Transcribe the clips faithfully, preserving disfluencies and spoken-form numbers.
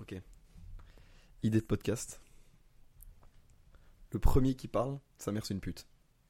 Ok. Idée de podcast. Le premier qui parle, sa mère c'est une pute.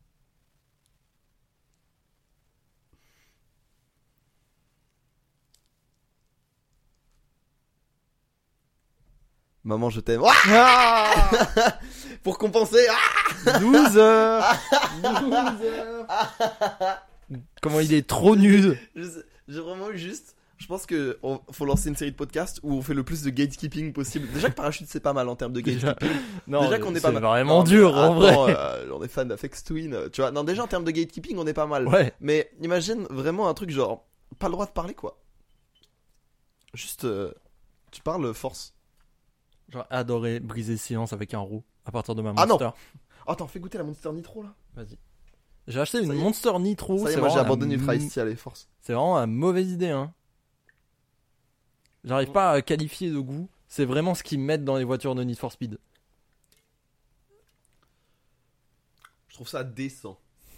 Maman, je t'aime. Ouah Ah Pour compenser. Ah Loser Loser Comment il est trop nul. Je sais- J'ai vraiment eu juste. Je pense que on- faut lancer une série de podcasts où on fait le plus de gatekeeping possible. Déjà que Parachute c'est pas mal en termes de Déjà, gatekeeping. non, déjà qu'on est pas c'est mal. vraiment Non, dur mais en vrai. attends, euh, on est fan d'Afex Twin. euh, Tu vois, non, déjà en termes de gatekeeping on est pas mal. Ouais. Mais imagine vraiment un truc genre pas le droit de parler quoi. Juste euh, tu parles force. J'aurais adoré briser le silence avec un roux à partir de ma Ah non. Monster. Attends, fais goûter la Monster Nitro là. Vas-y. J'ai acheté une Ça y est. Monster Nitro. Ça y est, c'est moi j'ai vraiment la abandonné Ultra m- Ice Tea, allez, force. C'est vraiment la mauvaise idée, hein. J'arrive pas à qualifier de goût. C'est vraiment ce qu'ils mettent dans les voitures de Need for Speed. Je trouve ça décent.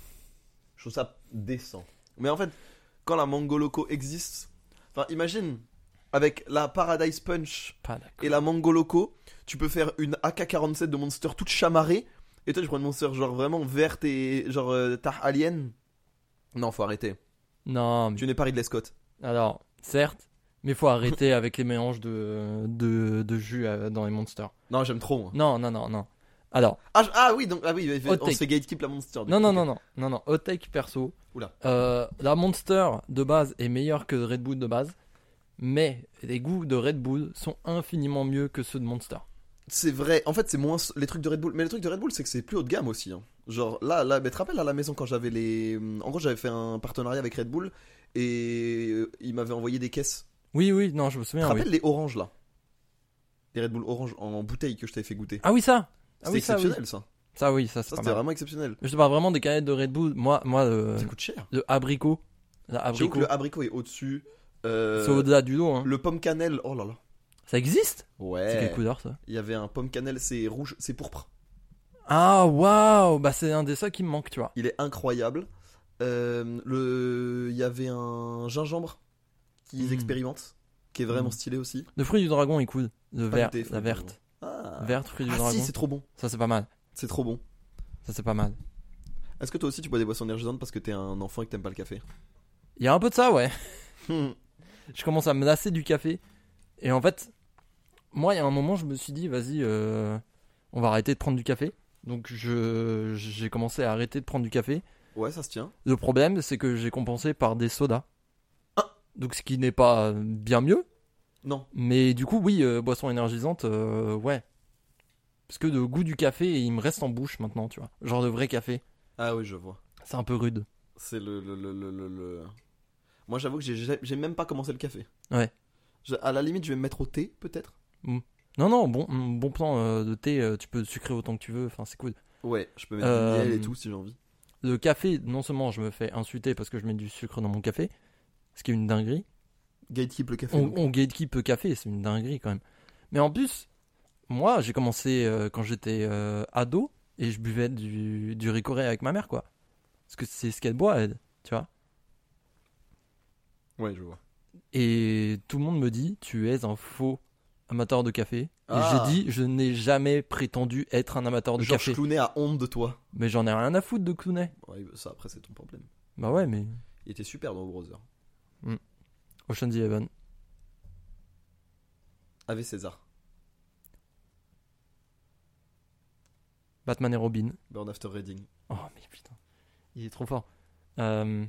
Je trouve ça décent. Mais en fait, quand la Mango Loco existe, enfin imagine, avec la Paradise Punch Pas d'accord. et la Mango Loco, tu peux faire une A K quarante-sept de Monster toute chamarrée. Et toi tu prends une Monster genre vraiment verte et genre euh, Tar Alien. Non, faut arrêter. Non, mais... Tu n'es pas Ridley Scott. alors, certes, mais faut arrêter avec les mélanges de, de, de jus euh, dans les Monsters. Non, j'aime trop moi. Non, non, non, non. Alors, Ah, je- ah oui, donc ah oui, Hot on take. se fait gatekeep la Monster. du non, coup, non, ok. non, non, non, non, hot take perso. Oula. Euh, la Monster de base est meilleure que Red Bull de base, mais les goûts de Red Bull sont infiniment mieux que ceux de Monster. C'est vrai, en fait c'est moins les trucs de Red Bull. Mais le truc de Red Bull c'est que c'est plus haut de gamme aussi. hein. Genre là, là, mais tu te rappelles à la maison quand j'avais les. En gros j'avais fait un partenariat avec Red Bull et euh, ils m'avaient envoyé des caisses. Oui, oui, non, je me Tu te souviens. Oui. rappelles les oranges là? Les Red Bull orange en bouteille que je t'avais fait goûter. Ah oui, ça. Ah C'était oui, ça, oui. exceptionnel ça. Ça, oui, ça, Ça c'est pas c'était mal. vraiment exceptionnel. Je te parle vraiment des canettes de Red Bull. Moi, moi, le, Ça coûte cher. le abricot, la J'avoue abricot, que le abricot est au-dessus. Euh, c'est au-delà du lot. Hein. Le pomme cannelle, oh là là. Ça existe? Ouais. C'est quelle couleur ça? Il y avait un pomme cannelle, c'est rouge, c'est pourpre. Ah waouh, bah c'est un des seuls qui me manque, tu vois. Il est incroyable. Euh, le... Il y avait un gingembre qu'ils Mm. expérimentent, qui est vraiment Mm. stylé aussi. Le fruit du dragon est cool. Le Pas vert, goûté, faut la le verte. Ah, Verte, fruit du ah dragon. si, c'est trop bon. Ça c'est pas mal. C'est trop bon. Ça c'est pas mal. Est-ce que toi aussi tu bois des boissons énergisantes parce que t'es un enfant et que t'aimes pas le café? Il y a un peu de ça, ouais. Hmm. Je commence à me lasser du café. Et en fait, moi, il y a un moment, je me suis dit, vas-y, euh, on va arrêter de prendre du café. Donc, je, j'ai commencé à arrêter de prendre du café. Ouais, ça se tient. Le problème, c'est que j'ai compensé par des sodas. Ah. Donc, ce qui n'est pas euh, bien mieux. Non. Mais du coup, oui, euh, boisson énergisante, euh, ouais. Parce que le goût du café, il me reste en bouche maintenant, tu vois. Genre de vrai café. Ah oui, je vois. C'est un peu rude. C'est le, le, le, le, le- le- Moi j'avoue que j'ai, j'ai même pas commencé le café. Ouais. Je- à la limite, je vais me mettre au thé peut-être. Non, non, bon, bon plan euh, de thé, euh, tu peux sucrer autant que tu veux, enfin, c'est cool. Ouais, je peux mettre Euh, du miel et tout si j'ai envie. Le café, non seulement je me fais insulter parce que je mets du sucre dans mon café, ce qui est une dinguerie. Gatekeep le café. On, donc. on gatekeep le café, c'est une dinguerie quand même. Mais en plus, moi j'ai commencé euh, quand j'étais euh, ado et je buvais du, du Ricoré avec ma mère, quoi. Parce que c'est ce qu'elle boit, elle, tu vois. Ouais, je vois. Et tout le monde me dit, tu es un faux amateur de café. Ah. Et j'ai dit, je n'ai jamais prétendu être un amateur de Georges café. Clooney a honte de toi. Mais j'en ai rien à foutre de Clooney. Ouais, ça après c'est ton problème. Bah ouais, mais Il était super dans Brother. Ocean's Eleven. Avec César. Batman et Robin. Burn After Reading. Oh mais putain, il est trop fort. Euh...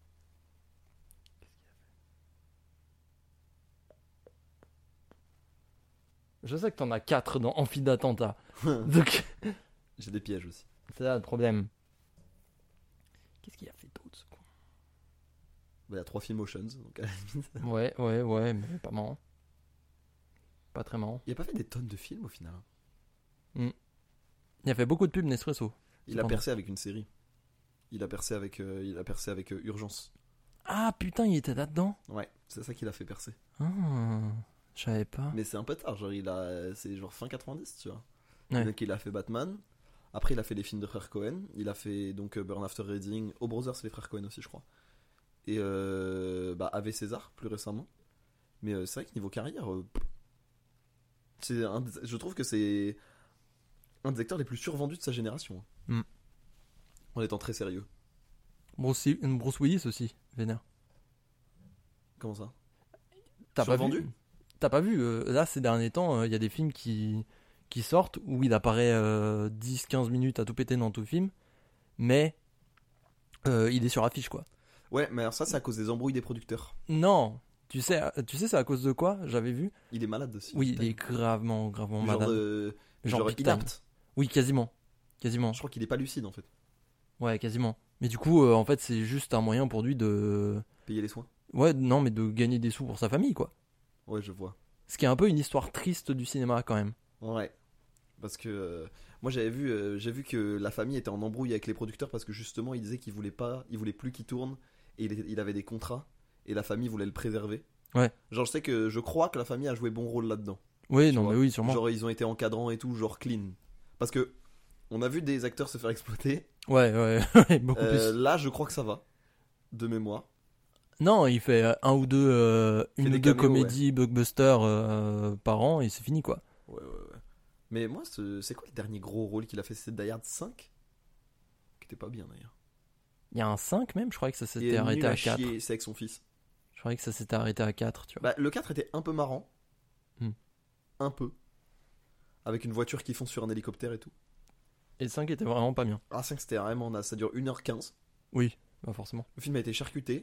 Je sais que t'en as quatre dans Amphi d'attentat. Donc, J'ai des pièges aussi. c'est là le problème. Qu'est-ce qu'il a fait d'autre ce con? Bah, il y a trois films Oceans. Donc à la limite. Ouais, ouais, ouais, mais pas marrant. Pas très marrant. Il a pas fait des tonnes de films au final. Il a fait beaucoup de pubs Nespresso. Il a Cependant. percé avec une série. Il a percé avec, euh, il a percé avec euh, Urgence. Ah putain, il était là-dedans. Ouais, c'est ça qu'il a fait percer. Ah, je savais pas. Mais c'est un peu tard, genre il a, c'est genre fin quatre-vingt-dix, tu vois. Ouais. Donc il a fait Batman. Après il a fait les films de frères Cohen. Il a fait donc euh, Burn After Reading. Oh Brothers, c'est les frères Cohen aussi, je crois. Et euh, bah Ave César plus récemment. Mais euh, c'est vrai que niveau carrière, euh, pff, C'est un des- je trouve que c'est un des acteurs les plus survendus de sa génération. Mm. En étant très sérieux. Bruce, Bruce Willis aussi, vénère. Comment ça? T'as pas Survendu vu T'as pas vu euh, là ces derniers temps, il y a des films qui qui sortent où il apparaît euh, dix quinze minutes à tout péter dans tout film, mais euh, il est sur affiche quoi. Ouais, mais alors ça, c'est à cause des embrouilles des producteurs. Non, tu sais, tu sais c'est à cause de quoi? J'avais vu. Il est malade aussi. Oui, il est gravement, gravement genre malade. de... Genre genre big time. inapte. Oui, quasiment, quasiment. Je crois qu'il est pas lucide en fait. Ouais, quasiment. Mais du coup, euh, en fait, c'est juste un moyen pour lui de, Payer les soins. ouais, non, mais de gagner des sous pour sa famille quoi. Ouais, je vois. Ce qui est un peu une histoire triste du cinéma quand même. Ouais. Parce que euh, moi j'avais vu, euh, j'ai vu que la famille était en embrouille avec les producteurs parce que justement ils disaient qu'ils voulaient pas, ils voulaient plus qu'il tourne et il, il avait des contrats et la famille voulait le préserver. Ouais. Genre je sais que je crois que la famille a joué bon rôle là-dedans. Oui, Tu non, vois. mais oui, sûrement. Genre ils ont été encadrants et tout, genre clean. Parce que on a vu des acteurs se faire exploiter. Ouais, ouais, ouais, beaucoup Euh, plus. là je crois que ça va, de mémoire. Non, il fait euh, un ou deux, euh, Il fait une des ou deux caméos, comédies blockbusters euh, par an et c'est fini quoi. Ouais ouais ouais. Mais moi c'est c'est quoi le dernier gros rôle qu'il a fait? C'est Die Hard cinq qui était pas bien d'ailleurs. Il y a un cinq même, je croyais que ça Il s'était est arrêté nul à à quatre. chier, c'est avec son fils. Je croyais que ça s'était arrêté à quatre, tu vois. Bah, le quatre était un peu marrant. Hmm. Un peu. Avec une voiture qui fonce sur un hélicoptère et tout. Et le cinq était vraiment pas bien. Ah, cinq c'était vraiment naze. Ça dure une heure quinze. Oui, bah forcément. Le film a été charcuté.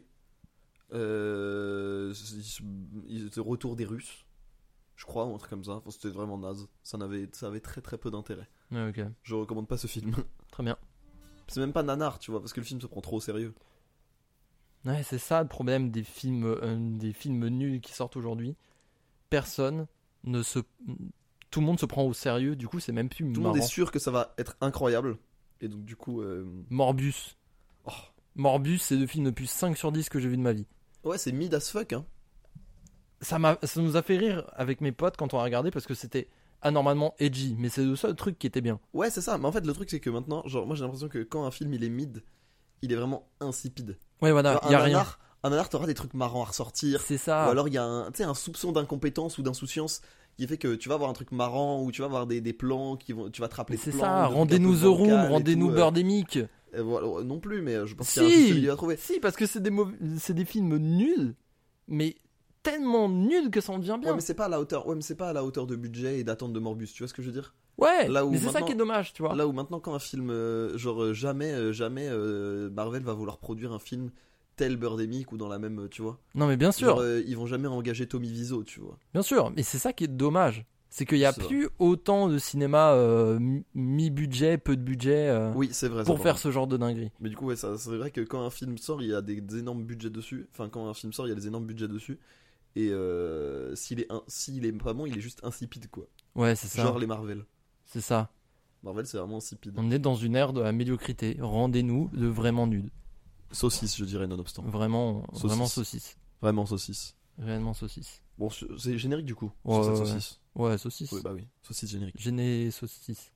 Euh, il était retour des Russes. Je crois, ou un truc comme ça. Enfin, c'était vraiment naze. Ça, n'avait, ça avait très très peu d'intérêt. Ouais, ok, Je recommande pas ce film. très bien. C'est même pas nanar, tu vois, parce que le film se prend trop au sérieux. Ouais, c'est ça le problème des films, euh, des films nuls qui sortent aujourd'hui. Personne ne se... Tout le monde se prend au sérieux, du coup c'est même plus Tout le marrant. monde est sûr que ça va être incroyable. Et donc, du coup. euh, Morbus. Oh. Morbus, c'est le film le plus cinq sur dix que j'ai vu de ma vie. Ouais, c'est mid as fuck, hein. Ça, m'a, ça nous a fait rire avec mes potes quand on a regardé parce que c'était anormalement edgy, mais c'est le seul truc qui était bien. Ouais, c'est ça. Mais en fait, le truc, c'est que maintenant, genre, moi j'ai l'impression que quand un film il est mid, il est vraiment insipide. Ouais, voilà, Genre, il y a un rien. nanar, un nanar, t'auras des trucs marrants à ressortir. C'est ça. Ou alors il y a un, tu sais, un soupçon d'incompétence ou d'insouciance qui fait que tu vas avoir un truc marrant ou tu vas avoir des, des plans qui vont, tu vas te rappeler. Mais c'est de plans, ça, de trucs rendez-nous un The peu Room, bancals et rendez-nous tout, euh, Birdemic. et voilà, non plus, mais je pense qu'il y a un juste Si, milieu à trouver. si, parce que c'est des, mauvais- c'est des films nuls, mais tellement nuls que ça en devient Ouais, bien. mais c'est pas à la hauteur. Ouais, mais c'est pas à la hauteur de budget et d'attente de Morbus. Tu vois ce que je veux dire? Ouais, là où mais c'est ça maintenant- qui est dommage, tu vois. Là où maintenant quand un film, euh, genre euh, jamais, euh, jamais euh, Marvel va vouloir produire un film tel Birdemic ou dans la même, euh, tu vois. Non, mais bien sûr, Genre, euh, ils vont jamais engager Tommy Wiseau, tu vois. bien sûr, mais c'est ça qui est dommage. C'est qu'il n'y a C'est vrai. plus autant de cinéma euh, mi- mi-budget, peu de budget euh, Oui, c'est vrai. pour ça, faire par ce genre de dinguerie. Mais du coup, ouais, ça, c'est vrai que quand un film sort, il y a des, des énormes budgets dessus. Enfin, quand un film sort, il y a des énormes budgets dessus. Et euh, s'il est, un, s'il est pas bon, il est juste insipide, quoi. Ouais, c'est ça. Genre les Marvel. C'est ça. Marvel, c'est vraiment insipide. On est dans une ère de la médiocrité. Rendez-nous de vraiment nul. Saucisse, je dirais, nonobstant. Vraiment, Saucisse. vraiment saucisse. Vraiment saucisse. Réellement saucisse. Bon, c'est c'est générique du coup. Ouais, sur cette ouais, saucisse. Ouais, saucisse. Oui, bah oui. Saucisse générique. Gêné saucisse.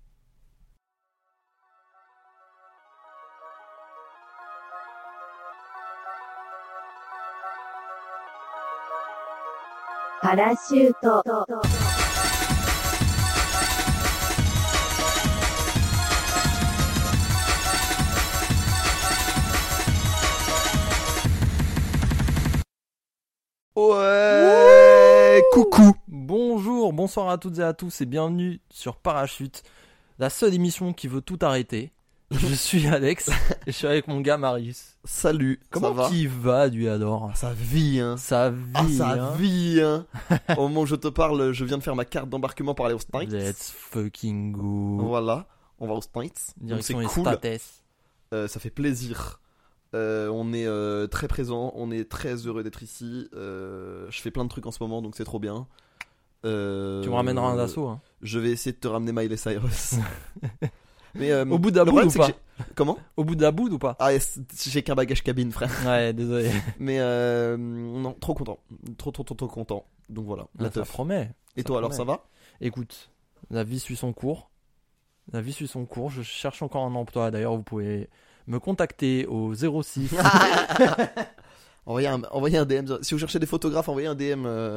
Parachute. Ouais, coucou. Bonjour, bonsoir à toutes et à tous et bienvenue sur Parachute, la seule émission qui veut tout arrêter. Je suis Alex et je suis avec mon gars Marius. Salut. Comment ça va? qui va, lui alors? Ça vit, hein. Ça vit, Ah, ça hein. vit, hein. Au moment où je te parle, je viens de faire ma carte d'embarquement pour aller aux States. Let's fucking go. Voilà, on va aux States. Donc c'est Direction les cool. States. Euh, ça fait plaisir. Euh, on est euh, très présent, on est très heureux d'être ici. Euh, je fais plein de trucs en ce moment, donc c'est trop bien. Euh, Tu me ramèneras un assaut, hein. Je vais essayer de te ramener Miley Cyrus. Mais euh, Au bout de la le boule problème, ou c'est pas? que j'ai- Comment? Au bout de la boule ou pas? Ah, yes, j'ai qu'un bagage cabine, frère. Ouais, désolé. Mais euh, non, trop content, trop trop trop trop content. Donc voilà, la Ah, ça teuf. promet. Et ça toi alors, promet. ça va? Écoute, la vie suit son cours. La vie suit son cours. Je cherche encore un emploi. D'ailleurs, vous pouvez me contacter au zéro six. envoyez, un, envoyez un D M. Si vous cherchez des photographes, envoyez un D M euh,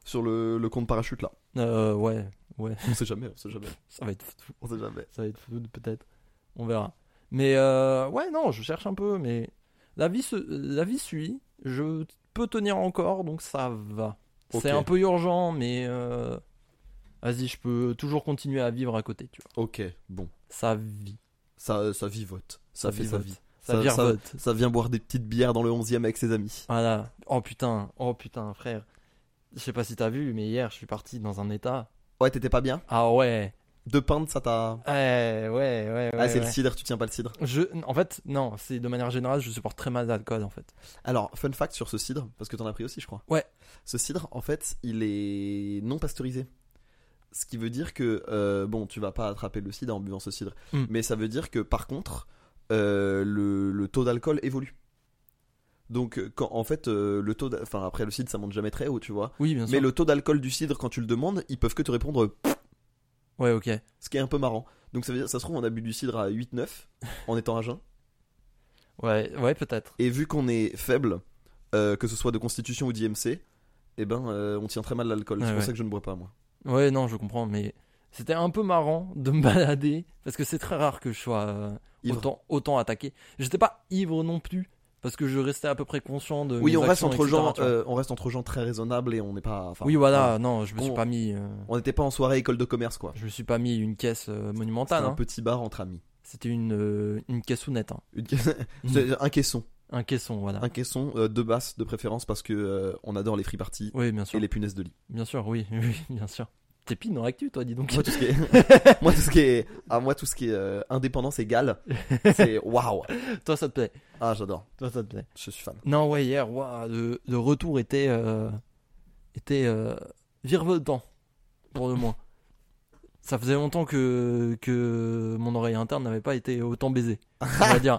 sur le, le compte parachute là. Euh, ouais, ouais, On sait jamais, on sait jamais. ça va être fou, On sait jamais. ça va être fou peut-être. On verra. Mais euh, ouais, non, je cherche un peu, mais la vie, se... la vie suit. Je peux tenir encore, donc ça va. Ok. C'est un peu urgent, mais euh... vas-y, je peux toujours continuer à vivre à côté, tu vois. Ok, bon. Ça vit. Ça, ça vivote. Ça, fait sa vivote. vie. Ça, Ça- virevote. Ça vient boire des petites bières dans le onzième avec ses amis. Voilà. Oh putain, oh putain, frère. Je sais pas si t'as vu, mais hier, je suis parti dans un état. Ouais, t'étais pas bien. Ah ouais. Deux pintes, ça t'a. Ouais, ouais, ouais, ouais. ah, c'est ouais. le cidre, tu tiens pas le cidre. Je, en fait, non, c'est de manière générale, je supporte très mal l'alcool, en fait. Alors, fun fact sur ce cidre, parce que t'en as pris aussi, je crois. Ouais. Ce cidre, en fait, il est non pasteurisé. Ce qui veut dire que, euh, bon, tu vas pas attraper le cidre en buvant ce cidre. Mm. Mais ça veut dire que, par contre, euh, le, le taux d'alcool évolue. Donc, euh, quand, en fait, euh, le taux. d'a- Enfin, après, le cidre, ça monte jamais très haut, tu vois. Oui, bien sûr. Mais le taux d'alcool du cidre, quand tu le demandes, ils peuvent que te répondre pff, Ouais, ok. ce qui est un peu marrant. Donc, ça veut dire, ça se trouve, on a bu du cidre à huit neuf en étant à jeun. Ouais, ouais, peut-être. Et vu qu'on est faible, euh, que ce soit de constitution ou d'I M C, eh ben, euh, on tient très mal l'alcool. Ouais, c'est pour ouais. ça que je ne bois pas, moi. Ouais, non, je comprends, mais c'était un peu marrant de me balader, parce que c'est très rare que je sois euh, Ivre. autant, autant attaqué. J'étais pas ivre non plus, parce que je restais à peu près conscient de Oui, mes on reste actions, entre et cetera, gens, tu vois. euh, on reste entre gens très raisonnables et on n'est pas. enfin, Oui, voilà, non, je me suis On- pas mis, euh, On n'était pas en soirée école de commerce, quoi. je me suis pas mis une caisse euh, C'était monumentale. un Hein. petit bar entre amis. C'était une, euh, une caissounette, hein. Une ca- C'est un caisson, Un caisson, voilà. un caisson euh, de basse de préférence parce que euh, on adore les free parties Oui, bien sûr. et les punaises de lit. Bien sûr, oui, oui, bien sûr. T'es pine dans l'actu, toi, dis donc. Moi tout ce qui est, moi tout ce qui est, ah moi tout ce qui est euh, indépendance égale, c'est waouh. Toi, ça te plaît. Ah j'adore, Toi, ça te plaît. je suis fan. Non, ouais, hier, ouah, le, le retour était, euh, était euh, virevoltant, pour le moins. Ça faisait longtemps que, que mon oreille interne n'avait pas été autant baisée, on va dire.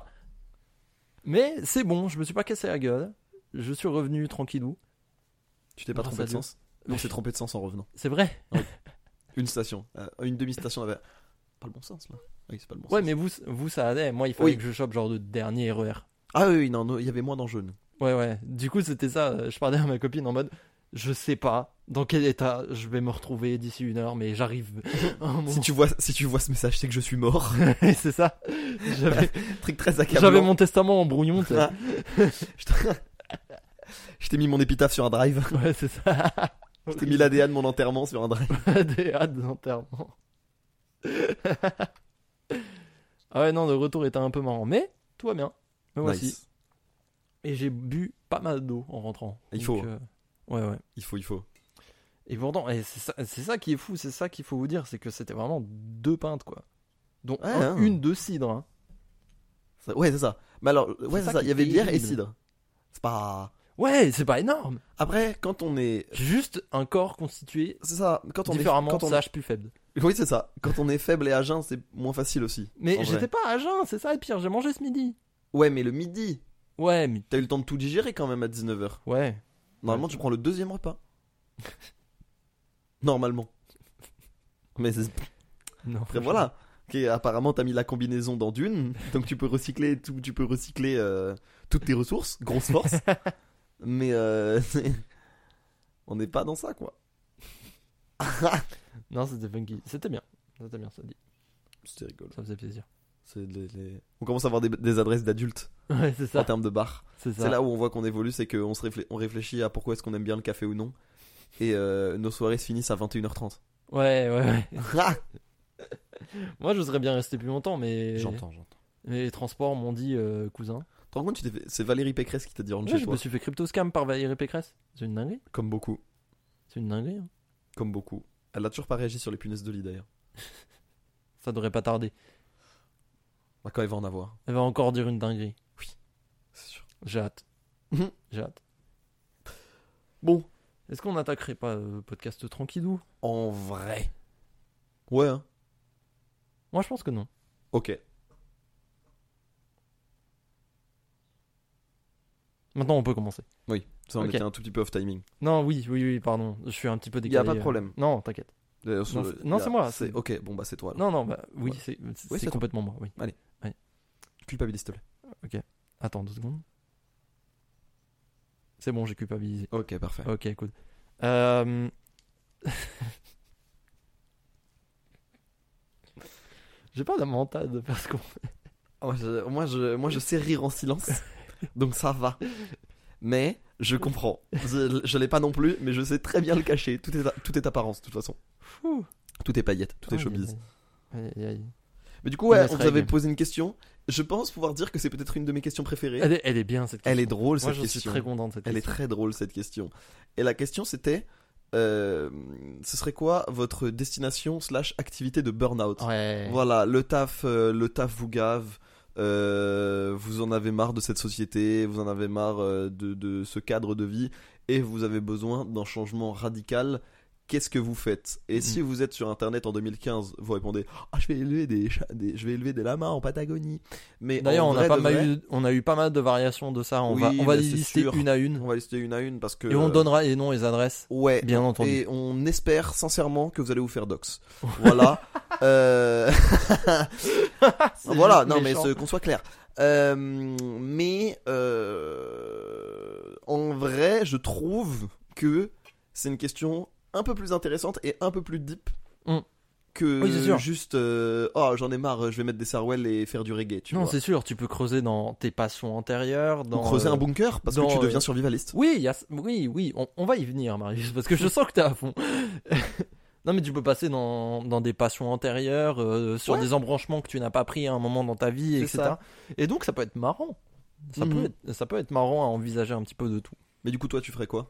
Mais c'est bon, je me suis pas cassé la gueule. Je suis revenu tranquillou. Tu t'es pas Grâce trompé à de Dieu. sens? Non, c'est trompé de sens en revenant. C'est vrai. Une station, euh, une demi-station avait pas le bon sens là. Oui, c'est pas le bon Ouais, sens. mais vous, vous ça allait. Moi, il fallait Oui. que je chope genre de dernier R E R. Ah oui, oui, non, non, il y avait moins d'enjeux. nous. Ouais, ouais. Du coup, c'était ça. Je parlais à ma copine en mode, je sais pas dans quel état je vais me retrouver d'ici une heure, mais j'arrive. à un moment. Si tu vois, si tu vois ce message, c'est que je suis mort. C'est ça. J'avais, Truc très accablant. j'avais mon testament en brouillon. tu sais. Ah. Je t'ai- je t'ai mis mon épitaphe sur un drive. Ouais, c'est ça. Je t'ai mis l'A D A de mon enterrement sur un drive. Des hâtes d'enterrement. Ah ouais, non, le retour était un peu marrant. Mais tout va bien. Mais moi aussi. Nice. Et j'ai bu pas mal d'eau en rentrant. Il Donc, faut. euh, Ouais, ouais. Il faut, il faut. Et pourtant, et c'est ça, c'est ça qui est fou, c'est ça qu'il faut vous dire, c'est que c'était vraiment deux pintes, quoi. Donc Ouais, un- hein. une de cidre. Hein. Ça- Ouais, c'est ça. Mais alors, ouais, ça c'est ça. qui Il y avait est bière et terrible. cidre. C'est pas. Ouais, c'est pas énorme. Après, quand on est. J'ai juste un corps constitué C'est ça. Quand on différemment, est. Quand on... slash plus faible. Oui, c'est ça. Quand on est faible et à jeun, c'est moins facile aussi. Mais en vrai. j'étais pas à jeun, c'est ça le pire, j'ai mangé ce midi. Ouais, mais le midi, Ouais, mais. t'as eu le temps de tout digérer quand même à dix-neuf heures. Ouais. Normalement, Ouais. tu prends le deuxième repas. Normalement. Mais c'est- Non, après, voilà. Ok, apparemment, t'as mis la combinaison dans Dune, donc tu peux recycler, tout, tu peux recycler euh, toutes tes ressources, grosse force. Mais euh, on n'est pas dans ça, quoi. Non, c'était funky. C'était bien. C'était bien, ça dit. C'était rigolo. Ça faisait plaisir. C'est les- les- On commence à avoir des, des adresses d'adultes Ouais, c'est en ça. termes de bar. C'est ça. C'est là où on voit qu'on évolue, c'est qu'on se réflé- on réfléchit à pourquoi est-ce qu'on aime bien le café ou non. Et euh, nos soirées se finissent à vingt et une heures trente. Ouais, ouais, ouais. Ah Moi, je serais bien resté plus longtemps, mais. J'entends, j'entends. Mais les transports m'ont dit, euh, cousin. Tu te rends compte, tu t'es fait- c'est Valérie Pécresse qui t'a dit rentre Ouais, chez je toi. me suis fait crypto scam par Valérie Pécresse. C'est une dinguerie. Comme beaucoup. C'est une dinguerie. Hein. Comme beaucoup. Elle a toujours pas réagi sur les punaises de lit d'ailleurs. Ça devrait pas tarder. Bah, quand elle va en avoir. Elle va encore dire une dinguerie. C'est sûr. J'ai hâte. Mhm. J'ai hâte. Bon, Est-ce qu'on attaquerait pas le podcast tranquillou? en vrai. Ouais, hein. Moi, je pense que non. Ok. Maintenant, on peut commencer. Oui, ça on Ok. était un tout petit peu off timing. Non, oui, oui, oui, pardon. Je suis un petit peu Y décalé. a pas de euh. problème. Non, t'inquiète. Euh, Non, sur- c'est- non, y a- c'est moi, C'est... c'est- Ok, bon bah c'est toi. alors. Non, non, bah oui, Ouais. c'est, c'est, Oui, c'est toi. complètement moi, oui. Culpabilise, s'il te plaît. Attends deux secondes. C'est bon, j'ai culpabilisé. Ok, parfait. Ok, cool. Euh... J'ai pas la mentale de faire ce qu'on fait. Moi je, moi, je, moi, je sais rire en silence, donc ça va. Mais je comprends. Je, je l'ai pas non plus, mais je sais très bien le cacher. Tout est, tout est apparence, de toute façon. Ouh. Tout est paillettes, tout est Aïe, showbiz. aïe, aïe, aïe. Mais du coup, ouais, Yes, on vous avait règle. posé une question. Je pense pouvoir dire que c'est peut-être une de mes questions préférées. Elle est, elle est bien cette question. Elle est drôle, Moi, cette je question. suis très content de cette Elle est question. très drôle, cette question. Et la question, c'était... euh, ce serait quoi votre destination slash activité de burn-out? Ouais. Voilà, le taf, euh, le taf vous gave. euh, vous en avez marre de cette société, vous en avez marre euh, de, de ce cadre de vie, et vous avez besoin d'un changement radical. Qu'est-ce que vous faites? Et Mm. si vous êtes sur internet en deux mille quinze, vous répondez ah, je vais élever des, chats- des je vais élever des lamas en Patagonie. Mais D'ailleurs, en on a, vrai pas de mal vrai, eu, on a eu pas mal de variations de ça. On Oui, va, on va bah, les c'est lister sûr. une à une. on va lister une à une parce que Et on donnera les noms et les adresses, ouais, bien entendu. et on espère sincèrement que vous allez vous faire dox. Voilà. euh... C'est voilà, juste non mais méchant. ce- qu'on soit clair. Euh, mais euh, en vrai, je trouve que c'est une question un peu plus intéressante et un peu plus deep Mm. que Oui, c'est sûr. juste euh, oh j'en ai marre, je vais mettre des Sarwell et faire du reggae. Tu Non, vois. c'est sûr, tu peux creuser dans tes passions antérieures, Ou dans creuser euh, un bunker parce dans, que tu deviens euh, survivaliste. Oui, il y a... oui, oui, on, on va y venir, Marius, parce que je sens que t'es à fond. Non, mais tu peux passer dans, dans des passions antérieures, euh, sur Ouais. des embranchements que tu n'as pas pris à un moment dans ta vie, C'est et cetera. ça. Et donc, ça peut être marrant. Ça, Mhm. peut être, ça peut être marrant à envisager un petit peu de tout. Mais du coup, toi, tu ferais quoi?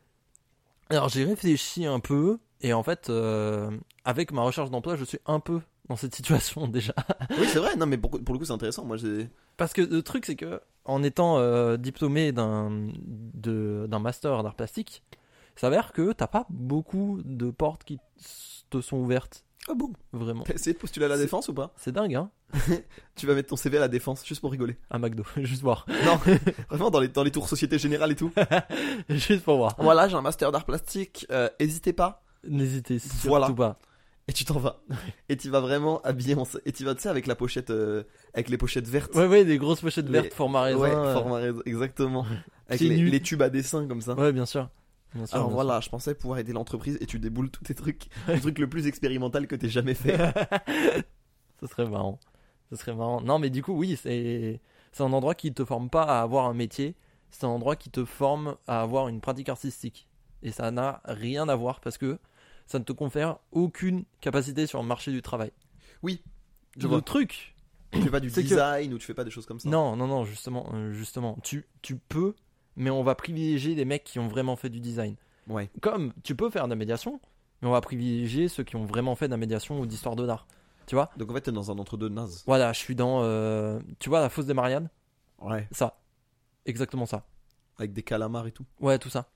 Alors, j'ai réfléchi un peu, et en fait, euh, avec ma recherche d'emploi, je suis un peu dans cette situation déjà. Oui, c'est vrai. Non, mais pour, pour le coup, c'est intéressant. Moi, j'ai. Parce que le truc, c'est que en étant euh, diplômé d'un de- d'un master d'art plastique, il s'avère que t'as pas beaucoup de portes qui te sont ouvertes. Ah bon? Vraiment. T'as essayé de postuler à la C'est- défense ou pas? C'est dingue, hein? Tu vas mettre ton C V à la défense juste pour rigoler. À McDo, juste voir. Non, vraiment dans les, dans les tours Société Générale et tout. Juste pour voir. Voilà, j'ai un master d'art plastique. euh, Hésitez pas. N'hésitez surtout Voilà. pas. Et tu t'en vas. Et tu vas vraiment habillé en. Et tu vas, tu sais, avec la pochette. euh, avec les pochettes vertes. Ouais, ouais, des grosses pochettes Les- vertes, format raisin. Ouais, euh, format raisin, exactement. Avec pieds les, nus. les tubes à dessin comme ça. Ouais, bien sûr. Bien sûr, Alors bien voilà, je pensais pouvoir aider l'entreprise et tu déboules tous tes trucs. Le truc le plus expérimental que t'aies jamais fait. sûr. Ce serait marrant. Ce serait marrant. Non, mais du coup, oui, c'est c'est un endroit qui te forme pas à avoir un métier. C'est un endroit qui te forme à avoir une pratique artistique. Et ça n'a rien à voir parce que ça ne te confère aucune capacité sur le marché du travail. Oui, je Le vois. truc, Tu fais pas du C'est que- design ou tu fais pas des choses comme ça. non, non, non, justement, euh, justement, tu, tu peux, mais on va privilégier les mecs qui ont vraiment fait du design. Ouais. Comme tu peux faire de la médiation, mais on va privilégier ceux qui ont vraiment fait de la médiation ou d'histoire de l'art. Tu vois? Donc en fait, t'es dans un entre-deux naze. Voilà, je suis dans, euh, tu vois, la fosse des Mariannes, Ouais. ça, exactement ça. Avec des calamars et tout. Ouais, tout ça.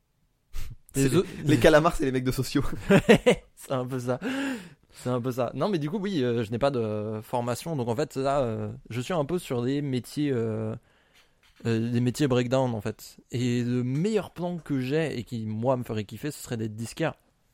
C'est Les œufs- Les calamars, c'est les mecs de sociaux. c'est un peu ça. C'est un peu ça. Non, mais du coup, oui, euh, je n'ai pas de formation, donc en fait, là, euh, je suis un peu sur des métiers, euh, euh, des métiers breakdown en fait. Et le meilleur plan que j'ai et qui moi me ferait kiffer, ce serait d'être disquaire.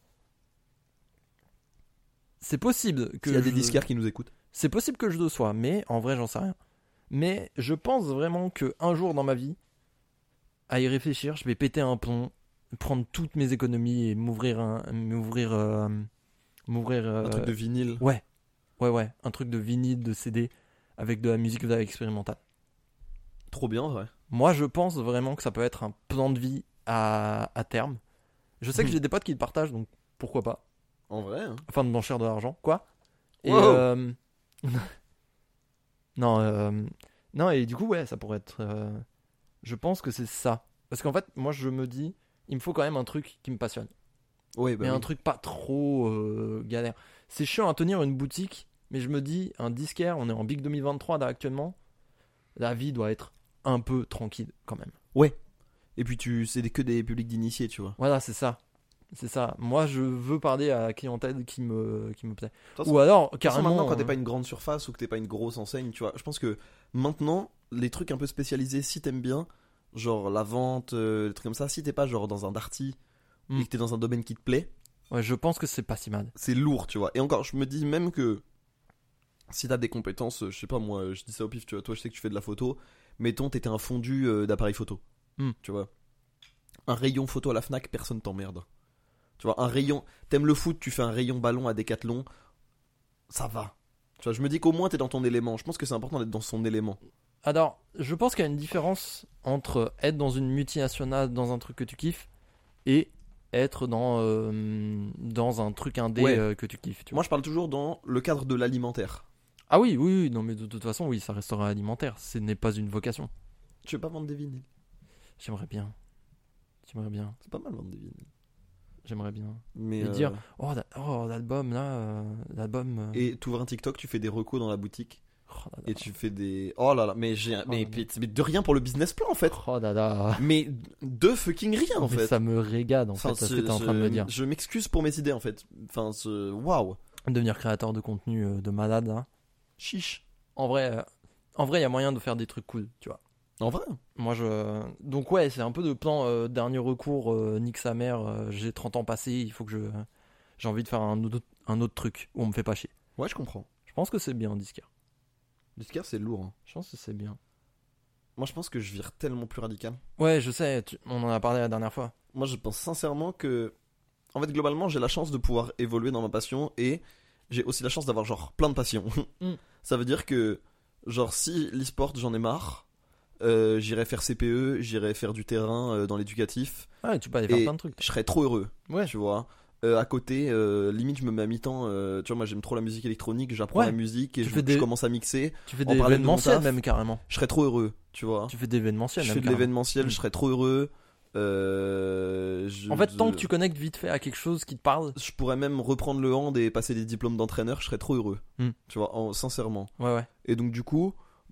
C'est possible que S'il y a des je- disquaires qui nous écoutent. C'est possible que je le sois, mais en vrai, j'en sais rien. Mais je pense vraiment que un jour dans ma vie, à y réfléchir, je vais péter un plomb, prendre toutes mes économies et m'ouvrir un, m'ouvrir, euh, m'ouvrir. Un euh, truc de vinyle. Ouais, ouais, ouais, un truc de vinyle, de C D, avec de la musique expérimentale. Trop bien, vrai. Moi, je pense vraiment que ça peut être un plan de vie à, à terme. Je sais que Mhm. j'ai des potes qui le partagent, donc pourquoi pas. En vrai. Hein. Enfin, de blanchir de l'argent, quoi. Et Wow. euh, non, euh, non, et du coup, ouais, ça pourrait être. euh, Je pense que c'est ça. Parce qu'en fait, moi, je me dis, il me faut quand même un truc qui me passionne. Ouais, bah mais oui. un truc pas trop euh, galère. C'est chiant à tenir une boutique, mais je me dis, un disquaire, on est en Big deux mille vingt-trois là actuellement, la vie doit être un peu tranquille quand même. Et puis tu, c'est des- que des publics d'initiés, tu vois. Voilà, c'est ça. C'est ça. Moi, je veux parler à la clientèle qui me, qui me plaît. De toute façon- Ou alors, De toute façon, carrément. maintenant, quand t'es euh, pas une grande surface ou que t'es pas une grosse enseigne, tu vois, je pense que maintenant, les trucs un peu spécialisés, si t'aimes bien, genre la vente, euh, les trucs comme ça, si t'es pas genre dans un darty Mm. et que t'es dans un domaine qui te plaît, Ouais, je pense que c'est pas si mal. c'est lourd, tu vois. Et encore, je me dis même que si t'as des compétences, euh, je sais pas moi, je dis ça au pif, tu vois, toi je sais que tu fais de la photo, mettons t'étais un fondu euh, d'appareil photo, Mm. tu vois. un rayon photo à la Fnac, personne t'emmerde. Tu vois, un rayon. T'aimes le foot, tu fais un rayon ballon à Decathlon, ça va. Tu vois, je me dis qu'au moins t'es dans ton élément. Je pense que c'est important d'être dans son élément. Alors, je pense qu'il y a une différence entre être dans une multinationale, dans un truc que tu kiffes, et être dans, euh, dans un truc indé Ouais. euh, que tu kiffes. Tu vois. Moi, je parle toujours dans le cadre de l'alimentaire. Ah oui, oui, oui, non, mais de, de toute façon, oui, ça restera alimentaire. Ce n'est pas une vocation. Tu veux pas vendre des vinyles? J'aimerais bien. J'aimerais bien. C'est pas mal vendre des vinyles. J'aimerais bien. Mais Et euh, dire, oh, la- oh, l'album là, euh, l'album. euh, Et tu ouvres un TikTok, tu fais des recos dans la boutique. oh là là. Et tu fais des. Oh là là, mais j'ai. Oh mais, là mais, mais de rien pour le business plan en fait. Oh là là. Mais de fucking rien en Mais fait. ça me régale en Enfin, fait, ce ce- que t'es en je- train de me dire. Je m'excuse pour mes idées en fait. Enfin, ce. Waouh. Devenir créateur de contenu euh, de malade là. Chiche. En vrai, euh, en vrai, il y a moyen de faire des trucs cool, tu vois. En vrai. Moi je. Donc ouais, c'est un peu de plan euh, dernier recours, euh, nique sa mère, euh, j'ai trente ans passés, il faut que je. J'ai envie de faire un autre, un autre truc où on me fait pas chier. Ouais, je comprends. Je pense que c'est bien, Disquaire. Disquaire, c'est lourd. Hein. Je pense que c'est bien. Moi, je pense que je vire tellement plus radical. Ouais, je sais, tu- on en a parlé la dernière fois. Moi, je pense sincèrement que. En fait, globalement, j'ai la chance de pouvoir évoluer dans ma passion et j'ai aussi la chance d'avoir genre plein de passions. Mm. Ça veut dire que, genre, si l'e-sport, j'en ai marre, euh, j'irai faire C P E, j'irai faire du terrain euh, dans l'éducatif. Ouais, tu peux aller faire Et plein de trucs. je serais trop heureux, Ouais. tu vois. Euh, à côté, euh, limite, je me mets à mi-temps. euh, tu vois, moi, j'aime trop la musique électronique, j'apprends Ouais. la musique et Tu je, fais des- je commence à mixer. Tu fais En des parallèle de mon événementiels taf. même carrément. Je serais trop heureux, tu vois. Tu fais des événementiels Je même fais de carrément. l'événementiel, Mm. je serais trop heureux. Euh, je- En fait, tant je- que tu connectes vite fait à quelque chose qui te parle. je pourrais même reprendre le hand et passer des diplômes d'entraîneur, je serais trop heureux. Mm. Tu vois, en- sincèrement. Ouais, ouais. Et donc, du coup,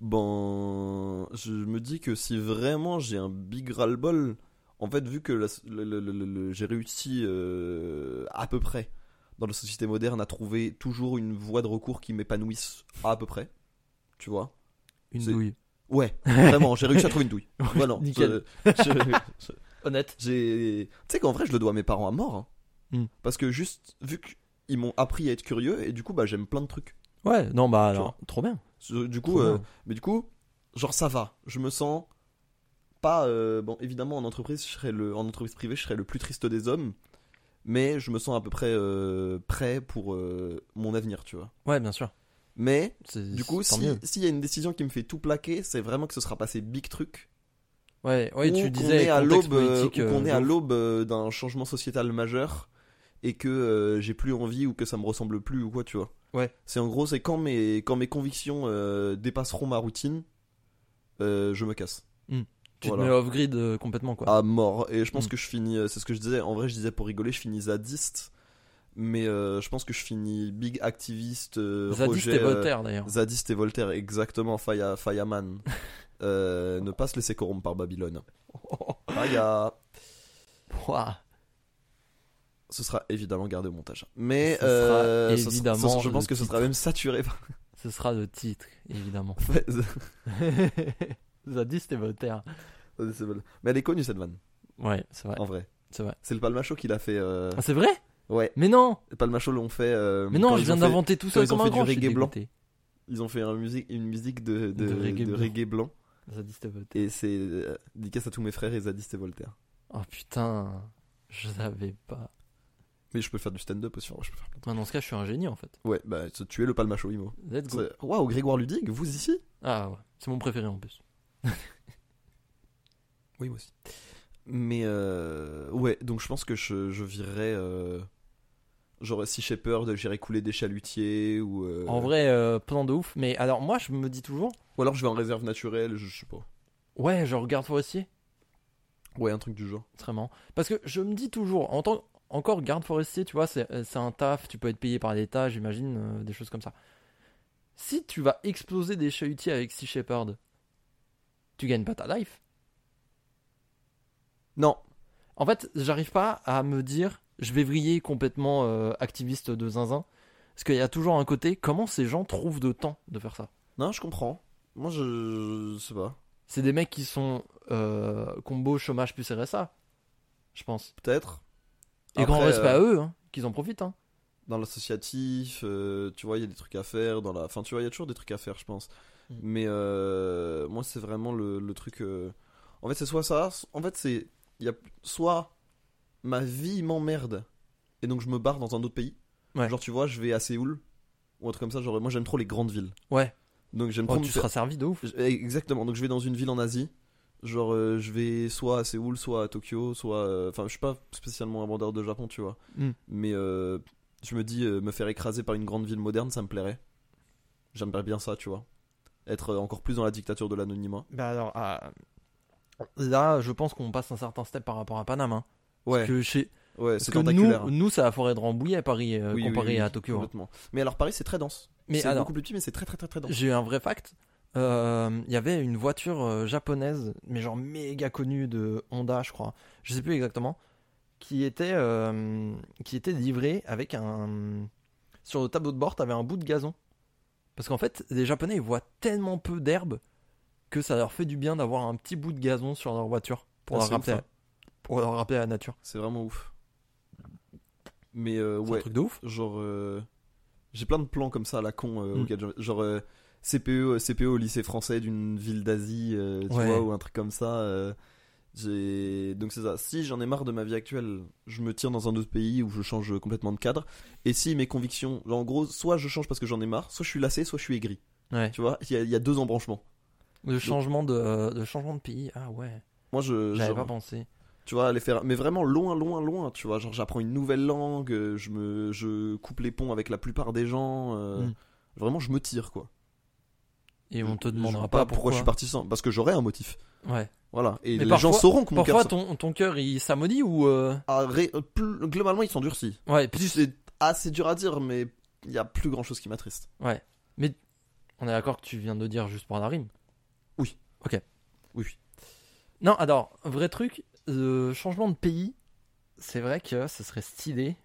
ben, je me dis que si vraiment j'ai un big ras-le-bol, en fait, vu que la- le- le- le- le- j'ai réussi euh, à peu près dans la société moderne à trouver toujours une voie de recours qui m'épanouisse à peu près, tu vois. Une C'est- douille. Ouais, vraiment, j'ai réussi à trouver une douille. Voilà. nickel. Je- je- Honnête. J'ai. Tu sais qu'en vrai, je le dois à mes parents à mort. hein. Hmm. Parce que juste, vu qu'ils m'ont appris à être curieux, et du coup, bah, j'aime plein de trucs. Ouais, non, bah Tu alors, trop bien. Ce- Du coup, Trop euh, bien. mais du coup, genre, ça va. Je me sens pas. euh, bon, évidemment, en entreprise, je serais le, en entreprise privée, je serais le plus triste des hommes. Mais je me sens à peu près euh, prêt pour euh, mon avenir, tu vois. Ouais, bien sûr. Mais, C'est- du coup, tant si- mieux. s'il y a une décision qui me fait tout plaquer, c'est vraiment que ce sera passé big truc. Ouais, ouais, Ou tu qu'on disais est à contexte l'aube, euh, politique, ou qu'on euh, est à de ouf. l'aube euh, d'un changement sociétal majeur et que euh, j'ai plus envie ou que ça me ressemble plus ou quoi, tu vois. Ouais. C'est en gros, c'est quand mes quand mes convictions euh, dépasseront ma routine, euh, je me casse Tu voilà. te mets off-grid euh, complètement, quoi. à mort. Et je pense Mm. que je finis, euh, c'est ce que je disais. En vrai, je disais pour rigoler, je finis zadiste, mais euh, je pense que je finis big activiste. Euh, Zadiste Roger, et euh, Voltaire, d'ailleurs. Zadiste et Voltaire, exactement. Faya, Fayaman. Euh, ne pas se laisser corrompre par Babylone. Faya. Ouah. Ce sera évidemment gardé au montage. Mais Ce euh, sera ce- ce- évidemment je pense le que ce sera titre. même saturé. par- Ce sera le titre, évidemment. Zadiste et Voltaire. C'est bon. Mais elle est connue cette vanne, Ouais, c'est vrai. en vrai. C'est vrai. C'est le Palmacho qui l'a fait. euh, Ah, c'est vrai? Ouais, Mais non! le Palmacho l'ont fait. euh, Mais non, quand je ils viens ont fait- d'inventer tout quand ça ils ont comme un fait du grand, je suis reggae blanc. dégoûté. Ils ont fait un musique, une musique de, de, De reggae de blanc. reggae blanc. Zadiste et Voltaire. Et c'est euh, dédicace à tous mes frères et Zadiste et Voltaire. Oh putain, je savais pas. Mais je peux faire du stand-up aussi. en vrai, je peux faire plein de Ouais, dans ce cas, je suis un génie en fait. trucs. Ouais, bah tu es le Palmacho, Imo. Let's go. C'est- Waouh, Grégoire Ludig, vous ici? Ah ouais, c'est mon préféré en plus. Oui, moi aussi. Mais euh, ouais, donc je pense que je, je virerais. Euh, genre, si j'ai peur, j'irais couler des chalutiers ou. euh, En vrai, euh, plan de ouf. Mais alors, moi, je me dis toujours, Ou alors je vais en réserve naturelle, je, je sais pas. ouais, je regarde forestier. Ouais, un truc du genre. Très marrant. Parce que je me dis toujours, en tant encore garde forestier, tu vois, c'est c'est un taf, tu peux être payé par l'État, j'imagine, euh, des choses comme ça. Si tu vas exploser des chalutiers avec Sea Shepherd, tu gagnes pas ta life. Non, En fait, j'arrive pas à me dire, je vais vriller complètement euh, activiste de zinzin. Parce qu'il y a toujours un côté, comment ces gens trouvent de temps de faire ça? non, je comprends. Moi, je, je sais pas. C'est des mecs qui sont euh, combo chômage plus R S A, je pense. Peut-être. Et grand Après, respect euh, à eux, hein, qu'ils en profitent. Hein. Dans l'associatif, euh, tu vois, il y a des trucs à faire. Dans la... Enfin, tu vois, il y a toujours des trucs à faire, je pense. Mm. Mais euh, moi, c'est vraiment le, le truc. euh, En fait, c'est soit ça. En fait, c'est il y a soit ma vie m'emmerde et donc je me barre dans un autre pays. Ouais. Genre, tu vois, je vais à Séoul ou un truc comme ça. Genre, moi j'aime trop les grandes villes. Ouais. Donc j'aime Oh, trop. tu me faire- seras servi de ouf. Je- Exactement. Donc je vais dans une ville en Asie. Genre, euh, je vais soit à Séoul, soit à Tokyo, soit. euh, Enfin, je suis pas spécialement un vendeur de Japon, tu vois. Mm. Mais euh, je me dis, euh, me faire écraser par une grande ville moderne, ça me plairait. J'aimerais bien ça, tu vois. Être euh, encore plus dans la dictature de l'anonymat. Bah alors, ah, là, je pense qu'on passe un certain step par rapport à Paname. Hein. Ouais, Parce que, chez... ouais, Parce c'est que nous, tentaculaire. nous, c'est la forêt de Rambouillet à Paris, euh, Oui, oui, comparé oui, à oui, Tokyo. Hein. complètement. Mais alors, Paris, c'est très dense. Mais c'est alors, beaucoup plus petit, mais c'est très, très, très, très dense. j'ai eu un vrai fact. Euh, Il y avait une voiture euh, japonaise, mais genre méga connue de Honda, je crois. Je sais plus exactement. Qui était, euh, qui était livrée avec un. Sur le tableau de bord, t'avais un bout de gazon. Parce qu'en fait, les Japonais, ils voient tellement peu d'herbe que ça leur fait du bien d'avoir un petit bout de gazon sur leur voiture. Pour, Ah, leur, c'est rappeler, ouf, hein. pour leur rappeler la nature. C'est vraiment ouf. Mais euh, C'est un ouais, truc de ouf. genre. euh, J'ai plein de plans comme ça à la con. euh, Mm. auxquels je- Genre. euh, C P E, C P E au lycée français d'une ville d'Asie, euh, tu Ouais. vois, ou un truc comme ça. euh, j'ai... Donc c'est ça. Si j'en ai marre de ma vie actuelle, je me tire dans un autre pays où je change complètement de cadre. Et si mes convictions, genre, en gros, soit je change parce que j'en ai marre, soit je suis lassé, soit je suis aigri. Ouais. Tu vois, il y, a- il y a deux embranchements. De changement de, de changement de pays. Ah ouais. Moi, je, J'avais genre, pas pensé. tu vois, aller faire, mais vraiment loin, loin, loin. Tu vois, genre j'apprends une nouvelle langue, euh, je me, je coupe les ponts avec la plupart des gens. euh, Mm. Vraiment, je me tire quoi. Et on te Je- demandera je- pas pourquoi je suis parti sans, parce que j'aurais un motif. Ouais. Voilà. Et Mais les parfois- gens sauront que mon cœur. Parfois, ton, ton cœur, il s'amodit ou. euh, Ah, ré- euh, plus- globalement, ils sont durcis. Ouais, plus. C'est assez dur à dire, mais il y a plus grand chose qui m'attriste. Ouais. Mais on est d'accord que tu viens de dire juste pour la rime. Oui. Ok. Oui, oui. Non, alors, vrai truc, le changement de pays, c'est vrai que ce serait stylé.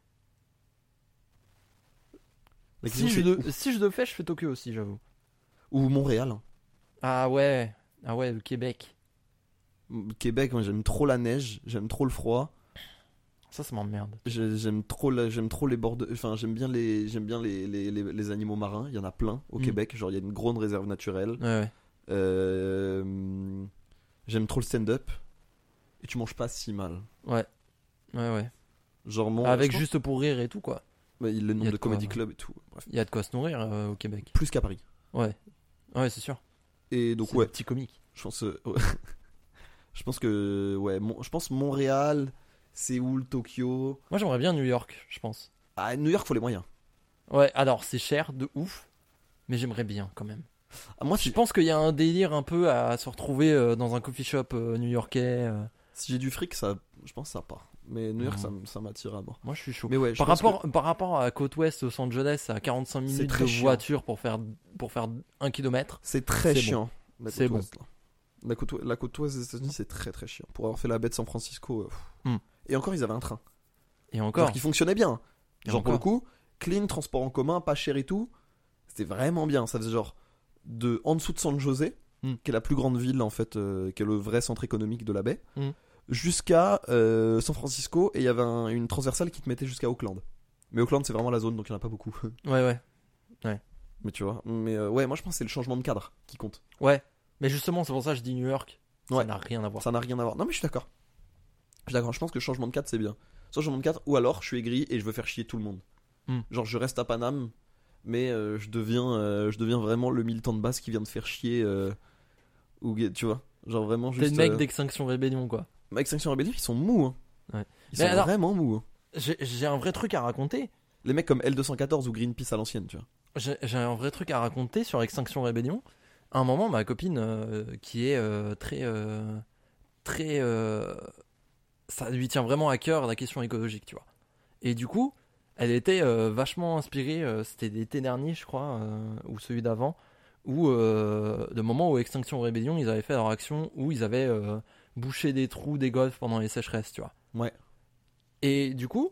La Si question, je, c'est le, si je le fais, je fais Tokyo aussi, j'avoue. où Ou Montréal. hein. Ah ouais. Ah ouais, le Québec. Québec, moi, j'aime trop la neige, j'aime trop le froid. Ça, ça m'emmerde. J'ai- J'aime trop, la- j'aime trop les bords de... Enfin, j'aime bien, les... j'aime bien les, les, les, les animaux marins. Il y en a plein au Mm. Québec. Genre, il y a une grande réserve naturelle. Ouais, ouais. Euh, J'aime trop le stand-up. Et tu manges pas si mal. Ouais. Ouais, ouais. Genre, mon... Avec je pense- juste pour rire et tout, quoi. Ouais, le y a nombre de de quoi, comedy ouais. club et tout. Bref. Il y a de quoi se nourrir euh, au Québec. Plus qu'à Paris. Ouais. Ouais, c'est sûr. Et donc, C'est ouais, des petits comiques. je pense... euh, ouais. je pense que... Ouais, Mon- je pense Montréal, Séoul, Tokyo... Moi, j'aimerais bien New York, je pense. Ah, New York, faut les moyens. Ouais, alors, c'est cher de ouf. Mais j'aimerais bien, quand même. Ah, moi, Je si, pense qu'il y a un délire un peu à se retrouver euh, dans un coffee shop euh, new-yorkais. euh. si j'ai du fric, ça, je pense que ça part. Mais New York, Mhm. ça, m- ça m'attire à mort. Moi, je suis chaud. Mais ouais, je Par pense rapport, par rapport à côte ouest, Los Angeles, à quarante-cinq C'est minutes très de chiant. voiture pour faire, pour faire un kilomètre. que c'est très c'est chiant. la C'est côte bon. ouest, là. La côte, ou- la côte ouest des États-Unis, c'est très très chiant. Pour avoir fait la baie de San Francisco. euh, pff. Hmm. Et encore, ils avaient un train. Et encore. Genre qui fonctionnait bien. Et Genre pour le encore. coup, clean, transport en commun, pas cher et tout. C'était vraiment bien. Ça faisait genre de en dessous de San José, Hmm. qui est la plus grande ville en fait, euh, qui est le vrai centre économique de la baie, Hmm. jusqu'à euh, San Francisco. Et il y avait un- une transversale qui te mettait jusqu'à Oakland. Mais Oakland, c'est vraiment la zone, donc il n'y en a pas beaucoup. Ouais, ouais. Mais tu vois. Mais euh, ouais, moi je pense que c'est le changement de cadre qui compte. Ouais. Mais justement, c'est pour ça que je dis New York. Ça Ouais. n'a rien à voir. Ça n'a rien à voir. Non, mais je suis d'accord. Je suis d'accord. Je pense que changement de cadre, c'est bien. Soit changement de cadre, ou alors je suis aigri et je veux faire chier tout le monde. Hmm. Genre, je reste à Paname, mais euh, je, deviens, euh, je deviens vraiment le militant de base qui vient de faire chier. euh, ou, tu vois. Genre, vraiment T'es juste. le mec euh, d'Extinction Rébellion, quoi. Extinction Rebellion, ils sont mous. Hein. Ouais. Ils Mais sont alors- vraiment mous. hein. J'ai j'ai un vrai truc à raconter. Les mecs comme L deux cent quatorze ou Greenpeace à l'ancienne, tu vois. J'ai j'ai un vrai truc à raconter sur Extinction Rébellion. À un moment, ma copine, euh, qui est euh, très. euh, très. euh, ça lui tient vraiment à cœur la question écologique, tu vois. Et du coup, elle était euh, vachement inspirée. euh, C'était l'été dernier, je crois, euh, ou celui d'avant, où euh, le moment où Extinction Rébellion, ils avaient fait leur action où ils avaient euh, bouché des trous des golfs pendant les sécheresses, tu vois. Ouais. Et du coup,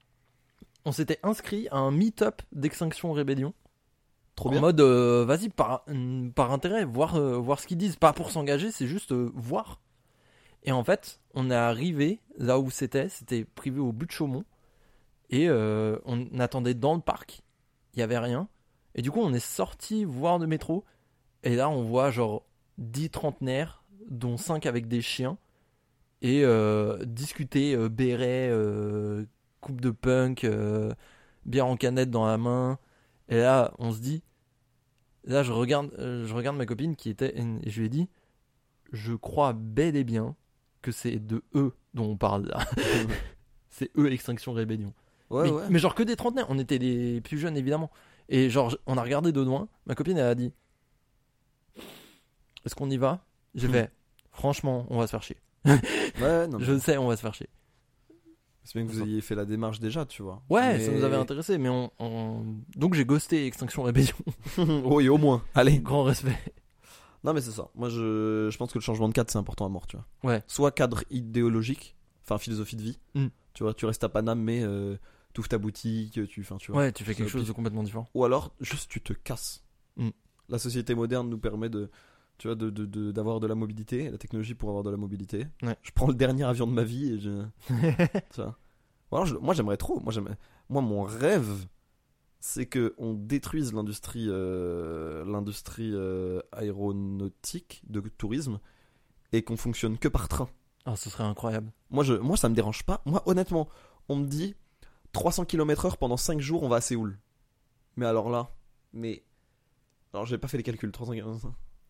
on s'était inscrit à un meet-up d'Extinction Rébellion. Trop En bien. mode, euh, vas-y, par, mm, par intérêt, voir, euh, voir ce qu'ils disent. Pas pour s'engager, c'est juste euh, voir. Et en fait, on est arrivé là où c'était. C'était privé au but de Chaumont. Et euh, on attendait dans le parc. Il n'y avait rien. Et du coup, on est sorti voir le métro. Et là, on voit genre dix trentenaires, dont cinq avec des chiens. et euh, discuter euh, béret, euh, coupe de punk, euh, bière en canette dans la main. Et là, on se dit, là, je regarde, euh, je regarde ma copine qui était, et je lui ai dit, je crois bel et bien que c'est de eux dont on parle là. C'est eux, Extinction Rébellion. Ouais, mais, ouais. mais genre que des trentenaires, on était les plus jeunes évidemment. Et genre, on a regardé de loin, ma copine elle a dit, est-ce qu'on y va? J'ai Hmm. fait, franchement, on va se faire chier. Ouais, ouais, non, mais Je sais, on va se faire chier. c'est bien que vous ayez fait la démarche déjà, tu vois. Ouais, Mais- ça nous avait intéressé, mais on, on... donc j'ai ghosté Extinction Rébellion. oui, au moins. Allez. Grand respect. Non, mais c'est ça. Moi, je, je pense que le changement de cadre, c'est important à mort, tu vois. Ouais. Soit cadre idéologique, enfin philosophie de vie. Mm. Tu vois, tu restes à Paname, mais euh, tu ouvres ta boutique, tu, enfin, tu vois. Ouais, tu fais Ça, quelque chose puis- de complètement différent. Ou alors, juste tu te casses. Mm. La société moderne nous permet de, tu vois, de, de, de- d'avoir de la mobilité, la technologie pour avoir de la mobilité. Ouais. Je prends le dernier avion de ma vie et je, tu vois. Ou alors, je- moi, j'aimerais trop. Moi, j'aimerais, moi, mon rêve, c'est que on détruise l'industrie, euh, l'industrie euh, aéronautique de tourisme et qu'on fonctionne que par train. Ah, ce serait incroyable. Moi, je, moi, ça me dérange pas. Moi, honnêtement, on me dit trois cents kilomètres heure pendant cinq jours, on va à Séoul. Mais alors là, mais. Alors, j'ai pas fait les calculs. trois cents kilomètres.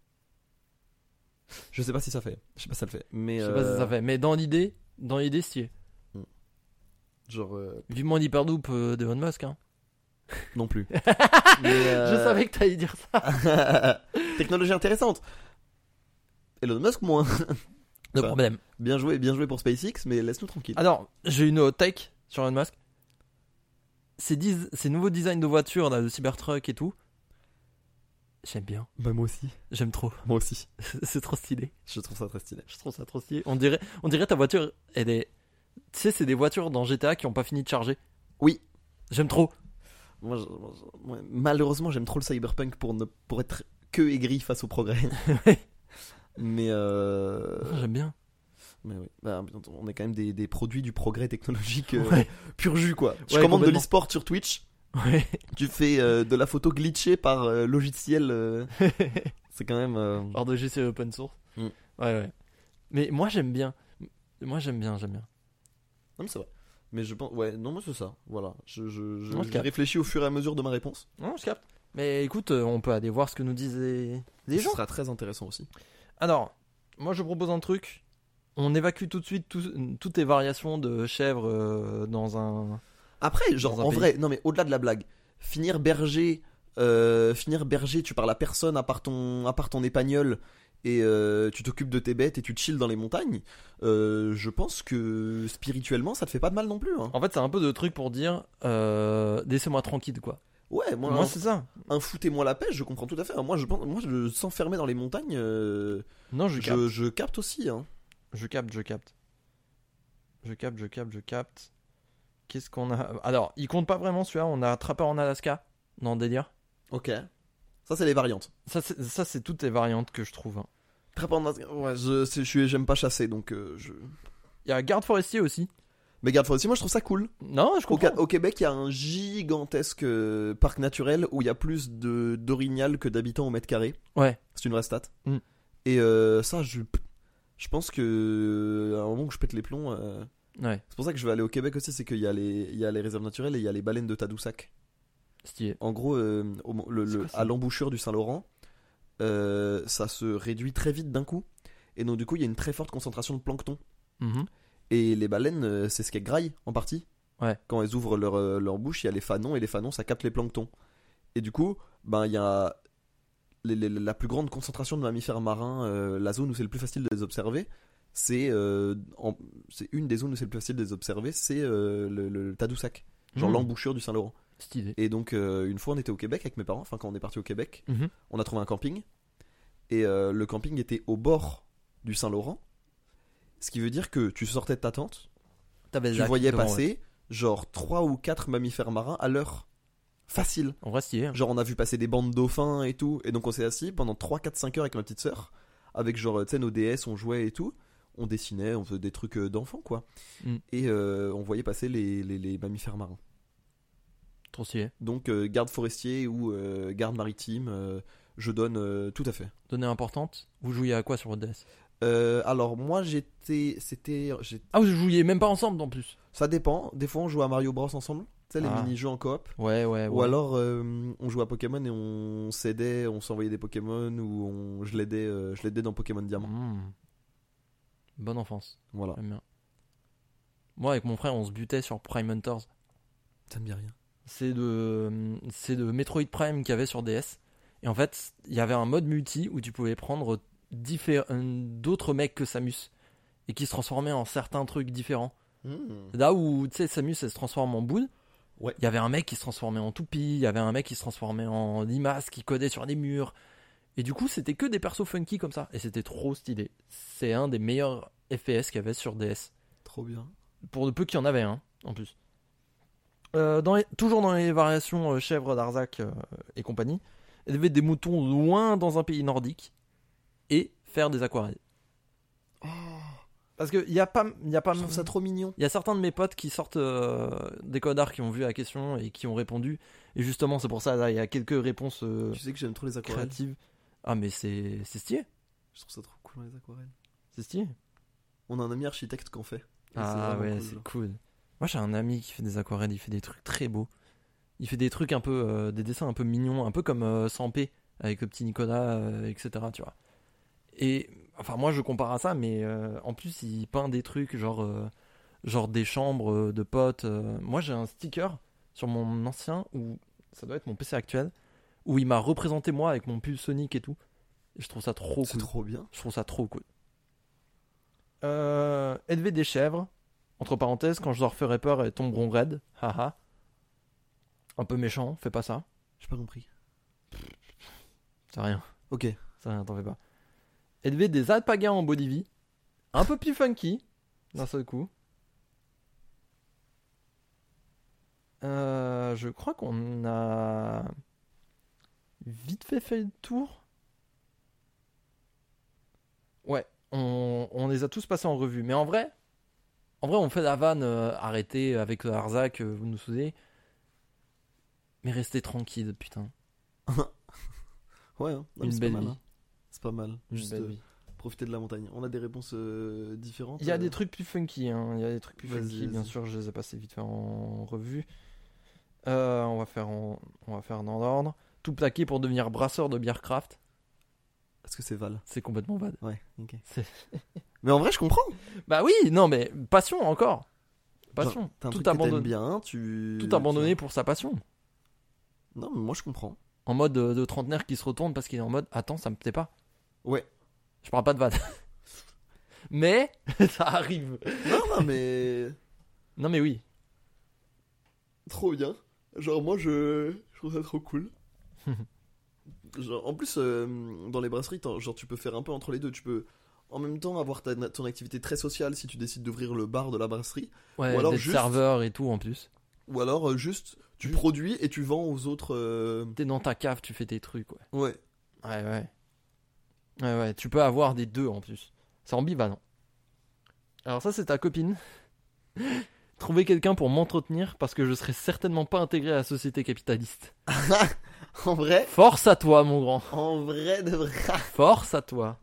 Je sais pas si ça fait. Je sais pas si ça le fait. Mais. Je sais pas euh, si ça fait, mais dans l'idée, dans l'idée, si est. Genre. euh, Vivement l'hyperloop euh, d'Elon Musk, hein. non plus. Mais, euh, Je savais que t'allais dire ça. Technologie intéressante. Elon Musk, moins. De Enfin, problème. Bien joué, bien joué pour SpaceX, mais laisse-nous tranquille. Alors, j'ai une hot take sur Elon Musk. Ces, dis- ces nouveaux designs de voitures, là, de Cybertruck et tout, j'aime bien. Bah, moi aussi. J'aime trop. Moi aussi. C'est trop stylé. Je trouve ça très stylé. Je trouve ça trop stylé. On dirait, on dirait ta voiture, elle est. Tu sais, c'est des voitures dans G T A qui ont pas fini de charger. Oui. J'aime trop. Moi, je- moi, je- ouais, malheureusement, j'aime trop le cyberpunk pour, ne, pour être que aigri face au progrès. mais, euh, J'aime bien. mais oui, bah, on est quand même des, des produits du progrès technologique euh, Ouais. pur jus, quoi. Tu Ouais, commandes de complètement. l'e-sport sur Twitch, Ouais. tu fais euh, de la photo glitchée par euh, logiciel. euh, c'est quand même. euh, Par de G C open source. Mm. Ouais, ouais. Mais moi, j'aime bien. Moi, j'aime bien, j'aime bien. Non, mais c'est vrai. Mais je pense. Ouais, non, moi, c'est ça. Voilà. Je, je, je, Non, je je capte. réfléchis au fur et à mesure de ma réponse. Non, je capte. Mais écoute, euh, on peut aller voir ce que nous disent les, les Ce gens. sera très intéressant aussi. Alors, moi, je propose un truc. On évacue tout de suite tout- toutes les variations de chèvre euh, dans un. Après, genre, Dans un en pays. vrai, non, mais au-delà de la blague, finir berger, euh, finir berger, tu parles à personne à part ton, à part ton épagnol et euh, tu t'occupes de tes bêtes et tu chilles dans les montagnes, euh, je pense que spirituellement, ça te fait pas de mal non plus. Hein. En fait, c'est un peu de truc pour dire euh, laissez-moi tranquille, quoi. Ouais, moi, Moi, un, c'est ça. un foutez-moi la pêche, je comprends tout à fait. Moi, je pense, moi, je s'enfermer dans les montagnes, euh, Non, je capte. je, je capte aussi. Hein. Je capte, je capte. Je capte, je capte, je capte. Qu'est-ce qu'on a. Alors, il compte pas vraiment celui-là. On a Trapper en Alaska. Dans Délire. Ok. Ça, c'est les variantes. Ça, c'est, ça, c'est toutes les variantes que je trouve. hein. Très pas en- ouais, je, c'est- je suis, j'aime pas chasser, donc euh, je. Il y a Garde Forestier aussi. Mais garde aussi, moi, je trouve ça cool. Non, je Au, comprends. Ca- au Québec, il y a un gigantesque euh, parc naturel où il y a plus de d'orignal que d'habitants au mètre carré. Ouais. C'est une vraie stat. Mm. Et euh, ça, je, je pense que euh, à un moment où je pète les plombs, euh, Ouais, c'est pour ça que je vais aller au Québec aussi, c'est qu'il y a les, il y a les réserves naturelles et il y a les baleines de Tadoussac. stylé. En gros, euh, au- le- C'est le- quoi ça à l'embouchure du Saint-Laurent, euh, ça se réduit très vite d'un coup. Et donc du coup, il y a une très forte concentration de plancton. Mhm. Et les baleines, euh, c'est ce qu'elles graillent en partie. Ouais. Quand elles ouvrent leur, euh, leur bouche, il y a les fanons et les fanons, ça capte les planctons. Et du coup, ben il y a les- les- la plus grande concentration de mammifères marins, euh, la zone où c'est le plus facile de les observer. C'est euh, en- c'est une des zones où c'est le plus facile de les observer, c'est euh, le, le Tadoussac, genre Mhm. l'embouchure du Saint-Laurent. Stylé. Et donc euh, une fois on était au Québec avec mes parents, enfin quand on est parti au Québec, Mhm. on a trouvé un camping. Et euh, le camping était au bord du Saint-Laurent. Ce qui veut dire que tu sortais de ta tente, T'avais le tu lac voyais devant, ouais. passer genre trois ou quatre mammifères marins à l'heure. Facile. En vrai, stylé. hein. Genre on a vu passer des bandes de dauphins et tout. Et donc on s'est assis pendant trois, quatre, cinq heures avec ma petite sœur. Avec genre, tu sais, nos D S, on jouait et tout. On dessinait, on faisait des trucs euh, d'enfants quoi. Mm. Et euh, on voyait passer les, les, les mammifères marins. Trop stylé. Donc euh, garde forestier ou euh, garde maritime, euh, je donne euh, tout à fait. Donnée importante. Vous jouiez à quoi sur votre D S? Euh, alors moi j'étais, c'était, j'ai- Ah, vous jouiez même pas ensemble en plus. ça dépend. Des fois on joue à Mario Bros ensemble, tu sais les Ah. mini-jeux en coop. Ouais, ouais, ouais. Ou alors euh, on jouait à Pokémon et on s'aidait, on s'envoyait des Pokémon ou on, je l'aidais, euh, je l'aidais dans Pokémon Diamant. Mmh. Bonne enfance. Voilà. J'aime bien. Moi, avec mon frère, on se butait sur Prime Hunters. Ça me dit rien. C'est de, c'est de Metroid Prime qu'il y avait sur D S. Et en fait, il y avait un mode multi où tu pouvais prendre diffé- d'autres mecs que Samus et qui se transformaient en certains trucs différents. Mmh. Là où, tu sais, Samus, elle se transforme en boule. Ouais. Il y avait un mec qui se transformait en toupie, il y avait un mec qui se transformait en limace, qui codait sur des murs. Et du coup, c'était que des persos funky comme ça. Et c'était trop stylé. C'est un des meilleurs F P S qu'il y avait sur D S. Trop bien. Pour de peu qu'il y en avait, hein, en plus. Euh, dans les- toujours dans les variations euh, chèvre d'Arzac euh, et compagnie, élever des moutons loin dans un pays nordique et faire des aquarelles. Parce qu'il y a pas, y a pas, Je trouve ça trop mignon. il y a certains de mes potes qui sortent euh, des codards qui ont vu la question et qui ont répondu. Et justement, c'est pour ça, là, il y a quelques réponses euh, Tu sais que j'aime trop les aquarelles. créatives. Ah, mais c'est, c'est stylé. Je trouve ça trop cool les aquarelles. C'est stylé. On a un ami architecte qu'en fait. Et c'est Ah vraiment ouais, cool, c'est genre. cool. Moi, j'ai un ami qui fait des aquarelles, il fait des trucs très beaux. Il fait des trucs un peu, euh, des dessins un peu mignons, un peu comme euh, Sampé avec le petit Nicolas, euh, et cetera. Tu vois. Et enfin, moi, je compare à ça, mais euh, en plus, il peint des trucs genre, euh, genre des chambres euh, de potes. euh. Moi, j'ai un sticker sur mon ancien où ça doit être mon P C actuel, où il m'a représenté moi avec mon pull Sonic et tout. Et je trouve ça trop C'est cool. trop bien. Je trouve ça trop cool. Euh, élever des chèvres. Entre parenthèses, quand je leur ferai peur, elles tomberont raides. Haha. Un peu méchant, fais pas ça. J'ai pas compris. C'est rien. Ok. C'est rien, t'en fais pas. Élever des alpagas en Bolivie. Un peu plus funky. D'un seul coup. Euh, je crois qu'on a vite fait fait le tour. Ouais, on, on les a tous passés en revue. Mais en vrai, en vrai, on fait la vanne, euh, arrêtez avec le Arzac, euh, vous nous souvenez. Mais restez tranquille, putain. Ouais, hein. Non, mais Une c'est belle pas mal. vie. hein. C'est pas mal. Une Juste belle euh, vie. profiter de la montagne. On a des réponses euh, différentes. Il y a euh. des trucs plus funky, hein. Il y a des trucs plus Vas-y, funky, bien vas-y. sûr, je les ai passés vite fait en revue. Euh, on va faire en- on va faire dans l'ordre. Tout plaqué pour devenir brasseur de bière craft. Est-ce que c'est Val? C'est complètement bad. Ouais, ok. C'est- Mais en vrai, je comprends. Bah oui, non mais passion encore. Passion. Genre, t'as un tout truc que t'aimes abandonné. bien, tu. Tout abandonné tu pour sa passion. vois. Non, mais moi je comprends. En mode euh, de trentenaire qui se retourne parce qu'il est en mode attends, ça me plaît pas. Ouais. Je parle pas de vanne. Mais ça arrive. Non, non, mais. Non mais oui. Trop bien. Genre, moi je. Je trouve ça trop cool. Genre, en plus, euh, dans les brasseries, t'en- genre, tu peux faire un peu entre les deux. Tu peux en même temps avoir ta, ton activité très sociale si tu décides d'ouvrir le bar de la brasserie. Ouais, Ou alors d'être juste- serveur et tout en plus. Ou alors euh, juste, tu Juste- produis et tu vends aux autres. euh, T'es dans ta cave, tu fais tes trucs, ouais. Ouais. Ouais, ouais. Ouais, ouais, tu peux avoir des deux en plus. C'est ambivalent. Alors ça, c'est ta copine. Trouver quelqu'un pour m'entretenir parce que je serai certainement pas intégré à la société capitaliste. En vrai, Force à toi, mon grand. en vrai de vrai. Force à toi.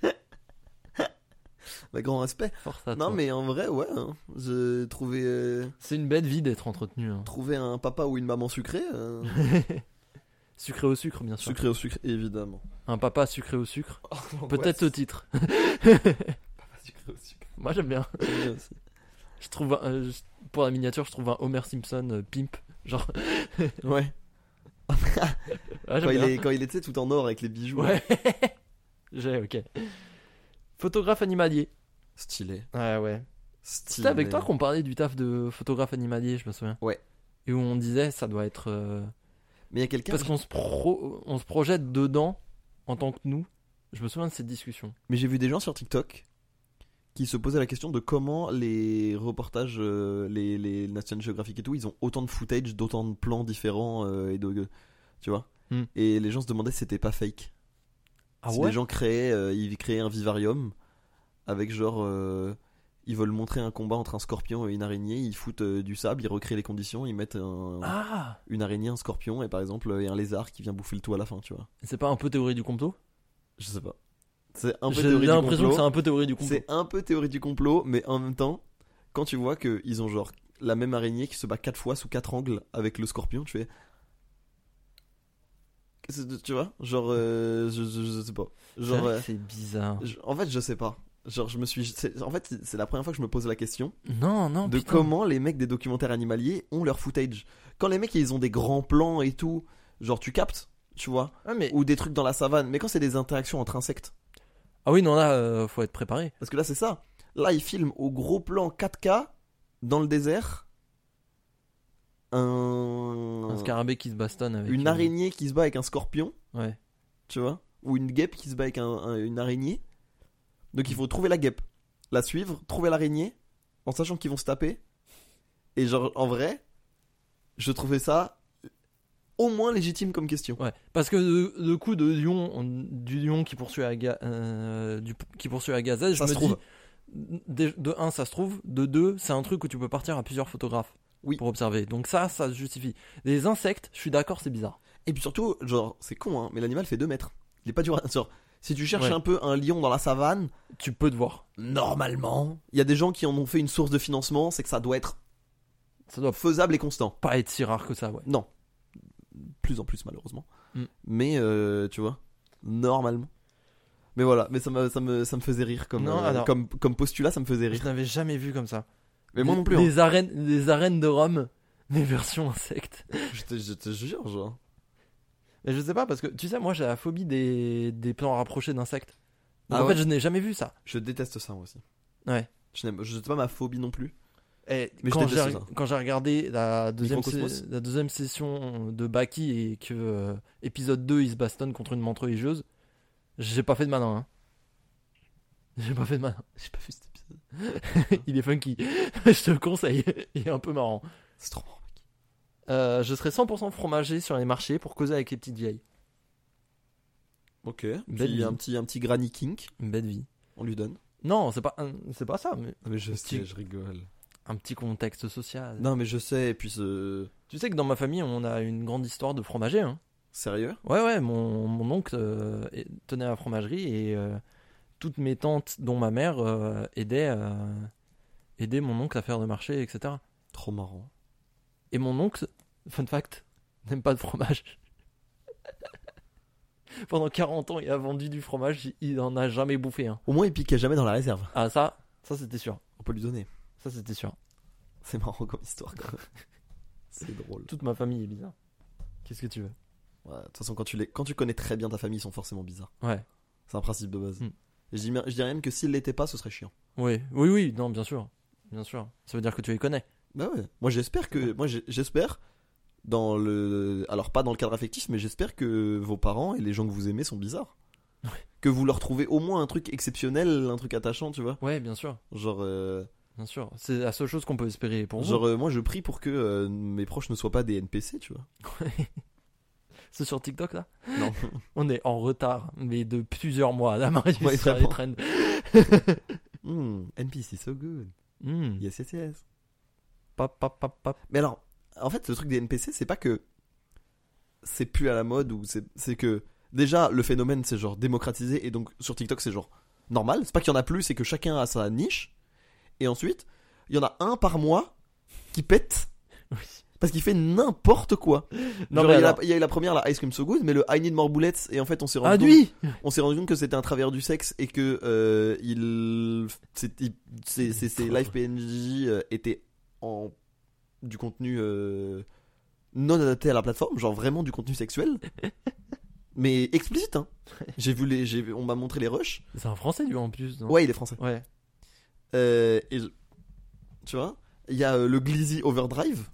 Bah, grand respect. Force à Non, toi. mais en vrai, ouais. hein. J'ai trouvé, euh, C'est une belle vie d'être entretenu. hein. trouver un papa ou une maman sucrée. euh, Sucré au sucre, bien sûr. Sucré au sucre, évidemment. Un papa sucré au sucre. Oh, Peut-être le titre. Papa sucré au sucre. Moi, j'aime bien. J'aime bien aussi. Je trouve un- euh, je- pour la miniature, je trouve un Homer Simpson euh, pimp. Genre, Ouais. ah, Quand j'aime il, bien. est, quand il était tout en or avec les bijoux. Ouais. J'ai, ok. Photographe animalier. Stylé. Ouais, ouais. Stylé. C'était avec toi qu'on parlait du taf de photographe animalier, je me souviens. Ouais. Et où on disait ça doit être. euh, Mais il y a quelqu'un. Parce qu'on se, pro... on se projette dedans en tant que nous. Je me souviens de cette discussion. Mais j'ai vu des gens sur TikTok qui se posaient la question de comment les reportages, euh, les, les National Geographic et tout, ils ont autant de footage, d'autant de plans différents euh, et de, tu vois. Hmm. Et les gens se demandaient si c'était pas fake. Ah si ouais les gens créaient, euh, ils créaient un vivarium avec genre, euh, ils veulent montrer un combat entre un scorpion et une araignée, ils foutent euh, du sable, ils recréent les conditions, ils mettent un- Ah une araignée, un scorpion et par exemple et un lézard qui vient bouffer le tout à la fin, tu vois. C'est pas un peu théorie du complot? Je sais pas. C'est un peu J'ai théorie du l'impression complot. que c'est un peu théorie du complot. C'est un peu théorie du complot, mais en même temps, quand tu vois qu'ils ont genre la même araignée qui se bat quatre fois sous quatre angles avec le scorpion, tu fais. C'est- Tu vois, genre, euh, je, je, je sais pas. C'est Genre, vrai euh, que c'est bizarre. je- en fait, je sais pas. Genre, je me suis. c'est- En fait, c'est la première fois que je me pose la question Non, non, de putain. comment les mecs des documentaires animaliers ont leur footage. Quand les mecs ils ont des grands plans et tout, genre tu captes, tu vois, Ah, mais... ou des trucs dans la savane. Mais quand c'est des interactions entre insectes, ah oui, non, là, euh, faut être préparé. parce que là c'est ça. Là ils filment au gros plan quatre K dans le désert un, Un scarabée qui se bastonne avec... une euh, araignée qui se bat avec un scorpion, Ouais. tu vois, ou une guêpe qui se bat avec un- un- une araignée. Donc il faut trouver la guêpe, la suivre, trouver l'araignée, en sachant qu'ils vont se taper. Et genre en vrai, je trouvais ça au moins légitime comme question. Ouais, parce que le, le coup de lion, on- du lion qui poursuit Aga, euh, du, qui poursuit Agazet, je Ça me se dis, trouve. de, de un, ça se trouve, de deux, c'est un truc où tu peux partir à plusieurs photographes Oui. pour observer. Donc ça, ça se justifie. Les insectes, je suis d'accord, c'est bizarre. Et puis surtout, genre, c'est con, hein, mais l'animal fait deux mètres. Il est pas dur à... Genre, si tu cherches Ouais. un peu un lion dans la savane, Tu peux te voir. normalement, il y a des gens qui en ont fait une source de financement, c'est que ça doit être Ça doit faisable et constant. pas être si rare que ça, ouais. Non. Plus en plus, malheureusement. Mm. Mais, euh, tu vois, normalement. Mais voilà, mais ça me, ça me, ça me faisait rire comme, Non, euh, alors- comme, comme postulat, ça me faisait Je rire. n'avais jamais vu comme ça. Mais moi Les- non plus. hein. Les arènes, les arènes de Rome, les versions insectes. Je, te, je te jure, genre. Mais je sais pas, parce que tu sais, moi j'ai la phobie des, des plans rapprochés d'insectes. Donc Ah en ouais fait, je n'ai jamais vu ça. Je déteste ça, moi aussi. Ouais. Je n'aime, je sais pas ma phobie non plus. Et Mais je quand, déteste j'ai, ça. quand j'ai regardé la deuxième, Microcosmos. sé- la deuxième session de Baki et que euh, épisode deux il se bastonne contre une menthe religieuse, j'ai pas fait de malin. Hein. J'ai pas fait de malin. J'ai pas vu cet épisode. Il est funky. Je te le conseille. Il est un peu marrant. C'est trop marrant. Euh, je serai cent pour cent fromager sur les marchés pour causer avec les petites vieilles. Ok. Belle Puis vie. un petit, un petit granny kink, Une belle vie. on lui donne. Non, c'est pas, un- c'est pas ça, mais Non mais je Petit- sais, je rigole. un petit contexte social. Non mais je sais, et puis ce... Tu sais que dans ma famille, on a une grande histoire de fromager. Hein. Sérieux? Ouais, ouais, mon, mon oncle euh, est- tenait à la fromagerie et euh, toutes mes tantes, dont ma mère, euh, aidaient, euh, aidaient mon oncle à faire le marché, et cetera. Trop marrant. Et mon oncle, fun fact, n'aime pas de fromage. Pendant quarante ans, il a vendu du fromage, il en a jamais bouffé un. Au moins il piquait jamais dans la réserve. Ah, ça, ça c'était sûr. On peut lui donner. Ça c'était sûr. C'est marrant comme histoire quand même. C'est drôle. Toute ma famille est bizarre. Qu'est-ce que tu veux? Ouais, de toute façon quand tu, les... quand tu connais très bien ta famille, ils sont forcément bizarres. Ouais. C'est un principe de base. Mm. Et je, dis, je dirais même que s'ils l'étaient pas, ce serait chiant. Oui, oui, oui, non, bien sûr. Bien sûr. Ça veut dire que tu les connais. Bah ouais. Moi j'espère que... Moi j'ai- j'espère... Dans le... Alors pas dans le cadre affectif, mais j'espère que vos parents et les gens que vous aimez sont bizarres. Ouais. Que vous leur trouvez au moins un truc exceptionnel, un truc attachant, tu vois. Ouais, bien sûr. Genre... euh, Bien sûr. C'est la seule chose qu'on peut espérer pour vous. Genre, euh, moi je prie pour que euh, mes proches ne soient pas des N P C, tu vois. C'est sur TikTok là? Non. On est en retard, mais de plusieurs mois. La Marius Ouais, sur les vraiment. trends. Hmm, N P C, so good. Hmm. Yes, yes, yes. Pop, pop, pop, pop. Mais alors, en fait, le truc des N P C, c'est pas que c'est plus à la mode ou c'est, c'est que déjà le phénomène c'est genre démocratisé et donc sur TikTok c'est genre normal. C'est pas qu'il y en a plus, c'est que chacun a sa niche. Et ensuite, il y en a un par mois qui pète Oui. parce qu'il fait n'importe quoi. Non, Genre, mais il, y a la, alors- il y a eu la première, la Ice Cream So Good, mais le I Need More Bullets et en fait on s'est rendu Ah, compte, lui! on s'est rendu compte que c'était un travers du sexe et que euh, il, c'est, il- ses, ses- ses live P N J euh, étaient en du contenu euh, non adapté à la plateforme, genre vraiment du contenu sexuel, mais explicite. Hein. J'ai vu les, j'ai, vu- on m'a montré les rushs. C'est un français, lui, en plus. Non Ouais, il est français. Ouais. Euh, et je- tu vois, il y a euh, le Glizzy Overdrive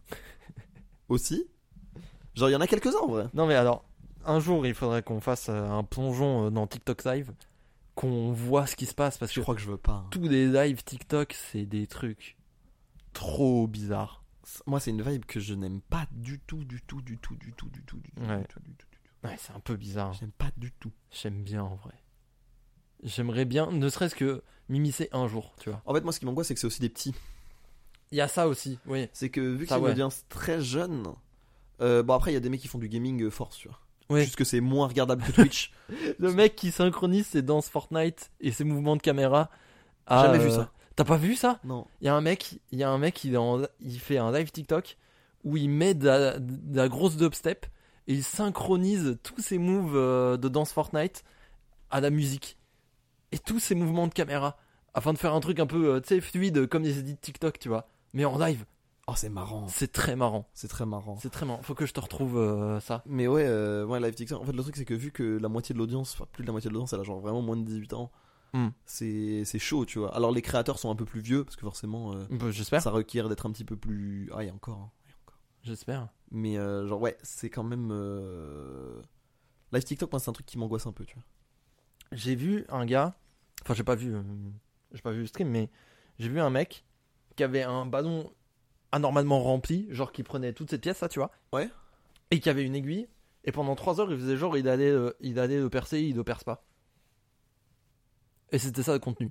aussi. Genre il y en a quelques-uns en vrai. Non, mais alors, un jour, il faudrait qu'on fasse euh, un plongeon euh, dans TikTok Live, qu'on voit ce qui se passe, parce Je que crois que je veux pas. hein. tous les lives TikTok, c'est des trucs trop bizarres. Moi, c'est une vibe que je n'aime pas du tout, du tout, du tout, du tout, du tout, du tout, Ouais. du tout, du tout, du tout. Ouais, c'est un peu bizarre. J'aime pas du tout. J'aime bien, en vrai. J'aimerais bien, ne serait-ce que m'immiscer un jour, tu vois. En fait, moi, ce qui m'angoisse, c'est que c'est aussi des petits. Il y a ça aussi, oui. C'est que vu que Ça, c'est une ouais. audience très jeune, euh, bon après, il y a des mecs qui font du gaming euh, force, tu vois. Ouais. Juste que c'est moins regardable que Twitch. Le mec qui synchronise ses danses Fortnite et ses mouvements de caméra. À, Jamais vu euh, ça. T'as pas vu ça? Non. Il y a un mec, il y a un mec, il, est en- il fait un live TikTok où il met de la, de la grosse dubstep et il synchronise tous ses moves euh, de danse Fortnite à la musique et tous ses mouvements de caméra afin de faire un truc un peu, euh, tu sais, fluide comme les edits TikTok, tu vois. Mais en live, Oh, c'est marrant. c'est très marrant. C'est très marrant. C'est très marrant. Faut que je te retrouve euh, ça. Mais ouais, euh, ouais, live TikTok. En fait, le truc, c'est que vu que la moitié de l'audience, enfin, plus de la moitié de l'audience, elle a genre vraiment moins de dix-huit ans, Hmm. c'est, c'est chaud, tu vois. Alors, les créateurs sont un peu plus vieux, parce que forcément, euh, Bah, j'espère. ça requiert d'être un petit peu plus. Ah, il y a encore. Hein. Il y a encore. J'espère. Mais, euh, genre, ouais, c'est quand même. euh, Live TikTok, moi, c'est un truc qui m'angoisse un peu, tu vois. J'ai vu un gars, enfin j'ai pas vu, euh, j'ai pas vu le stream, mais j'ai vu un mec qui avait un ballon anormalement rempli, genre qui prenait toute cette pièce là, tu vois. Ouais. Et qui avait une aiguille. Et pendant trois heures, il faisait genre il allait, euh, il allait le percer, il le perce pas. Et c'était ça le contenu.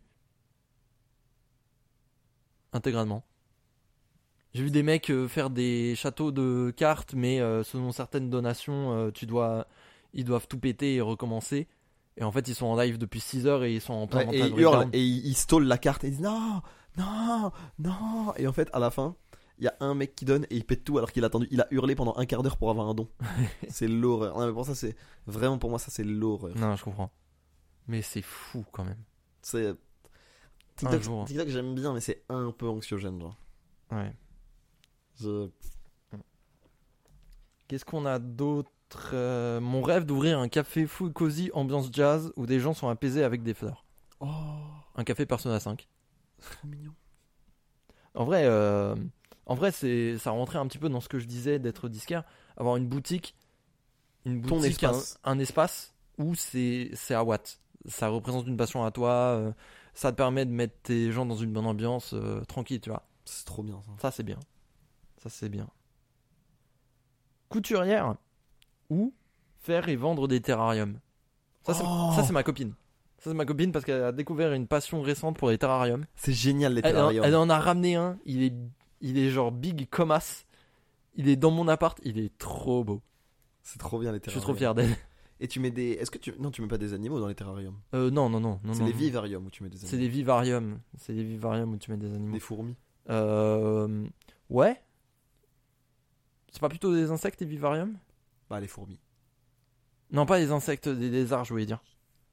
Intégralement. J'ai vu des mecs euh, faire des châteaux de cartes, mais euh, selon certaines donations, euh, tu dois, ils doivent tout péter et recommencer. Et en fait, ils sont en live depuis six heures et ils sont en plein Ouais, et mental ils hurlent, breakdown. et ils, ils stallent la carte, et ils disent non, non, non. Et en fait, à la fin, il y a un mec qui donne, et il pète tout alors qu'il a attendu. Il a hurlé pendant un quart d'heure pour avoir un don. C'est l'horreur. Non, mais pour ça, c'est. Vraiment, pour moi, ça, c'est l'horreur. Non, je comprends. Mais c'est fou quand même. C'est. TikTok, Un jour. TikTok, j'aime bien, mais c'est un peu anxiogène, genre. Ouais. Je- Qu'est-ce qu'on a d'autre? Euh, Mon rêve d'ouvrir un café full cozy ambiance jazz où des gens sont apaisés avec des fleurs. Oh, Un café Persona cinq. c'est trop mignon. En vrai, euh, en vrai, c'est ça rentrait un petit peu dans ce que je disais d'être disquaire, avoir une boutique, une Ton boutique, un, espace. un espace où c'est c'est à Watt. Ça représente une passion à toi. euh, ça te permet de mettre tes gens dans une bonne ambiance, euh, tranquille, tu vois. C'est trop bien, ça. Ça c'est bien. Ça c'est bien. Couturière ou faire et vendre des terrariums. Ça c'est Oh. ça, c'est ma copine. Ça c'est ma copine parce qu'elle a découvert une passion récente pour les terrariums. C'est génial, les Elle, en- terrariums. elle en a ramené un. Il est il est genre big comme as. Il est dans mon appart. Il est trop beau. C'est trop bien, les Je suis terrariums. trop fier d'elle. Et tu mets des. Est-ce que tu. Non, tu mets pas des animaux dans les terrariums. Euh, non non non non. C'est non, les non. vivariums où tu mets des C'est animaux. des vivariums. C'est des vivariums où tu mets des animaux. Des fourmis. Euh, ouais. C'est pas plutôt des insectes les vivariums? Bah, les fourmis. Non, pas les insectes, des lézards, je voulais dire.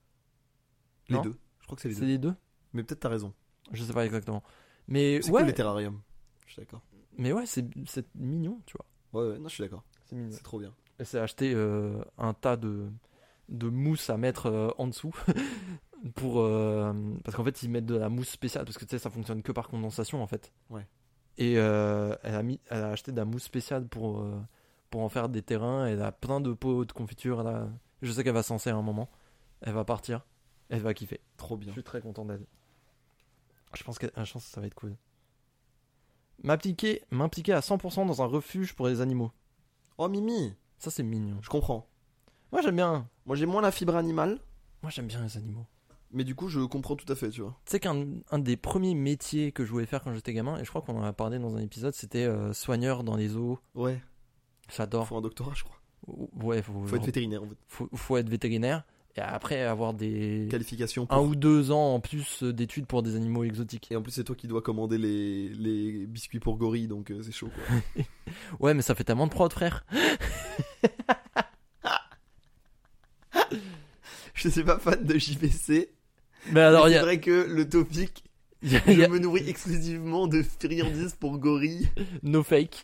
Les Non. deux. Je crois que c'est les C'est deux. les deux? Mais peut-être t'as raison. Je sais pas exactement. Mais C'est ouais, cool, les terrariums. Je suis d'accord. mais ouais, c'est c'est mignon, tu vois. Ouais, ouais, non, je suis d'accord. C'est mignon. C'est trop bien. Elle s'est acheté euh, un tas de, de mousse à mettre euh, en dessous. pour, euh, parce qu'en fait, ils mettent de la mousse spéciale. Parce que tu sais, ça fonctionne que par condensation en fait. Ouais. Et euh, elle, a mis, elle a acheté de la mousse spéciale pour, euh, pour en faire des terrains. Elle a plein de pots de confiture. Là. Je sais qu'elle va s'en servir un moment. Elle va partir. Elle va kiffer. Trop Je bien. suis très content d'elle. Je pense que, je pense que ça va être cool. M'impliquer, m'impliquer à cent pour cent dans un refuge pour les animaux. Oh, Mimi. Ça, c'est mignon. Je comprends. Moi, j'aime bien. Moi, j'ai moins la fibre animale. Moi, j'aime bien les animaux. Mais du coup, je comprends tout à fait, tu vois. Tu sais qu'un un des premiers métiers que je voulais faire quand j'étais gamin, et je crois qu'on en a parlé dans un épisode, c'était euh, soigneur dans les zoos. Ouais. J'adore. Faut un doctorat, je crois. Ouais, faut, Faut être vétérinaire, en fait. faut, faut être vétérinaire. Et après, avoir des. Qualification Un pour. ou deux ans en plus d'études pour des animaux exotiques. Et en plus, c'est toi qui dois commander les, les biscuits pour gorilles, donc euh, c'est chaud, quoi. Ouais, mais ça fait tellement de prod, frère. Je suis pas fan de J V C. Mais alors, mais il y c'est a. vrai que le topic, y a- je y a- me nourris exclusivement de friandises pour gorilles. No fake.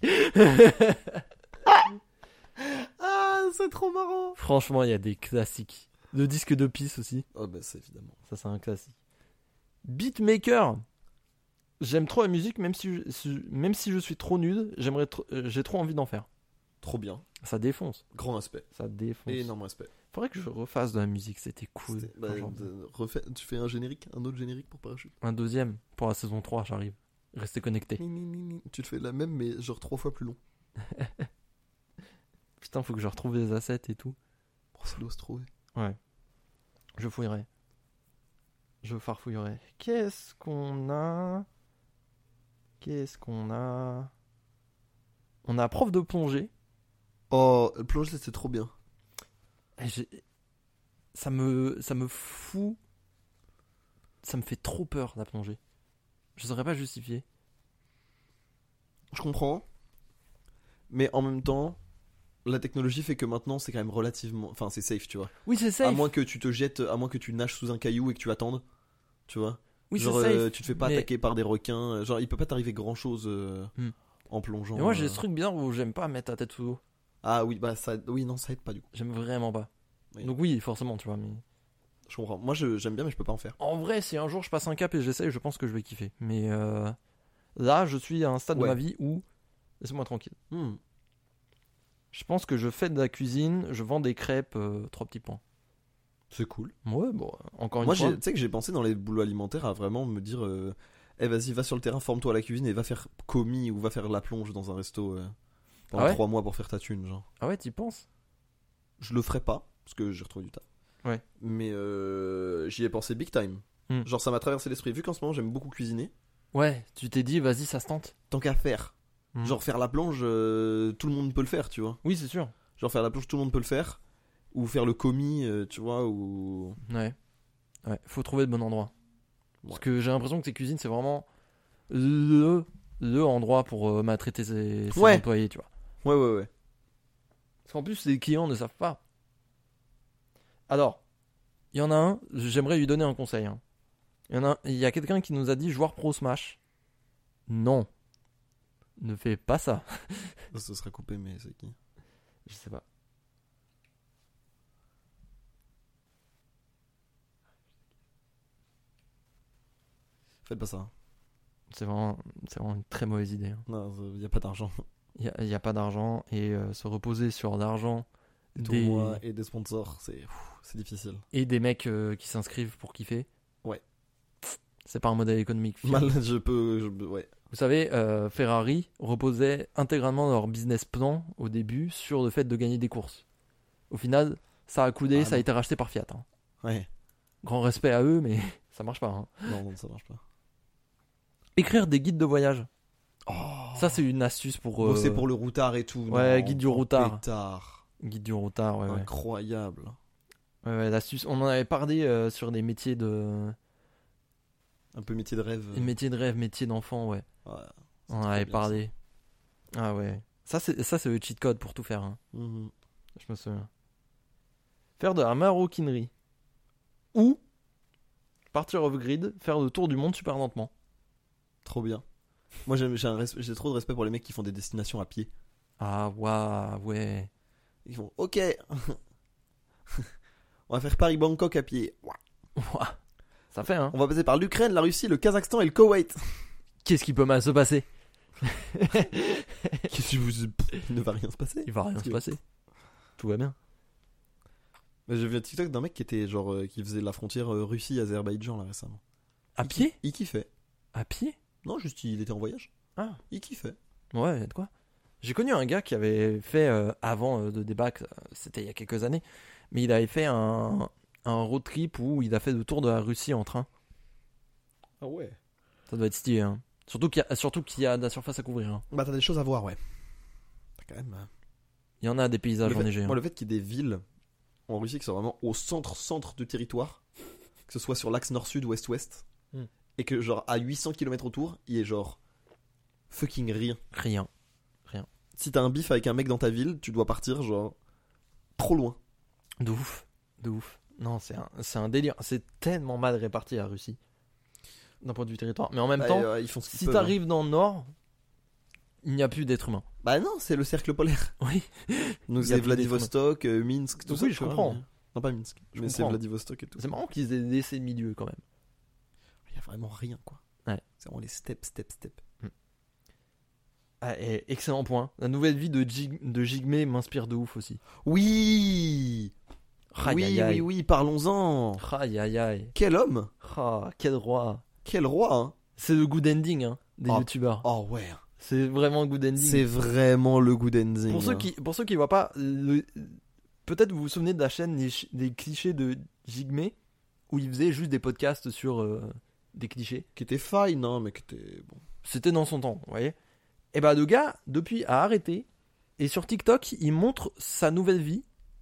Ah, c'est trop marrant. Franchement, il y a des classiques. Le disque de pisse aussi. Oh, bah, c'est évidemment. Ça, c'est un classique. Beatmaker. J'aime trop la musique, même si je, si- même si je suis trop nul, j'aimerais tr- euh, j'ai trop envie d'en faire. Trop bien. Ça défonce. Grand respect. Ça défonce. Énorme respect. Faudrait que je refasse de la musique, c'était cool. C'était- bah, Franchement. de- refais- tu fais un générique, un autre générique pour Parachute. Un deuxième pour la saison trois, j'arrive. Restez connectés. Ni, ni, ni, ni. Tu te fais la même, mais genre trois fois plus long. Putain, faut que je retrouve les assets et tout. Oh, ça doit se trouver. Ouais. Je fouillerai. Je farfouillerai. Qu'est-ce qu'on a Qu'est-ce qu'on a On a prof de plongée. Oh, le plongée, c'est trop bien. Et j'ai- ça me, ça me fout, ça me fait trop peur la plongée. Je saurais pas justifier. Je comprends. Mais en même temps, la technologie fait que maintenant c'est quand même relativement. Enfin, c'est safe, tu vois. Oui, c'est safe. À moins que tu te jettes, à moins que tu nages sous un caillou et que tu attendes. Tu vois. oui, Genre, c'est safe. euh, tu te fais pas mais... attaquer par des requins. Genre, il peut pas t'arriver grand chose Hmm. en plongeant. mais moi, j'ai euh. ce truc bizarre où j'aime pas mettre la tête sous l'eau. Ah oui, bah ça. Oui, non, ça aide pas du coup. J'aime vraiment pas. Oui. Donc oui, forcément, tu vois. Mais Je comprends. Moi, je- j'aime bien, mais je peux pas en faire. en vrai, si un jour je passe un cap et j'essaye, je pense que je vais kiffer. Mais euh, là, je suis à un stade Ouais. de ma vie où laissez-moi tranquille. Hmm. Je pense que je fais de la cuisine, je vends des crêpes, euh, trois petits points. C'est cool. Ouais, bon, encore une Moi, fois. j'ai- tu sais que j'ai pensé dans les boulots alimentaires à vraiment me dire euh, eh, vas-y, va sur le terrain, forme-toi à la cuisine et va faire commis ou va faire la plonge dans un resto euh, pendant Ah ouais trois mois pour faire ta thune. Genre. Ah ouais, t'y penses? Je le ferai pas parce que j'ai retrouvé du taf. Ouais. Mais euh, j'y ai pensé big time. Hmm. Genre, ça m'a traversé l'esprit. Vu qu'en ce moment, j'aime beaucoup cuisiner, Ouais, tu t'es dit, vas-y, ça se tente. tant qu'à faire. Hmm. Genre, faire la plonge, euh, tout le monde peut le faire, tu vois. Oui, c'est sûr. Genre, faire la plonge, tout le monde peut le faire. Ou faire le commis, euh, tu vois, ou. Ouais. Ouais, faut trouver le bon endroit. Ouais. Parce que j'ai l'impression que tes cuisines, c'est vraiment le, le endroit pour euh, maltraiter ses, ses Ouais. employés, tu vois. Ouais, ouais, ouais. Parce qu'en plus, les clients ne savent pas. Alors, il y en a un, j'aimerais lui donner un conseil. hein. Il y en a, un- il y a quelqu'un qui nous a dit joueur pro Smash. Non. Ne fais pas ça. Ça sera coupé, mais c'est qui? Je sais pas. Faites pas ça. C'est vraiment, c'est vraiment une très mauvaise idée. hein. Non, il y a pas d'argent. Il n'y a, il y a pas d'argent et euh, se reposer sur l'argent Des des, tournois et des sponsors, c'est pff, c'est difficile. et des mecs euh, qui s'inscrivent pour kiffer. Ouais. C'est pas un modèle économique. fiable. Mal, je peux. Je, ouais. Vous savez, euh, Ferrari reposait intégralement leur business plan au début sur le fait de gagner des courses. Au final, ça a coulé, Ah ça a non. été racheté par Fiat. hein. Ouais. Grand respect à eux, mais ça marche pas. hein. Non, non, ça marche pas. Écrire des guides de voyage. Oh. Ça, c'est une astuce pour. euh, Bosser pour le routard et tout. ouais, non, guide du oh, routard. pétard. Guide du routard, ouais, ouais. Incroyable. Ouais, ouais, l'astuce. On en avait parlé euh, sur des métiers de. Un peu métier de rêve. Des métiers de rêve, métiers d'enfant, ouais. Ouais, c'est On en trop avait bien, parlé. Ah ouais. Ça, c'est ça, c'est le cheat code pour tout faire. hein. ça. Mhm. Je me souviens. Faire de la maroquinerie. Ou partir off-grid, faire le tour du monde super lentement. Trop bien. Moi, j'aime- j'ai un res- j'ai trop de respect pour les mecs qui font des destinations à pied. Ah, waouh, ouais. Ils font ok. On va faire Paris-Bangkok à pied. Ouah. Ça fait, hein. On va passer par l'Ukraine, la Russie, le Kazakhstan et le Koweït. Qu'est-ce qui peut mal se passer? Qu'est-ce que vous... Il ne va rien se passer. Il va rien se passer. Tout va bien. Mais j'ai vu un TikTok d'un mec qui était genre euh, qui faisait la frontière euh, Russie-Azerbaïdjan là récemment. À Il pied? ki- Il kiffait. À pied? Non, juste il était en voyage. Ah. Il kiffait. Ouais, de quoi? J'ai connu un gars qui avait fait, euh, avant euh, de débarque, euh, c'était il y a quelques années, mais il avait fait un, un road trip où il a fait le tour de la Russie en train. Ah ouais. Ça doit être stylé, hein. Surtout qu'il y a, surtout qu'il y a de la surface à couvrir. hein. Bah t'as des choses à voir, ouais. T'as quand même. euh, Il y en a des paysages le fait- enneigés. hein. Moi, le fait qu'il y ait des villes en Russie qui sont vraiment au centre centre du territoire, que ce soit sur l'axe nord-sud, ouest-ouest, Hmm. et que genre à huit cents kilomètres autour, il y ait genre fucking rien. Rien. Si t'as un bif avec un mec dans ta ville, tu dois partir genre trop loin. De ouf. De ouf. Non, c'est un, c'est un délire. C'est tellement mal réparti la Russie. D'un point de vue territoire. Mais en même Bah, temps, euh, ils font ce qu'ils si peuvent, hein. t'arrives dans le nord, il n'y a plus d'êtres humains. Bah non, c'est le cercle polaire. Oui. Nous Il y a c'est plus Vladivostok, euh, Minsk, tout Oui, ça. je tu vois, comprends. mais- Non pas Minsk, Je mais c'est comprends. Vladivostok et tout. C'est marrant qu'ils aient laissé le milieu quand même. Il y a vraiment rien quoi. Ouais. C'est vraiment les steps, steps, steps. Ah, et excellent point. La nouvelle vie de, Jig, de Jigme m'inspire de ouf aussi. Oui. Aïe, oui, aïe, aïe. oui, oui, parlons-en. Aïe aïe aïe. Quel homme. Ah, quel roi. Quel roi. Hein. C'est le good ending hein, des Oh. youtubeurs. Oh ouais. C'est vraiment le good ending. C'est vraiment le good ending. Pour ceux hein. qui pour ceux qui voient pas, le- peut-être vous vous souvenez de la chaîne des, ch- des clichés de Jigme où il faisait juste des podcasts sur euh, des clichés. Qui était fine, non, mais qui était bon. C'était dans son temps, vous voyez. Et bah le gars depuis a arrêté et sur TikTok il montre sa nouvelle vie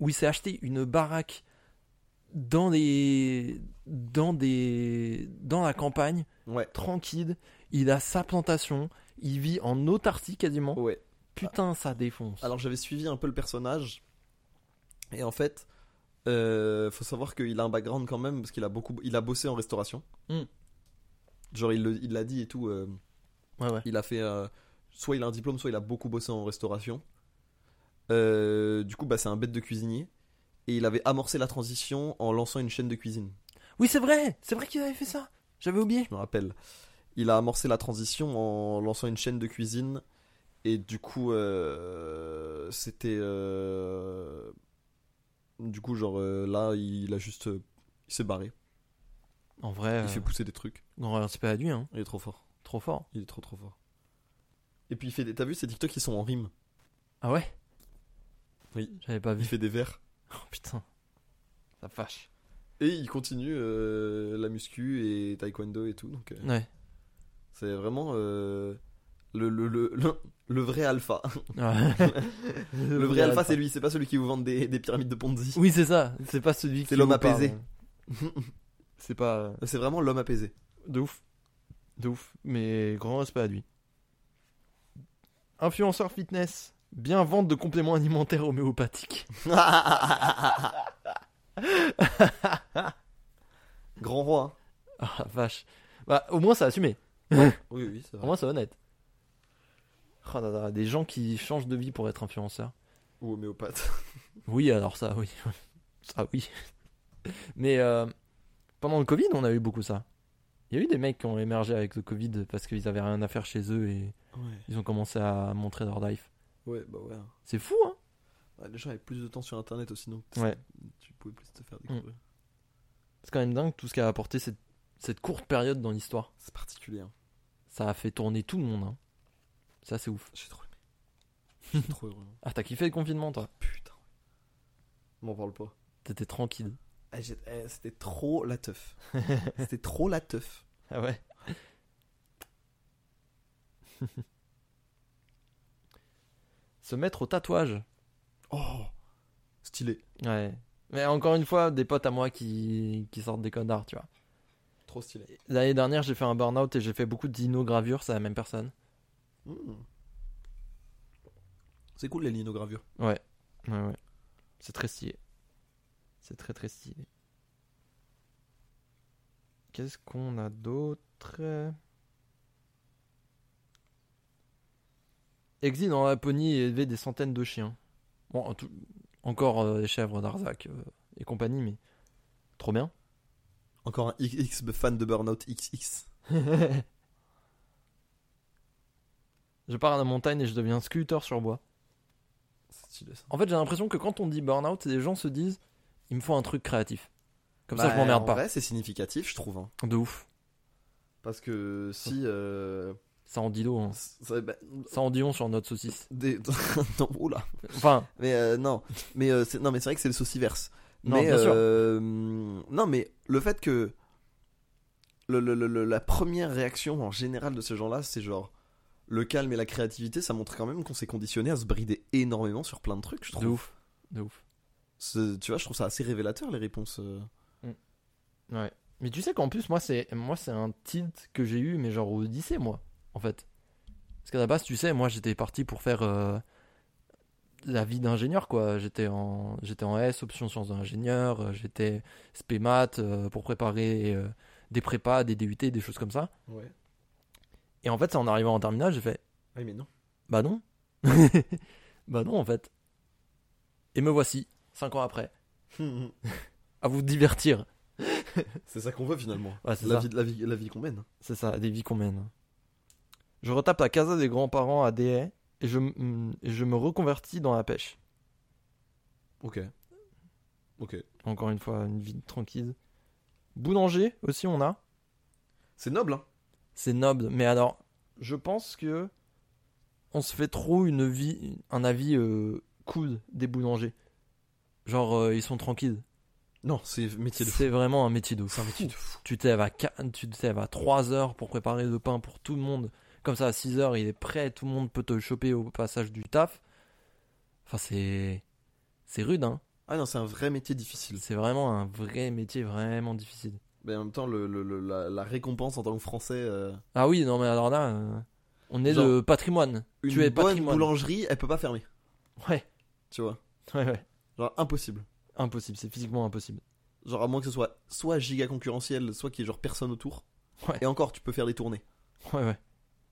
où il s'est acheté une baraque dans des dans des dans la campagne, Ouais. tranquille. Il a sa plantation, il vit en autarcie quasiment. Ouais. Putain, ça défonce. Alors j'avais suivi un peu le personnage et en fait, euh, faut savoir qu'il a un background quand même parce qu'il a beaucoup, il a bossé en restauration. Mm. Genre il le- il l'a dit et tout. euh, Ouais, ouais. il a fait, euh, soit il a un diplôme, soit il a beaucoup bossé en restauration. Euh, du coup, bah c'est un bête de cuisinier et il avait amorcé la transition en lançant une chaîne de cuisine. Oui, c'est vrai, c'est vrai qu'il avait fait ça. J'avais oublié. Je me rappelle. Il a amorcé la transition en lançant une chaîne de cuisine et du coup, euh, c'était, euh, du coup genre euh, là, il a juste, euh, il s'est barré. En vrai, Il euh, fait pousser des trucs. grand respect à lui, hein. Il est trop fort. Trop fort. Il est trop trop fort. Et puis il fait des... T'as vu ces TikTok qui sont en rime? Ah ouais? Oui. J'avais pas Il vu. fait des vers. Oh putain. Ça fâche. Et il continue euh, la muscu et taekwondo et tout. Donc euh, Ouais. c'est vraiment euh, le, le, le, le, le vrai alpha. Ouais. Le vrai alpha, c'est lui. C'est pas celui qui vous vend des, des pyramides de Ponzi. Oui, c'est ça. C'est pas celui qui. C'est l'homme vous parle. apaisé. C'est pas. euh, C'est vraiment l'homme apaisé. De ouf. De ouf. Mais grand respect à lui. Influenceur fitness. Bien vente de compléments alimentaires homéopathiques. Grand roi. Ah la vache. Bah, au moins, ça a assumé. Oui, oui, c'est Au vrai. moins, c'est honnête. Oh là là, des gens qui changent de vie pour être influenceurs. Ou homéopathe. Oui, alors ça, oui. Ça, oui. Mais euh, pendant le Covid, on a eu beaucoup ça. Il y a eu des mecs qui ont émergé avec le Covid parce qu'ils avaient rien à faire chez eux et Ouais. ils ont commencé à montrer leur life. Ouais, bah ouais. C'est fou, hein? Ouais, les gens avaient plus de temps sur internet aussi, donc Ouais. tu pouvais plus te faire découvrir. C'est quand même dingue tout ce qu'a apporté cette, cette courte période dans l'histoire. C'est particulier. Hein. Ça a fait tourner tout le monde. Hein. Ça, c'est ouf. J'ai trop aimé. Je suis trop heureux. Ah, t'as kiffé le confinement, toi? Putain. M'en parle pas. T'étais tranquille. Eh, j'ai- eh, C'était trop la teuf. C'était trop la teuf. Ah ouais? Se mettre au tatouage. Oh, stylé. Ouais. Mais encore une fois, des potes à moi qui, qui sortent des connards, tu vois. Trop stylé. L'année dernière, j'ai fait un burn-out et j'ai fait beaucoup de dino-gravures, c'est la même personne. Mmh. C'est cool les linogravures. Ouais. Ouais, ouais. C'est très stylé. C'est très très stylé. Qu'est-ce qu'on a d'autre? Exil dans la Laponie et élever des centaines de chiens. Bon, en tout- encore euh, les chèvres d'Arzac euh, et compagnie, mais trop bien. Encore un X X fan de Burnout X X. Je pars à la montagne et je deviens sculpteur sur bois. C'est stylé ça. En fait, j'ai l'impression que quand on dit burn-out, les gens se disent il me faut un truc créatif. Comme ça, Bah, je m'emmerde en pas. vrai, c'est significatif, je trouve. hein. De ouf. Parce que si. euh, Ça en dit long. Hein. ça, bah, Ça en dit long sur notre saucisse. des... non, oula. Enfin, Mais euh, non, mais euh, c'est non, mais c'est vrai que c'est le sauciverse. Non, mais bien sûr. euh, non, mais le fait que le, le- le- le- la première réaction en général de ces gens-là, c'est genre le calme et la créativité, ça montre quand même qu'on s'est conditionné à se brider énormément sur plein de trucs, je de trouve. ouf. De ouf. C'est- Tu vois, je trouve ça assez révélateur les réponses. euh. Ouais. Mais tu sais qu'en plus, moi, c'est moi c'est un tilt que j'ai eu, mais genre au lycée, moi, en fait. Parce qu'à la base, tu sais, moi, j'étais parti pour faire euh, la vie d'ingénieur, quoi. J'étais en, j'étais en S, option sciences d'ingénieur, euh, j'étais spé maths euh, pour préparer euh, des prépas, des D U T, des choses comme ça. Ouais. Et en fait, c'est en arrivant en terminale, j'ai fait, Oui, mais non. bah non. Bah non, en fait. Et me voici, cinq ans après, à vous divertir. c'est ça qu'on veut finalement. Ouais, c'est La ça. vie, la vie, la vie qu'on mène. C'est ça, des vies qu'on mène. Je retape la casa des grands-parents à Déhay et je, m- et je me reconvertis dans la pêche. Ok. Ok. Encore une fois, une vie tranquille. Boulanger aussi, on a. C'est noble, hein. C'est noble, mais alors, je pense que on se fait trop une vie, un avis euh, cool des boulangers. Genre, euh, ils sont tranquilles. Non, c'est métier de fou. C'est vraiment un métier de fou. C'est un métier de fou. Tu te lèves à, qua- tu te lèves à trois heures pour préparer le pain pour tout le monde. Comme ça, à six heures, il est prêt. Tout le monde peut te choper au passage du taf. Enfin, c'est... C'est rude, hein. Ah non, c'est un vrai métier difficile. C'est vraiment un vrai métier vraiment difficile. Mais en même temps, le, le- le- la, la récompense en tant que Français. euh, Ah oui, non mais alors là, euh, on est Genre, de patrimoine. Une Tu es bonne patrimoine. boulangerie, elle peut pas fermer. Ouais, Tu vois. ouais, ouais. Genre impossible. Impossible, c'est physiquement impossible. Genre à moins que ce soit soit giga concurrentiel, soit qu'il y ait genre personne autour. Ouais. Et encore, tu peux faire des tournées. Ouais, ouais.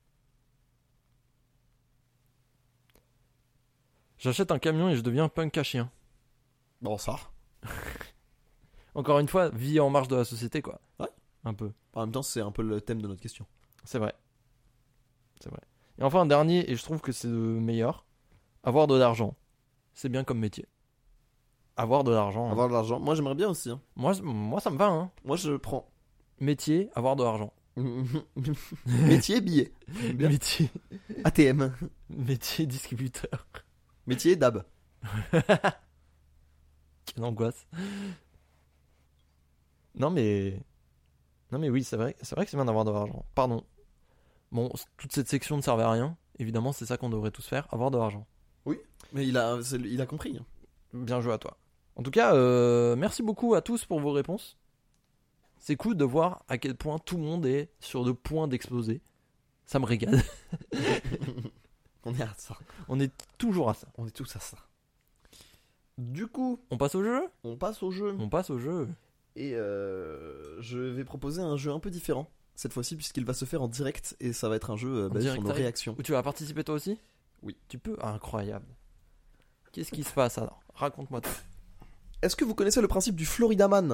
J'achète un camion et je deviens punk à chien. Bon, ça. Encore une fois, vie en marge de la société, quoi. Ouais. Un peu. En même temps, c'est un peu le thème de notre question. C'est vrai. C'est vrai. Et enfin, un dernier, et je trouve que c'est le meilleur. Avoir de l'argent. C'est bien comme métier. Avoir de l'argent. hein. Avoir de l'argent. Moi, j'aimerais bien aussi. hein. Moi, c- moi, ça me va, hein. Moi, je prends. Métier, avoir de l'argent. Métier, billet. Bien. Métier. A T M. Métier distributeur. Métier, D A B. Quelle angoisse. Non mais. Non mais oui, c'est vrai, c'est vrai que c'est bien d'avoir de l'argent. Pardon. Bon, c- toute cette section ne servait à rien. Évidemment, c'est ça qu'on devrait tous faire, avoir de l'argent. Mais il a, c'est- il a compris. hein. Bien joué à toi. En tout cas, euh, merci beaucoup à tous pour vos réponses. C'est cool de voir à quel point tout le monde est sur le point d'exploser. Ça me régale. On est à ça. On est toujours à ça. On est tous à ça. Du coup, On passe au jeu on passe au jeu. On passe au jeu. Et euh, je vais proposer un jeu un peu différent cette fois-ci, puisqu'il va se faire en direct. Et ça va être un jeu euh, En basé sur direct nos live réactions. Où tu vas participer toi aussi? Oui. Tu peux? Ah, incroyable. Qu'est-ce qui se passe alors? Raconte-moi tout. Est-ce que vous connaissez le principe du Florida Man?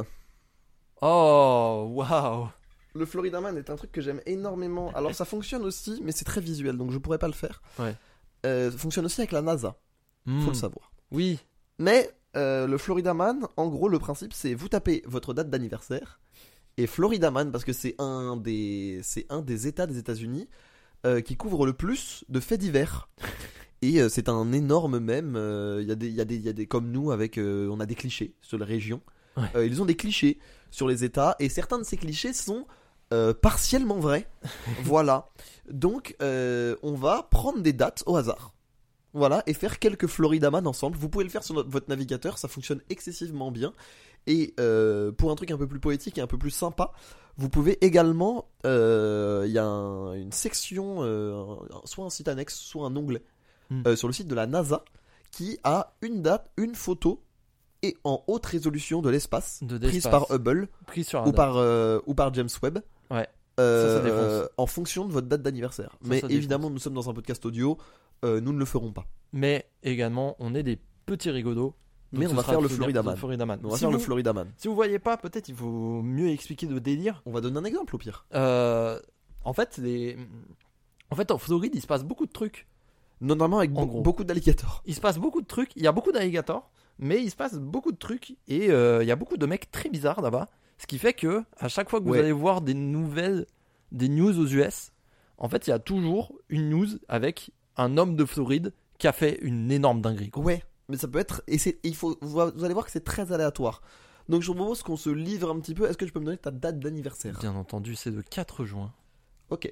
Oh, waouh. Le Florida Man est un truc que j'aime énormément. Alors ça fonctionne aussi, mais c'est très visuel, donc je pourrais pas le faire. Ouais. Euh, ça fonctionne aussi avec la NASA, faut Hmm. le savoir. Oui. Mais euh, le Florida Man, en gros, le principe c'est vous tapez votre date d'anniversaire et Florida Man, parce que c'est un des, c'est un des États des États-Unis euh, qui couvre le plus de faits divers. Et euh, c'est un énorme mème. euh, Il y a des, il y a des, il y a des comme nous avec, euh, on a des clichés sur les régions. Ouais. Euh, ils ont des clichés sur les États et certains de ces clichés sont euh, partiellement vrais. Voilà. Donc euh, on va prendre des dates au hasard. Voilà, et faire quelques Florida Man ensemble. Vous pouvez le faire sur notre- votre navigateur, ça fonctionne excessivement bien. Et euh, pour un truc un peu plus poétique et un peu plus sympa, vous pouvez également, euh, il y a un- une section, euh, un- soit un site annexe, soit un onglet Hmm. euh, sur le site de la NASA qui a une date, une photo et en haute résolution de l'espace, De prise l'espace. par Hubble Pris sur un ou par, euh, ou par James Webb. Ouais. euh, Ça, ça défonce. en fonction de votre date d'anniversaire. Ça, Mais ça défonce. évidemment, nous sommes dans un podcast audio, euh, nous ne le ferons pas. Mais également, on est des petits rigolos. Donc Mais ce on va sera faire le Florida- Florida Man. Florida Man. On va Si faire le vous- Florida Man. Si vous voyez pas, peut-être il faut mieux expliquer le délire. On va donner un exemple au pire. Euh, en fait, les... en fait, en Floride, il se passe beaucoup de trucs. Notamment avec En be- gros. beaucoup d'alligators. Il se passe beaucoup de trucs. Il y a beaucoup d'alligators, mais il se passe beaucoup de trucs et euh, il y a beaucoup de mecs très bizarres là-bas. Ce qui fait que à chaque fois que vous Ouais. allez voir des nouvelles, des news aux U S, en fait, il y a toujours une news avec un homme de Floride qui a fait une énorme dinguerie. quoi. Ouais, mais ça peut être. Et c'est, il faut, vous vous allez voir que c'est très aléatoire. Donc je vous propose qu'on se livre un petit peu. Est-ce que tu peux me donner ta date d'anniversaire? Bien entendu, c'est le quatre juin. Ok.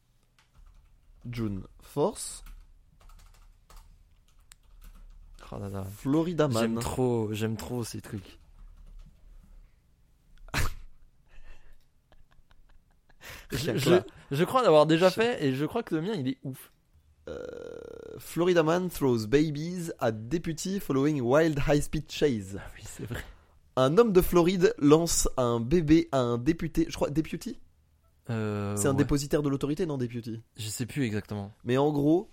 June Force, Oh là là. Florida J'aime Man. trop, j'aime trop ces trucs. je, je, je crois l'avoir déjà Je- fait et je crois que le mien il est ouf. Euh, Florida Man throws babies at deputy following wild high-speed chase. Ah oui, c'est vrai. Un homme de Floride lance un bébé à un député. Je crois, deputy Euh, C'est un ouais. dépositaire de l'autorité, non, deputy? Je sais plus exactement. Mais en gros,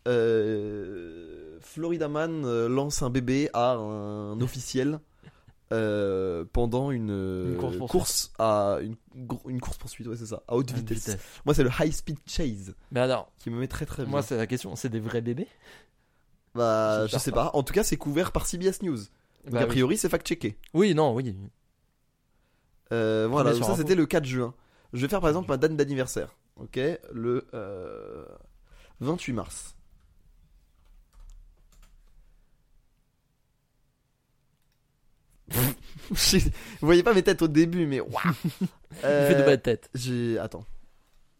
euh, Florida Man euh, lance un bébé à un officiel euh, pendant une, euh, Une course-poursuite. course à une, gro- une course poursuite, ouais c'est ça, à haute À vitesse. vitesse. Moi c'est le high speed chase Mais alors, qui me met très très bien. moi c'est la question, c'est des vrais bébés? bah je j'espère sais pas. pas. En tout cas c'est couvert par C B S News. Donc Bah a oui. priori c'est fact checké. Oui, non, oui. Euh, voilà, sur donc ça info. c'était le quatre juin. Je vais faire par exemple ma date d'anniversaire. Ok, le euh, vingt-huit mars. Je- Vous voyez pas mes têtes au début, mais waouh. Il Euh, fait de belles têtes. J'ai attends.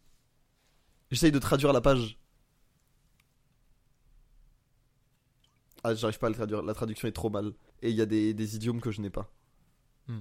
J'essaye de traduire la page. Ah, j'arrive pas à le traduire. La traduction est trop mal. Et il y a des, des idiomes que je n'ai pas. Hmm.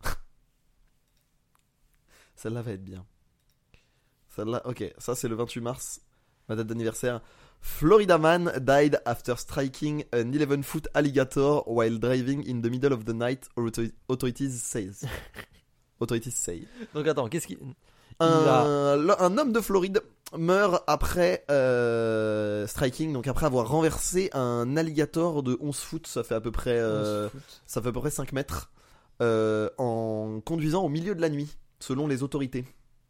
Celle-là va être bien. Celle-là, ok. Ça, c'est le vingt-huit mars. Ma date d'anniversaire. Florida man died after striking an eleven-foot alligator while driving in the middle of the night, authori- authorities says. Authorities say. Donc attends, qu'est-ce qui. Un, a- l- un homme de Floride meurt après euh, striking, donc après avoir renversé un alligator de onze foot, ça fait à peu près, euh, On se fout. ça fait à peu près cinq mètres, euh, en conduisant au milieu de la nuit, selon les autorités.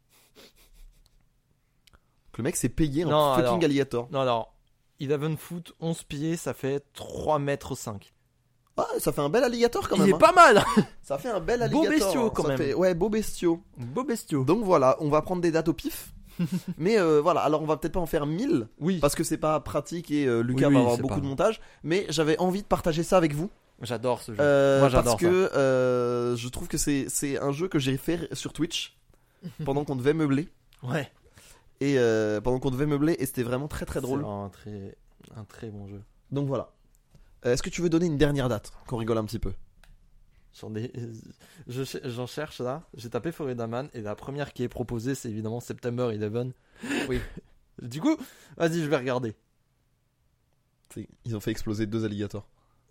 Donc, le mec s'est payé un Non, fucking alors- alligator. Non, alors, eleven foot, onze pieds, ça fait trois mètres cinq. Ah, ça fait un bel alligator quand Il même. est hein. pas mal. Ça fait un bel Beau alligator. bestiau, hein. quand Ça même. fait- Ouais, beau bestiau. Beau bestiau. Donc voilà, on va prendre des dates au pif. Mais euh, voilà, alors on va peut-être pas en faire mille. Oui, Parce que c'est pas pratique et euh, Lucas Oui, oui, va avoir c'est beaucoup pas- de montage. Mais j'avais envie de partager ça avec vous. j'adore ce jeu. euh, Moi, j'adore parce que euh, je trouve que c'est, c'est un jeu que j'ai fait sur Twitch pendant qu'on devait meubler. Ouais. Et euh, pendant qu'on devait meubler. Et c'était vraiment très très drôle. C'est un très, un très bon jeu. Donc voilà. Euh, Est-ce que tu veux donner une dernière date qu'on rigole un petit peu? J'en ai- je ch- j'en cherche là. J'ai tapé Florida Man et la première qui est proposée, c'est évidemment September eleven. Oui. Du coup, vas-y, je vais regarder. C'est- Ils ont fait exploser deux alligators.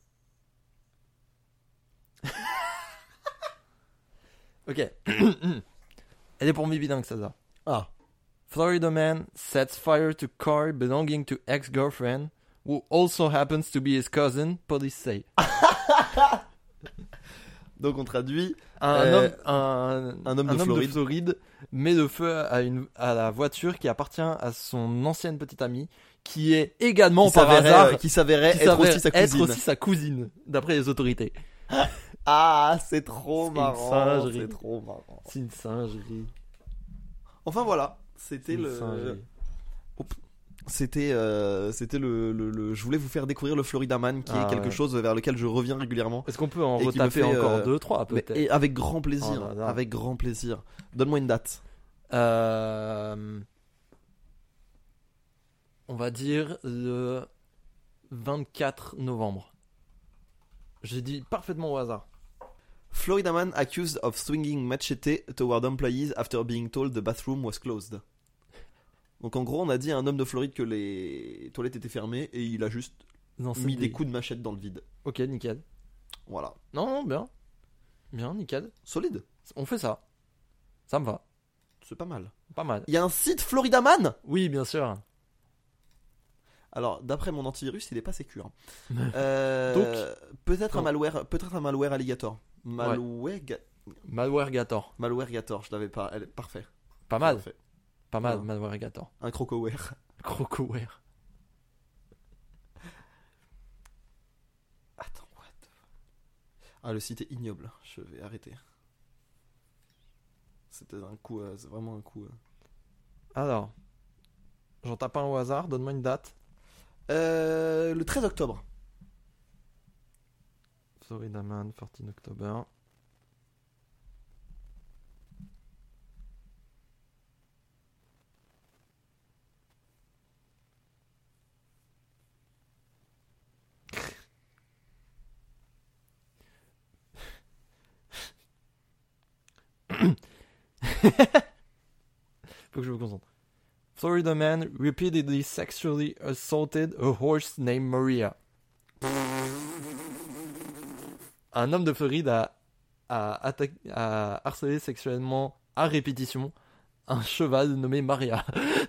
Ok. Elle est pour mes bilingues, ça. Ah. Florida man sets fire to car belonging to ex-girlfriend who also happens to be his cousin, police say. Donc on traduit. Un, Euh, homme, un, un homme de Floride. Floride met le feu à, une, à la voiture qui appartient à son ancienne petite amie qui est également Qui par s'avérait, hasard euh, qui s'avérait qui être s'avère aussi sa être cousine. aussi sa cousine, d'après les autorités. Ah, c'est trop C'est une marrant. singerie. C'est trop marrant. C'est une singerie. Enfin voilà, C'est c'était une le. singerie. C'était, euh, c'était le, le, le- Je voulais vous faire découvrir le Florida Man, qui Ah, est quelque ouais. chose vers lequel je reviens régulièrement. Est-ce qu'on peut en Et qui me retaper fait, encore euh, deux, trois Mais, peut-être et avec grand plaisir, Oh là là. avec grand plaisir. Donne-moi une date. Euh, On va dire le vingt-quatre novembre. J'ai dit parfaitement au hasard. Florida Man accused of swinging machete toward employees after being told the bathroom was closed. Donc en gros, on a dit à un homme de Floride que les toilettes étaient fermées et il a juste Non, c'est mis des coups de machette dans le vide. Ok, nickel. Voilà. Non, non, bien. Bien, nickel. Solide. On fait ça. Ça me va. C'est pas mal. Pas mal. Il y a un site Florida Man. Oui, bien sûr. Alors, d'après mon antivirus, il est pas sécure. Euh, Donc- peut-être un Non. malware, peut-être un malware alligator. Malware, ga- Malware Gator. malware gator, je l'avais pas. Elle est parfait. Pas mal. Parfait. Pas mal, Non. Malware Gator. Un crocoware. Crocoware. Attends, what the fuck. Ah, le site est ignoble. Je vais arrêter. C'était un coup, euh, c'est vraiment un coup. euh. Alors, j'en tape un au hasard. Donne-moi une date. Euh, le treize octobre. Florida Man, quatorze octobre. Faut que je me concentre. Florida man repeatedly sexually assaulted a horse named Maria. Un homme de Floride a, a, attaqué- a harcelé sexuellement à répétition un cheval nommé Maria.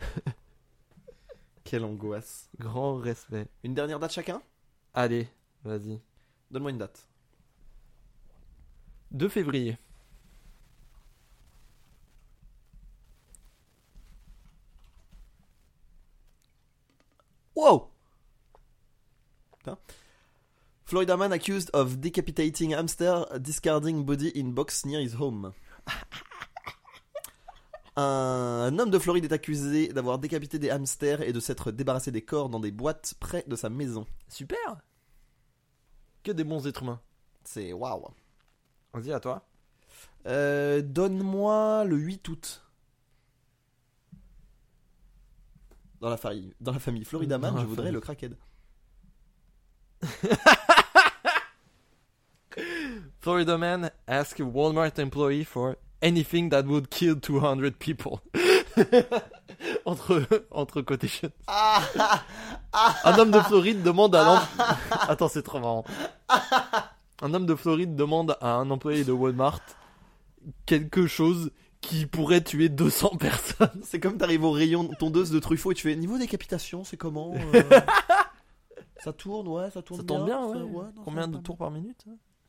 Quelle angoisse. Grand respect. Une dernière date chacun. Allez, vas-y. Donne-moi une date. deux février. Wow. Putain. Florida man accused of decapitating hamster, discarding body in box near his home. Un homme de Floride est accusé d'avoir décapité des hamsters et de s'être débarrassé des corps dans des boîtes près de sa maison. Super. Que des bons êtres humains. C'est waouh. Vas-y, à toi. Euh, donne-moi le huit août. Dans la famille, dans la famille Florida Man, Dans la je voudrais famille. le crackhead. Florida man ask a Walmart employee for anything that would kill two hundred people. entre, entre quotations. Un homme de Floride demande à l'em- Attends, c'est trop marrant. Un homme de Floride demande à un employé de Walmart quelque chose qui pourrait tuer deux cents personnes. C'est comme t'arrives au rayon tondeuse de Truffaut et tu fais niveau décapitation, c'est comment euh Ça tourne, ouais, ça tourne Ça bien. tourne bien, ouais. ça- ouais, non, Combien ça de va tours par minute?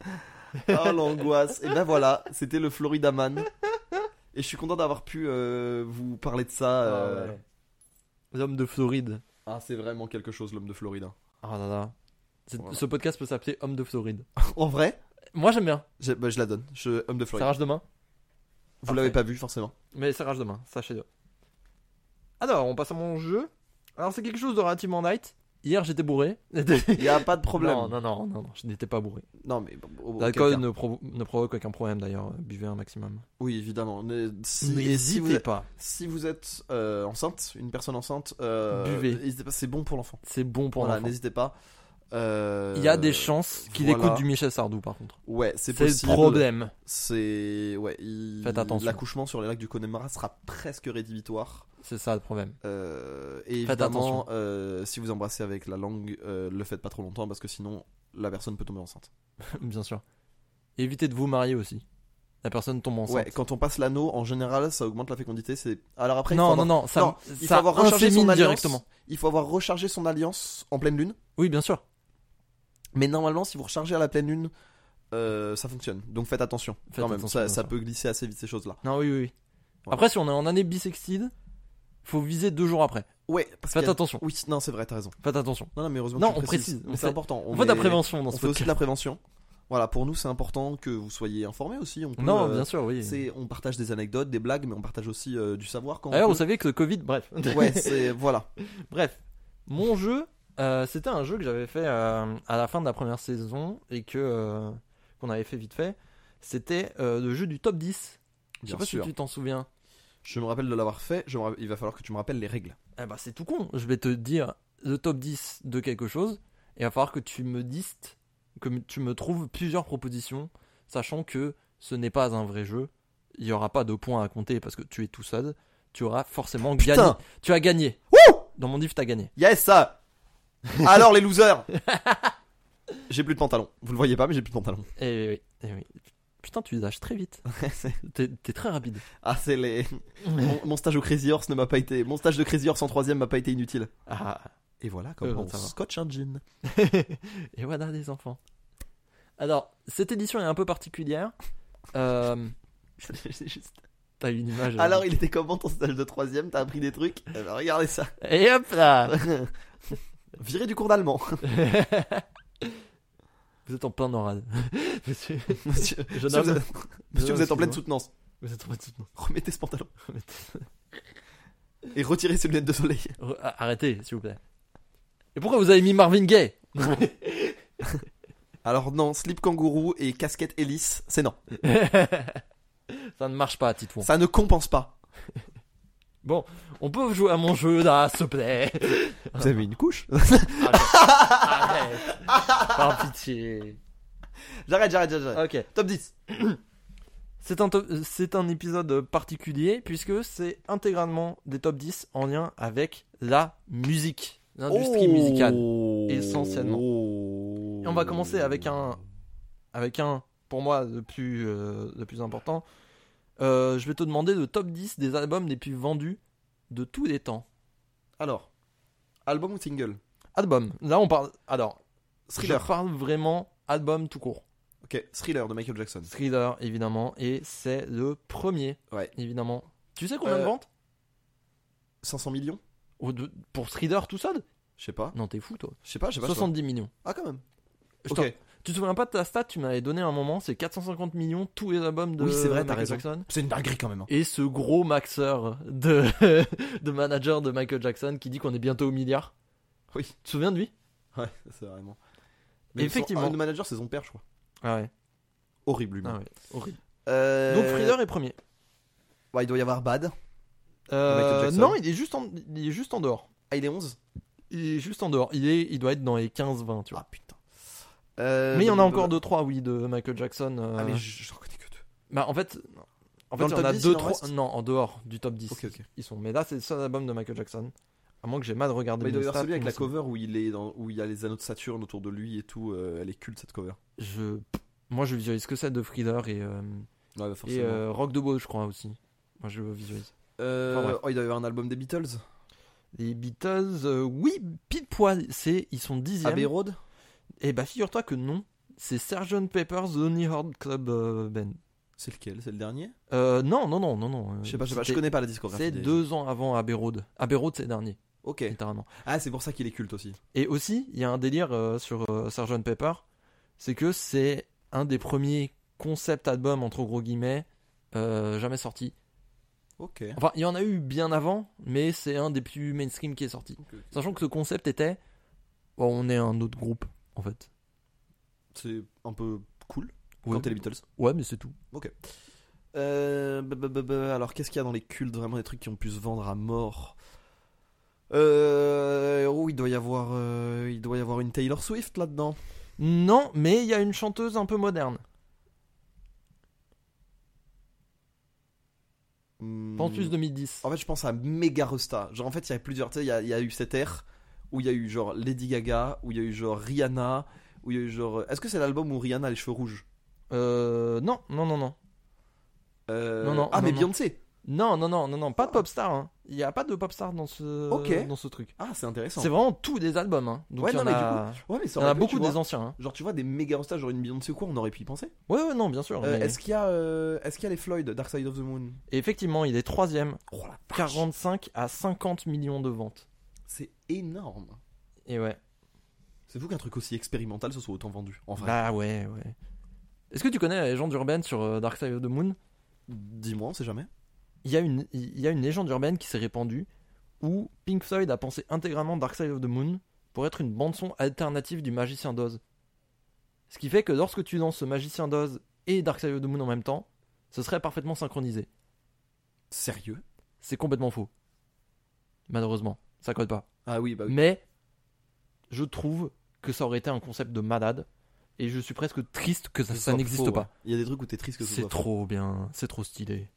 Oh l'angoisse. Et ben voilà, c'était le Florida Man. Et je suis content d'avoir pu euh, vous parler de ça. euh. Ah, ouais. L'homme de Floride. Ah, c'est vraiment quelque chose, l'homme de Floride. hein. Ah là là. C'est- Voilà. Ce podcast peut s'appeler Homme de Floride. En vrai, Moi j'aime bien. je, bah, je la donne. Je, homme de Ça Floride. rage demain. Vous l'avez pas vu forcément. Mais ça rage demain, sachez-le. Alors, on passe à mon jeu. Alors, c'est quelque chose de relativement light. Hier, j'étais bourré. Il y a pas de problème. Non, non, non, non, non, je n'étais pas bourré. Non, mais bon, au- L'alcool quelqu'un. ne, provo- ne provoque aucun problème d'ailleurs. Buvez un maximum. Oui, évidemment. Mais si, et si N'hésitez vous êtes, pas. si vous êtes euh, enceinte, une personne enceinte, euh, Buvez. n'hésitez pas, c'est bon pour l'enfant. C'est bon pour Voilà, l'enfant. n'hésitez pas. Euh, Il y a des chances qu'il voilà. écoute du Michel Sardou par contre. Ouais, c'est C'est possible. le problème. C'est ouais. il- Faites attention. L'accouchement sur les lacs du Connemara sera presque rédhibitoire. C'est ça le problème. Euh, et Faites évidemment, attention. euh, si vous embrassez avec la langue, euh, le faites pas trop longtemps parce que sinon la personne peut tomber enceinte. Bien sûr. Et évitez de vous marier aussi. La personne tombe enceinte. Ouais, quand on passe l'anneau, en général, ça augmente la fécondité. C'est alors après. il faut non, avoir- non, non, ça, non, il faut ça avoir rechargé son insémine alliance. directement. Il faut avoir rechargé son alliance en pleine lune. Oui, bien sûr. Mais normalement, si vous rechargez à la pleine lune, euh, ça fonctionne. Donc faites attention. Faites quand même, attention, ça, bien ça sûr. peut glisser assez vite ces choses-là. Non, oui, oui, oui. Voilà. Après, si on est en année bisextile, faut viser deux jours après. Ouais, parce Faites qu'il y a- attention. Oui, non, c'est vrai, t'as raison. Faites attention. Non, non, mais heureusement Non, que tu on précises. précise. Mais On c'est fait- important. On fait de la est- prévention dans On ce fait aussi de podcast. la prévention. Voilà, pour nous, c'est important que vous soyez informés aussi. On peut, Non, euh, bien sûr, oui. c'est, on partage des anecdotes, des blagues, mais on partage aussi euh, du savoir quand on D'ailleurs, peut. vous savez que le Covid, bref. Ouais, c'est voilà. Bref, mon jeu, euh, c'était un jeu que j'avais fait euh, à la fin de la première saison et que euh, qu'on avait fait vite fait. C'était euh, le jeu du top dix. Je sais Bien pas sûr. si tu t'en souviens. Je me rappelle de l'avoir fait. Je me rappelle- Il va falloir que tu me rappelles les règles. Eh bah, c'est tout con. Je vais te dire le top dix de quelque chose et il va falloir que tu me dises, que tu me trouves plusieurs propositions, sachant que ce n'est pas un vrai jeu. Il n'y aura pas de points à compter parce que tu es tout seul. Tu auras forcément Putain. gagné. Tu as gagné. Dans mon div, tu as gagné. Yes, ça. Alors les losers. J'ai plus de pantalon. Vous le voyez pas, mais j'ai plus de pantalon. Eh oui, eh oui. Putain, tu les lâches très vite. T'es t'es très rapide. Ah, c'est les. Mon, mon stage au Crazy Horse ne m'a pas été. Mon stage de Crazy Horse en troisième m'a pas été inutile. Ah. Et voilà Euh, comment on ça va. scotch un jean. Et voilà les enfants. Alors, cette édition est un peu particulière. Euh, C'est juste- T'as une image. euh, Alors, il était comment ton stage de troisième? T'as appris des trucs? Eh ben, regardez ça. Et hop là. Viré du cours d'allemand. Vous êtes en plein NORAD. Monsieur, Monsieur, jeune monsieur, vous homme. êtes, monsieur, vous êtes en pleine Excuse-moi. soutenance. Vous êtes en pleine soutenance. Remettez ce pantalon. Et retirez ses lunettes de soleil. Re- Arrêtez, s'il vous plaît. Et pourquoi vous avez mis Marvin Gaye? Alors, non, slip kangourou et casquette hélice, c'est non. Ça ne marche pas, Titouan. Ça ne compense pas. Bon, on peut jouer à mon jeu là, s'il te plaît. Vous avez une couche? Arrête. Arrête. Par pitié. J'arrête, j'arrête, j'arrête. Ok. Top dix. C'est un, top- c'est un épisode particulier puisque c'est intégralement des top dix en lien avec la musique, l'industrie musicale. essentiellement. Oh. Et on va commencer avec un, avec un, pour moi, le plus, euh, le plus important. Euh, je vais te demander le top dix des albums les plus vendus de tous les temps. Alors, album ou single? Album. Là, on parle. Alors, Thriller. je parle vraiment album tout court. Ok, Thriller de Michael Jackson. Thriller, évidemment, et c'est le premier, Ouais. évidemment. Tu sais combien de Euh, ventes cinq cents millions? Au- de- pour Thriller tout seul? Je sais pas. Non, t'es fou, toi. Je sais pas, je sais pas. je sais pas. soixante-dix millions. Ah, quand même. Je Ok. t'en- Tu te souviens pas de ta stat? Tu m'avais donné un moment, c'est quatre cent cinquante millions tous les albums de Oui, c'est vrai, t'as Michael raison. Jackson. C'est une dinguerie quand même. hein. Et ce gros maxeur de, de manager de Michael Jackson qui dit qu'on est bientôt au milliard. Oui. Tu te souviens de lui? Ouais, c'est vraiment. Effectivement. Son, ah, le manager, c'est son père, je crois. Ah ouais. Horrible, lui. Ah ouais. Horrible. Euh... Donc Thriller est premier. Ouais, il doit y avoir Bad. Euh, Michael Jackson. non, il est juste en, il est juste en dehors. Ah, il est onze? Il est juste en dehors. Il est, il doit être dans les quinze vingt, tu vois. Ah, putain. Euh, Mais il y en a bah, encore bah, deux trois, oui, de Michael Jackson. euh, Ah, mais j- j'en connais que deux. Bah, en fait, en fait, Dans il y le en top a dix, deux il en trois. reste Non, en dehors du top dix. Ok, ok. Ils sont. Mais là, c'est le seul album de Michael Jackson. À moins que j'ai mal regardé Bah, il doit y mes avoir stats, celui avec mais la c'est- cover où il est dans, où il y a les anneaux de Saturne autour de lui et tout. euh, elle est culte cette cover. Je. Moi, je visualise que celle de Thriller et, euh, Ouais, bah, et forcément. euh, Rock the Boat, je crois aussi. Moi, je visualise. Euh, enfin, bref. oh, il doit y avoir un album des Beatles. Les Beatles, euh, oui, pile poil, c'est ils sont dixièmes. Abbey Road. Et bah, figure-toi que non, c'est sergeant Pepper's Lonely Heart Club euh, Band. C'est lequel? C'est le dernier? Euh, non, non, non, non, non. euh, Je sais pas, je sais pas, je c'était- connais pas la discographie. C'est des- deux ans avant Abbey Road. Abbey Road, c'est le dernier, Ok. littéralement. Ah, c'est pour ça qu'il est culte aussi. Et aussi, il y a un délire euh, sur euh, sergeant Pepper, c'est que c'est un des premiers concept albums, entre gros guillemets, euh, jamais sorti. Ok. Enfin, il y en a eu bien avant, mais c'est un des plus mainstream qui est sorti. Ok, ok. Sachant que ce concept était, bon, on est un autre groupe, en fait. C'est un peu cool Ouais, quand t'es les Beatles. ouais, mais c'est tout. Euh, bah, bah, bah, bah, alors qu'est-ce qu'il y a dans les cultes, vraiment des trucs qui ont pu se vendre à mort? Euh, oh, il doit y avoir, euh, il doit y avoir une Taylor Swift là-dedans. Non, mais il y a une chanteuse un peu moderne. Hmm. Pense plus deux mille dix. En fait, je pense à Mega Resta. Genre, en fait, il y a plusieurs. Tu sais, il y a- il y, a eu cette ère où il y a eu genre Lady Gaga, où il y a eu genre Rihanna, où il y a eu genre. Est-ce que c'est l'album où Rihanna a les cheveux rouges? Euh, non, non, non, non. Euh, Non, non, Ah, non, mais non. Beyoncé. Non, non, non, non, non, pas de Ah. pop star. Hein. Il n'y a pas de pop star dans ce, Ok. dans ce truc. Ah, c'est intéressant. C'est vraiment tous des albums. Hein. Donc Ouais, il y en non, mais a, Ouais, mais ça il y en aurait a pu, beaucoup tu vois. des anciens. Hein. Genre, tu vois, des méga stars, genre une Beyoncé ou quoi, on aurait pu y penser. Ouais, ouais, non, bien sûr. Euh, mais- Est-ce qu'il y, a, euh, est-ce qu'il y a les Floyd, Dark Side of the Moon? Et effectivement, il est troisième, Oh la vache. quarante-cinq à cinquante millions de ventes. C'est énorme. Et ouais. C'est fou qu'un truc aussi expérimental se soit autant vendu, en vrai. Bah ouais, ouais. Est-ce que tu connais la légende urbaine sur euh, Dark Side of the Moon? Dis-moi, on sait jamais. Il y, a une, il y a une légende urbaine qui s'est répandue où Pink Floyd a pensé intégralement Dark Side of the Moon pour être une bande-son alternative du Magicien d'Oz. Ce qui fait que lorsque tu lances ce Magicien d'Oz et Dark Side of the Moon en même temps, ce serait parfaitement synchronisé. Sérieux? C'est complètement faux. Malheureusement, ça colle pas. Ah oui, bah oui. Mais je trouve que ça aurait été un concept de malade et je suis presque triste que ça, Ce ça soit n'existe faux, pas. ouais. Il y a des trucs où t'es triste que ce C'est soit faux. trop bien, c'est trop stylé.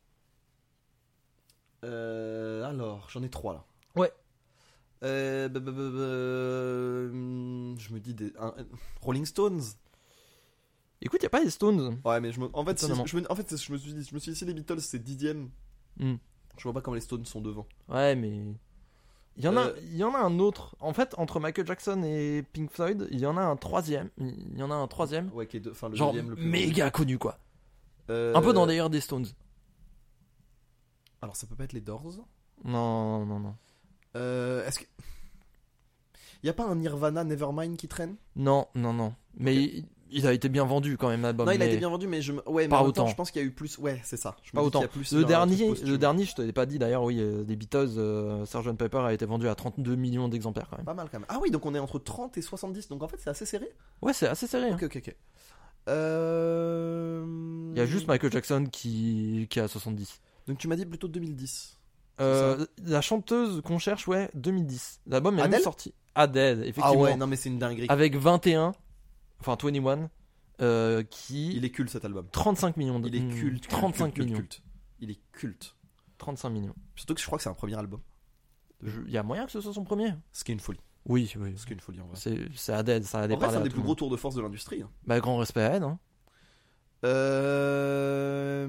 Euh, alors, j'en ai trois là. Ouais. Euh, bah, bah, bah, bah, hum, je me dis des un- un- Rolling Stones. Écoute, y a pas les Stones. Ouais, mais je me, en fait, si- Étonnamment. je me, en fait, je me suis dit, je me suis dit, si les Beatles c'est dixième, Hmm. je vois pas comment les Stones sont devant. Ouais, mais il y en a, Euh. il y en a un autre. En fait, entre Michael Jackson et Pink Floyd, il y en a un troisième. Il y en a un troisième, Ouais, qui est de- enfin le genre deuxième le plus méga connu quoi. Euh, Un peu dans d'ailleurs des Stones. Alors, ça peut pas être les Doors. Non, non, non, Euh, Est-ce que y a pas un Nirvana Nevermind qui traîne? non, non, non. Mais il, il a été bien vendu quand même l'album. Non, il a mais été bien vendu, mais je, me- ouais, mais pas en même temps, autant. je pense qu'il y a eu plus. Ouais, c'est ça. Je me Pas dis autant. qu'il y a plus Le un truc dernier, posthume. le dernier, je te l'ai pas dit d'ailleurs. Oui, euh, des Beatles, euh, sergeant Pepper a été vendu à trente-deux millions d'exemplaires quand même. Pas mal quand même. Ah oui, donc on est entre trente et soixante-dix, donc en fait c'est assez serré. Ouais, c'est assez serré. hein. Ok, ok, ok. Euh... Il y a juste Michael Jackson qui, qui est à soixante-dix. Donc tu m'as dit plutôt deux mille dix. Euh, la chanteuse qu'on cherche, ouais, deux mille dix. L'album est même Adele sorti. Adele, Ah effectivement. ouais, non mais c'est une dinguerie. Avec vingt et un, enfin vingt et un, euh, qui. Il est culte cet album. trente-cinq millions de. Il est hmm, culte. culte, trente-cinq culte, millions. culte. Il est culte. trente-cinq millions. Surtout que je crois que c'est un premier album. Je- Il y a moyen que ce soit son premier. Ce qui est une folie. Oui, oui. Ce qui est une folie en vrai. C'est c'est Adele, ça a En vrai, déparlé c'est un à des tout plus le gros monde. tours de force de l'industrie. hein. Bah, grand respect à elle. Hein. Euh...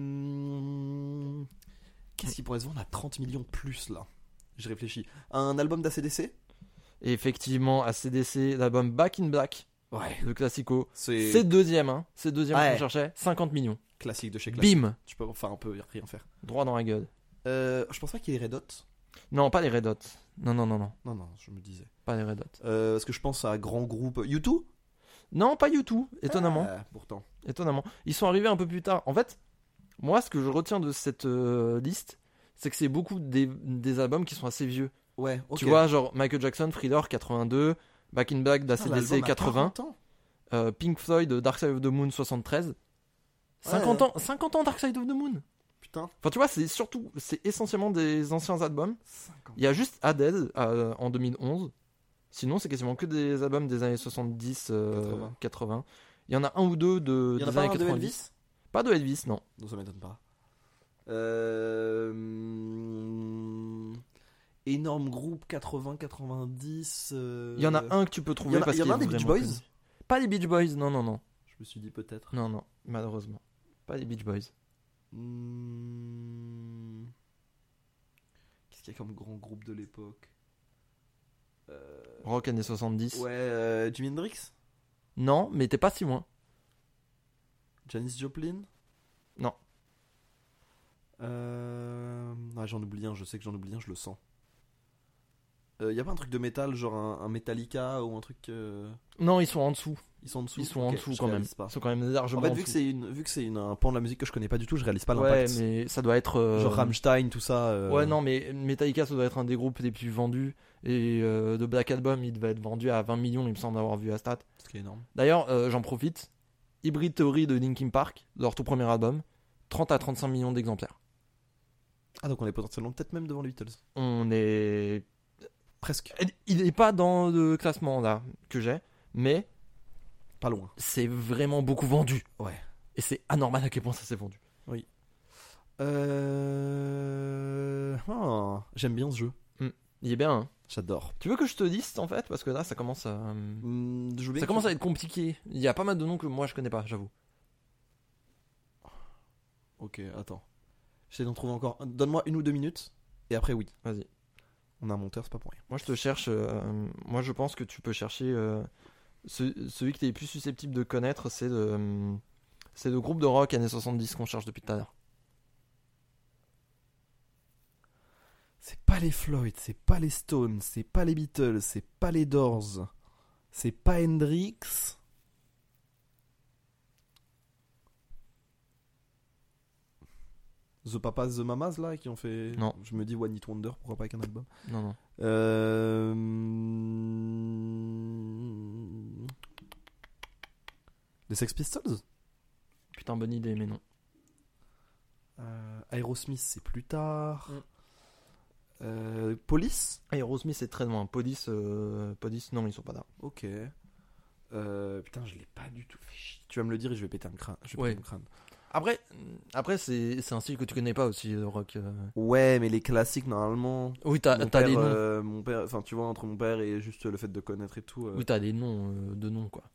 Qu'est-ce qui pourrait se vendre à trente millions plus là? Je réfléchis. Un album d'A C D C? Et effectivement, A C D C, l'album Back in Black, Ouais. le classico. C'est C'est deuxième, hein. C'est deuxième Ouais. qu'on cherchait. cinquante millions. classique de chez classique. Bim. Tu peux enfin un peu rien faire. Droit dans la gueule. Euh, je pense pas qu'il y ait Red Hot. Non, pas les Red Hot. Non, non, non, non. Non, non, je me disais. Pas les Red Hot. Euh, parce que je pense à un grand groupe. U deux? Non, pas U deux, étonnamment. Ah, pourtant. Étonnamment. Ils sont arrivés un peu plus tard. En fait, moi, ce que je retiens de cette euh, liste, c'est que c'est beaucoup des, des albums qui sont assez vieux. Ouais, ok. Tu vois, genre Michael Jackson, Thriller quatre-vingt-deux, Back in Black d'A C D C quatre-vingts, euh, Pink Floyd, Dark Side of the Moon soixante-treize. cinquante Ouais. ans, cinquante ans Dark Side of the Moon. Putain. Enfin, tu vois, c'est surtout, c'est essentiellement des anciens albums. cinquante. Il y a juste Adele euh, en deux mille onze. Sinon, c'est quasiment que des albums des années soixante-dix, euh, quatre-vingts. quatre-vingts. Il y en a un ou deux de, Il y en a des pas années un de quatre-vingt-dix. Elvis? Pas de Elvis, non. Non, ça m'étonne pas. Euh... hum, Énorme groupe quatre-vingts quatre-vingt-dix. euh, Il y en a un que tu peux Il y trouver en a, parce il y en qu'il a est des Beach vraiment Boys? connu. Pas les Beach Boys, non, non, non. Je me suis dit peut-être. Non, non, malheureusement. Pas les Beach Boys. Hum, Qu'est-ce qu'il y a comme grand groupe de l'époque? Euh, Rock années soixante-dix. Ouais, euh, Jimi Hendrix? Non, mais t'es pas si loin. Janis Joplin? Non. Euh... Ah, j'en oublie un, je sais que j'en oublie un, je le sens. Euh, y a pas un truc de métal, genre un, un Metallica ou un truc. euh, Non, ils sont en dessous. Ils sont en dessous. Ils sont en Ok, dessous je quand même. réalise pas. Ils sont quand même largement En fait, en vu que dessous. c'est une, vu que c'est une, un pan de la musique que je connais pas du tout, je réalise pas Ouais, l'impact. mais ça doit être. euh, Genre Rammstein, tout ça. euh, Ouais, non, mais Metallica, ça doit être un des groupes les plus vendus. Et euh, de Black Album, il devait être vendu à vingt millions, il me semble avoir vu à stat. Ce qui est énorme. D'ailleurs, euh, j'en profite. Hybrid Theory de Linkin Park, leur tout premier album, trente à trente-cinq millions d'exemplaires. Ah, donc on est potentiellement peut-être même devant les Beatles. On est. Presque. Il n'est pas dans le classement là que j'ai, mais Pas loin. c'est vraiment beaucoup vendu. Ouais. Et c'est anormal à quel point ça s'est vendu. Euh... ah, j'aime bien ce jeu. Il est bien. Hein. J'adore. Tu veux que je te liste en fait? Parce que là, ça commence à. Hum, je veux bien Ça que commence tu- à être compliqué. Il y a pas mal de noms que moi je connais pas, j'avoue. Ok, attends. J'essaie d'en trouver encore. Donne-moi une ou deux minutes. Et après, oui. Vas-y. On a un monteur, c'est pas pour rien. Moi je te cherche. euh, moi je pense que tu peux chercher. euh, ce- celui que tu es plus susceptible de connaître, c'est le. euh, c'est le groupe de rock années soixante-dix qu'on cherche depuis tout à l'heure. C'est pas les Floyd, c'est pas les Stones, c'est pas les Beatles, c'est pas les Doors, c'est pas Hendrix. The Papas, The Mamas là qui ont fait. Non. Je me dis One Hit Wonder, pourquoi pas avec un album. Non, non. Euh... Les Sex Pistols. Putain, bonne idée, mais non. Euh, Aerosmith c'est plus tard. Mm. Euh, Police. Aerosmith c'est très loin. Police, euh, Police, non, ils sont pas là. Ok. Euh, putain, je l'ai pas du tout fait chier. Tu vas me le dire et je vais péter un crâne. Je vais Ouais. péter un crâne. Après, après c'est c'est un style que tu connais pas aussi, le rock. euh. Ouais, mais les classiques normalement. Oui, t'as Mon t'as père, des noms. euh, mon père, enfin tu vois, entre mon père et juste le fait de connaître et tout. Euh... Oui, t'as des noms euh, de noms, quoi.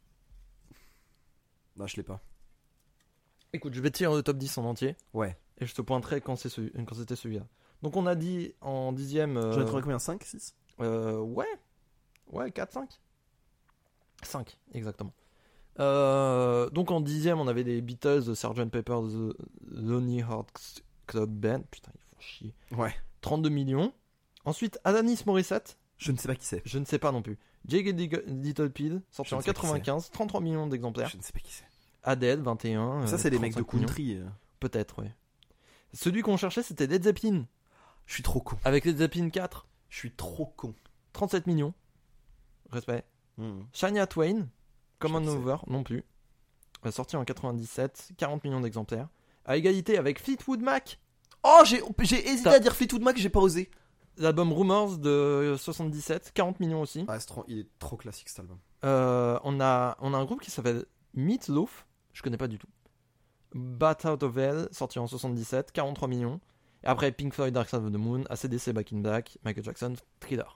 Non, je l'ai pas. Écoute, je vais te tirer le top dix en entier. Ouais. Et je te pointerai quand c'est celui- quand c'était celui-là. Donc on a dit en dixième. euh, J'en ai trouvé combien? cinq, six? euh, ouais. Ouais, quatre, cinq. cinq, exactement. Euh, donc en dixième, on avait les Beatles, The sergeant Pepper's The Lonely Hearts Club Band. Putain, ils font chier. Ouais. trente-deux millions. Ensuite, Alanis Morissette. Je ne sais pas qui c'est. Je ne sais pas non plus. Jagged Little Pill, sorti Je en ne sais qui quatre-vingt-quinze, trente-trois millions d'exemplaires. Je ne sais pas qui c'est. Adele, vingt et un. Ça, euh, c'est les mecs de trente-cinq millions. country. euh. Peut-être, ouais. Celui qu'on cherchait, c'était Led Zeppelin. Je suis trop con. Avec Led Zeppelin quatre, Je suis trop con. trente-sept millions. Respect. Hmm. Shania Twain, Common Je sais. Over, non plus. Euh, Sorti en quatre-vingt-dix-sept, quarante millions d'exemplaires. À égalité avec Fleetwood Mac, Oh, j'ai j'ai hésité T'as- à dire Fleetwood Mac, j'ai pas osé. l'album Rumors de soixante-dix-sept, quarante millions aussi. Ah, c'est trop- il est trop classique cet album. Euh, on, a, on a un groupe qui s'appelle Meat Loaf, je connais pas du tout. Bat Out of Hell, sorti en soixante-dix-sept, quarante-trois millions. Et après Pink Floyd, Dark Side of the Moon, A C D C, Back in Black, Michael Jackson, Thriller.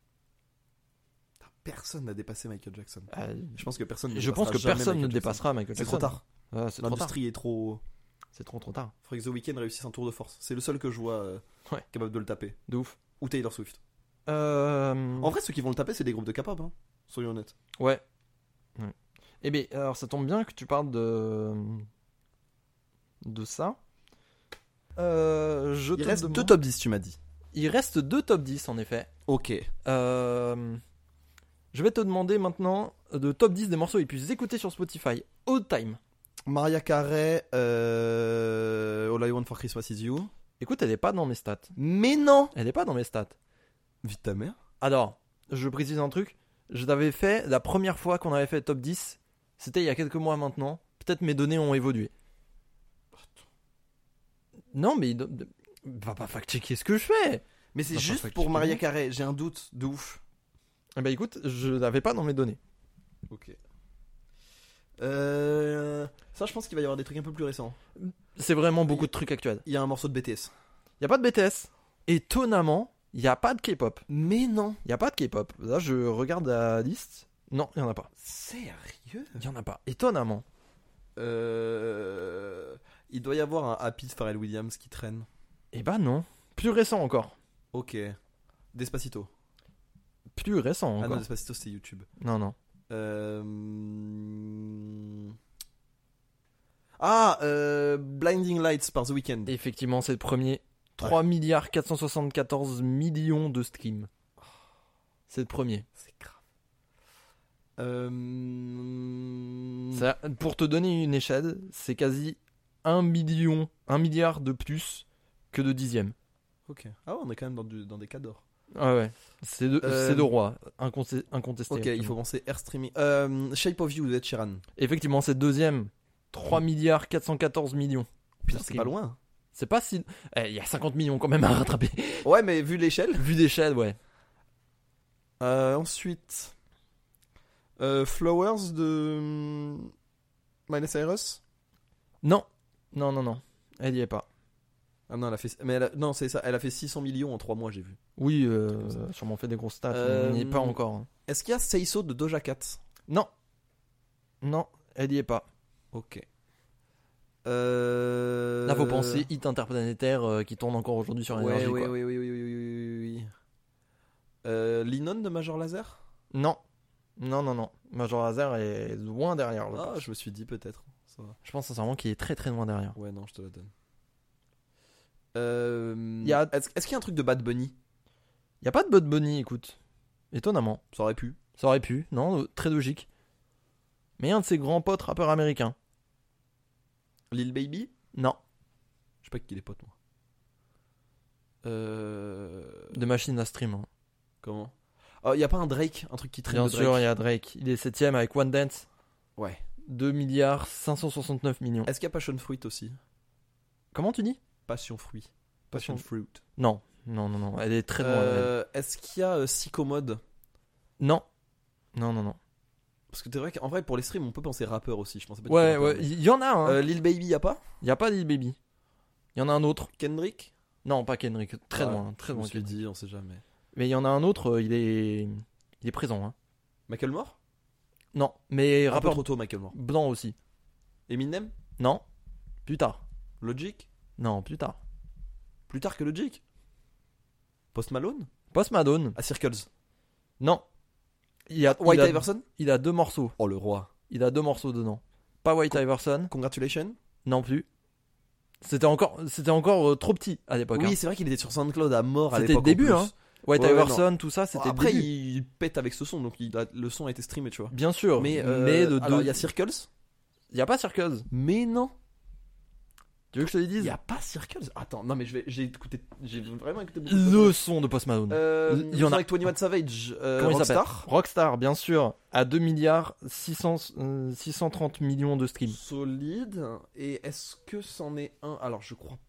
Personne n'a dépassé Michael Jackson. Euh, Je pense que personne. ne je pense que dépassera jamais personne ne Michael Jackson. dépassera Michael C'est Jackson. trop tard. Ouais, c'est trop tard. L'industrie est trop. C'est trop trop tard. Faudrait que The Weeknd réussisse un tour de force. C'est le seul que je vois euh, Ouais. capable de le taper. De ouf. Ou Taylor Swift. Euh... En vrai, ceux qui vont le taper, c'est des groupes de K-pop. Hein. Soyons honnêtes. Ouais. ouais. Eh bien, alors ça tombe bien que tu parles de de ça. Euh, je Il te reste demande- deux top dix, tu m'as dit. Il reste deux top dix en effet. Ok. Euh, Je vais te demander maintenant de top dix des morceaux les plus écoutés sur Spotify all time. Mariah Carey, euh... All I Want for Christmas is You. Écoute, elle est pas dans mes stats. Mais non. Elle est pas dans mes stats. Vite ta mère. Alors, je précise un truc. Je l'avais fait la première fois qu'on avait fait le top dix. C'était il y a quelques mois maintenant. Peut-être mes données ont évolué. Non, mais il- va pas fact-checker ce que je fais. Mais c'est Bah, juste parfait, pour tu Mariah peux. Carey. J'ai un doute de ouf. Eh ben écoute, je l'avais pas dans mes données. Ok. Euh... Ça, je pense qu'il va y avoir des trucs un peu plus récents. C'est vraiment beaucoup de trucs actuels. Il y a un morceau de B T S. Il y a pas de B T S. Étonnamment, il y a pas de K-pop. Mais non. Il y a pas de K-pop. Là, je regarde la liste. Non, il y en a pas. Sérieux? Il y en a pas. Étonnamment. Euh... Il doit y avoir un Happy de Pharrell Williams qui traîne. Eh ben non. Plus récent encore. Ok. Despacito. Plus récent Ah non, encore. Despacito, c'est YouTube. non, non. Euh... Ah, euh... Blinding Lights par The Weeknd. Effectivement, c'est le premier. trois milliards quatre cent soixante-quatorze millions de streams. C'est le premier. C'est grave. Euh... Ça, pour te donner une échelle, c'est quasi un million, un milliard de plus que de dixième. Ok. Ah ouais, on est quand même dans, du, dans des cas d'or. Ah ouais. C'est de, Euh, c'est de roi. Incontesté. incontesté Ok, il faut penser Air Streaming. Euh, Shape of You de Ed Sheeran. Effectivement, c'est deuxième. trois milliards quatre cent quatorze millions. Putain, c'est pas loin. C'est pas si. Eh, il y a cinquante millions quand même à rattraper. Ouais, mais vu l'échelle. Vu d'échelle, ouais. Euh, ensuite, euh, Flowers de hum, Miley Cyrus. Non. Non, non, non. Elle y est pas. Ah non, elle a fait. Mais elle a- non, c'est ça. Elle a fait six cents millions en trois mois, j'ai vu. Oui, euh, Comme ça. sûrement fait des grosses stats. Euh, On n'y est pas encore. hein. Est-ce qu'il y a Say So de Doja Cat? Non. Non, elle y est pas. Ok. Euh... Là, faut penser hit interplanétaire euh, qui tourne encore aujourd'hui sur Ouais, énergie. ouais, quoi. oui, oui, oui, oui, oui, oui, oui. Euh, Linon de Major Lazer. Non. Non, non, non. Major Lazer est loin derrière. Je, Ah, pense. je me suis dit peut-être. Ça va. je pense sincèrement qu'il est très très loin derrière. Ouais, non, je te la donne. Euh... Y a- Est-ce est-ce qu'il y a un truc de Bad Bunny? Y a pas de Bud Bunny, écoute. Étonnamment. Ça aurait pu. Ça aurait pu. Non, euh, très logique. Mais un de ses grands potes rappeurs américains. Lil Baby? Non. Je sais pas qui les potes, moi. Euh... De machine à stream. hein. Comment? Oh, y a pas un Drake? Un truc qui traîne Bien de sûr, il Drake? y a Drake. Il est septième avec One Dance. Ouais. deux milliards cinq cent soixante-neuf millions. Est-ce qu'il y a Passion Fruit aussi? Comment tu dis? Passion Fruit. Passion- Passion Fruit. Non. Non, non, non. Elle est très loin. elle. Euh, Est-ce qu'il y a euh, Psychomode? Non. Non, non, non. Parce que c'est vrai qu'en vrai, pour les streams, on peut penser rappeur aussi. Je pensais pas Ouais, du tout ouais. rappeur, mais- Il y en a un. Euh, Lil Baby, y a pas? Il y a pas Lil Baby. Il y en a un autre. Kendrick? Non, pas Kendrick. Très Ouais, loin. Très Je me loin. suis Kendrick. dit, on sait jamais. Mais il y en a un autre. euh, Il est. Il est présent. Hein. Macklemore? Non. Mais Un peu rappeur trop tôt, Macklemore. blanc aussi. Eminem? Non. Plus tard. Logic? Non, plus tard. Plus tard que Logic? Post Malone? Post Malone. Ah, Circles. Non. Il y a, White il a, Iverson? il a deux morceaux. Oh, le roi. Il a deux morceaux dedans. Pas White Iverson. Congratulations? Non plus. C'était encore, c'était encore euh, trop petit à l'époque. Oui, hein. c'est vrai qu'il était sur SoundCloud à mort à C'était l'époque. le début, en hein. plus. White Ouais, ouais, Iverson, tout ça, c'était Bon, après, le début. il pète avec ce son, donc il a- le son a été streamé, tu vois. Bien sûr. Mais, euh, mais de alors, deux- il y a Circles? il y a pas Circles. Mais non. Tu veux que je te le Il dise y a pas Circles? Attends, non, mais je vais, j'ai écouté, j'ai vraiment écouté beaucoup de Le son de Post Malone. Euh, Il y en a- avec vingt et un Savage, euh, Comment il s'appelle? Rockstar. Rockstar, bien sûr, à deux milliards six cents, euh, six cent trente millions de streams. Solide. Et est-ce que c'en est un? Alors, je crois.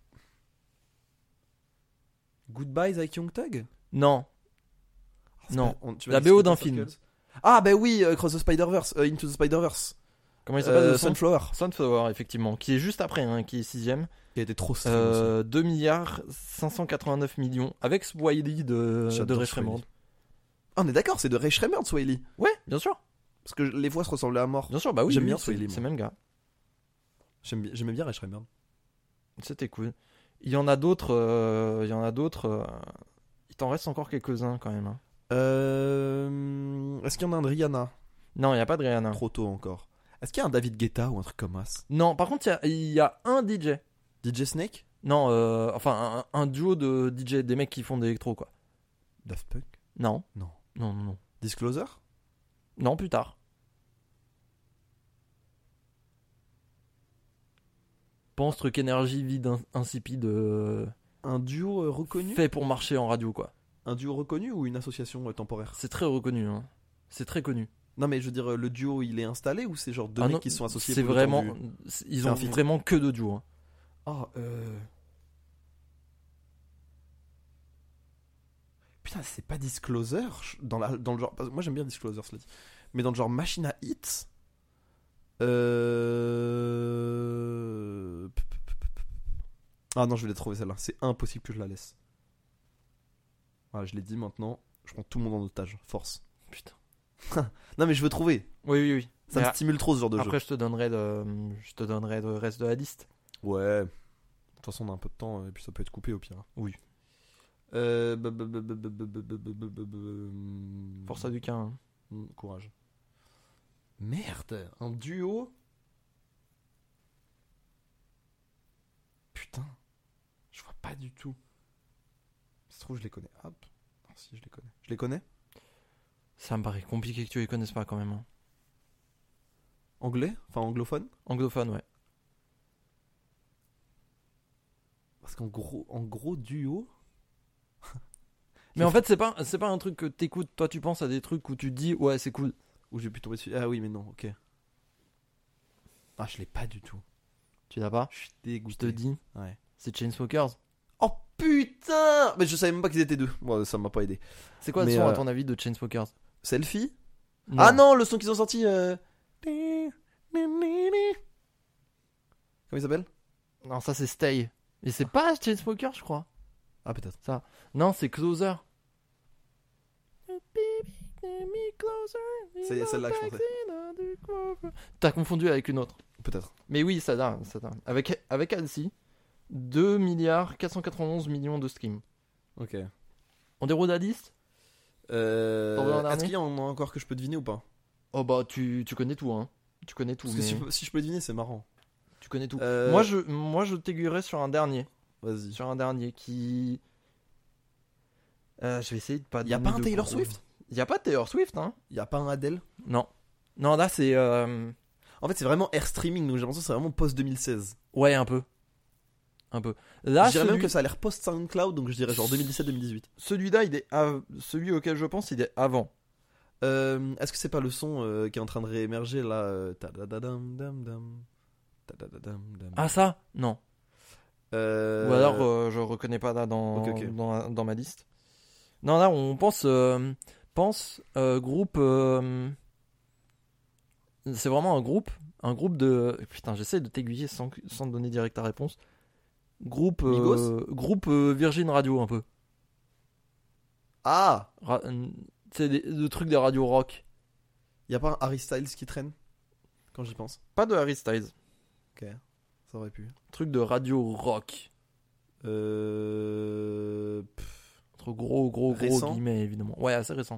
Goodbyes avec Young Thug? Non. Ah, c'est Non. pas- on- tu La m'as dit B O que d'un c'était pas film. Circles. Ah, bah oui, euh, Cross the Spider-Verse, euh, Into the Spider-Verse. Comment il s'appelle Euh, le son Sunflower. Sunflower, effectivement, qui est juste après, hein, qui est sixième. Qui a été trop streamé aussi. Euh, deux milliards cinq cent quatre-vingt-neuf millions avec Swiley de, de J'adore Ray Swiley. Shremmerd. Ah, on est d'accord, c'est de Ray Shremmerd, Swiley. Ouais, bien sûr. Parce que les voix se ressemblaient à mort. Bien sûr, bah oui, J'aime oui, bien c'est- Swiley, moi. c'est le même gars. J'aime bien- J'aimais bien Ray Shremmerd. C'était cool. Il y en a d'autres. euh, il y en a d'autres. euh, il t'en reste encore quelques-uns quand même. hein. Euh... Est-ce qu'il y en a un de Rihanna? Non, il n'y a pas de Rihanna. Trop tôt encore. Est-ce qu'il y a un David Guetta ou un truc comme ça? Non, par contre, il y a- il y, a un D J. D J Snake? Non, euh, enfin, un, un duo de D J, des mecs qui font de l'électro, quoi. Daft Punk? Non. Non. Non, non, non. Disclosure? Non, plus tard. Pense truc énergie vide, ins- insipide, euh, Un duo euh, reconnu? fait pour marcher en radio, quoi. Un duo reconnu ou une association euh, temporaire? C'est très reconnu, hein. C'est très connu. Non, mais je veux dire, euh, le duo il est installé ou c'est genre deux Ah mecs non, qui se sont associés C'est pour le temps vraiment. du- c'est- Ils C'est ont un feat. vraiment que de duos. hein. Ah, euh. Putain, c'est pas Disclosure dans, la, dans le genre. Moi j'aime bien Disclosure, cela dit. Mais dans le genre machine à hits. Euh... Ah non, je vais la trouver celle-là. C'est impossible que je la laisse. Voilà, je l'ai dit maintenant. Je prends tout le monde en otage. Force. Putain. Non, mais je veux trouver. Oui, oui, oui. Ça Mais me stimule trop ce genre de après, jeu. je te donnerai le, je te donnerai le reste de la liste. Ouais. De toute façon, on a un peu de temps et puis ça peut être coupé au pire. Oui. Euh... bah, bah, bah, bah, bah, bah, bah, bah, bah, bah, bah, Force à Duquin. Hein. Hmm, courage. Merde, un duo. Putain, je vois pas du tout. Ça se trouve, je les connais. Hop. Non, si, je les connais. Je les connais. Ça me paraît compliqué que tu les connaisses pas quand même. Hein. Anglais, enfin anglophone. Anglophone, ouais. Parce qu'en gros, en gros duo. Mais en fait, c'est pas, c'est pas un truc que t'écoutes. Toi, tu penses à des trucs où tu te dis, ouais, c'est cool. Où j'ai pu tomber dessus. Ah oui, mais non, ok. Ah, je l'ai pas du tout. Tu l'as pas? Je suis Je dégoûté. te dis, Ouais. c'est Chainsmokers. Oh putain! Mais je savais même pas qu'ils étaient deux. Bon, ça m'a pas aidé. C'est quoi le Mais, son, euh, à ton avis, de Chainsmokers? Selfie? Ah non, le son qu'ils ont sorti. Euh... Comment il s'appelle? Non, ça c'est Stay. Et c'est pas Chainsmokers, je crois. Ah, peut-être. Non, c'est Closer. C'est celle-là que je pensais. T'as confondu avec une autre. Peut-être. Mais oui, ça date. Ça date. Avec, avec Halsey, deux milliards quatre cent quatre-vingt-onze millions de streams. Ok. On déroule la liste? Euh... T'en veux un Est-ce dernier qu'il y en a encore que je peux deviner ou pas? Oh bah, tu, tu connais tout, hein. Tu connais tout. Parce que mais si, je peux- si je peux deviner, c'est marrant. Tu connais tout. Euh, Moi, je, moi, je t'aiguillerai sur un dernier. Vas-y. Sur un dernier qui. Euh, je vais essayer de pas. Y a donner pas un de Taylor gros- Swift? Y a pas de Taylor Swift, hein? Y a pas un Adele? Non. Non, là, c'est. euh, En fait, c'est vraiment air streaming, donc j'ai l'impression que c'est vraiment post deux mille seize. Ouais, un peu. Un peu. Là, je dirais même celui... que ça a l'air post SoundCloud, donc je dirais genre deux mille dix-sept deux mille dix-huit. celui-là, il est. av- Celui auquel je pense, il est avant. Euh, Est-ce que c'est pas le son euh, qui est en train de réémerger là euh, tadadadam, dam, dam, tadadadam, dam. Ah, ça? Non. Euh, Ou alors, euh, je reconnais pas là dans, Ok, ok. dans, dans ma liste. Non, là, on pense. euh, pense euh, groupe. euh, C'est vraiment un groupe. Un groupe de. Putain, j'essaie de t'aiguiller sans, sans te donner direct ta réponse. Groupe. euh, Migos groupe euh, Virgin Radio, un peu. Ah! Ra- euh, C'est des- le truc des radios rock. Y a pas un Harry Styles qui traîne? Quand j'y pense. Pas de Harry Styles. Ok, ça aurait pu. Truc de radio rock. Euh... pff, Entre gros, gros, gros Récent guillemets, évidemment. Ouais, assez récent.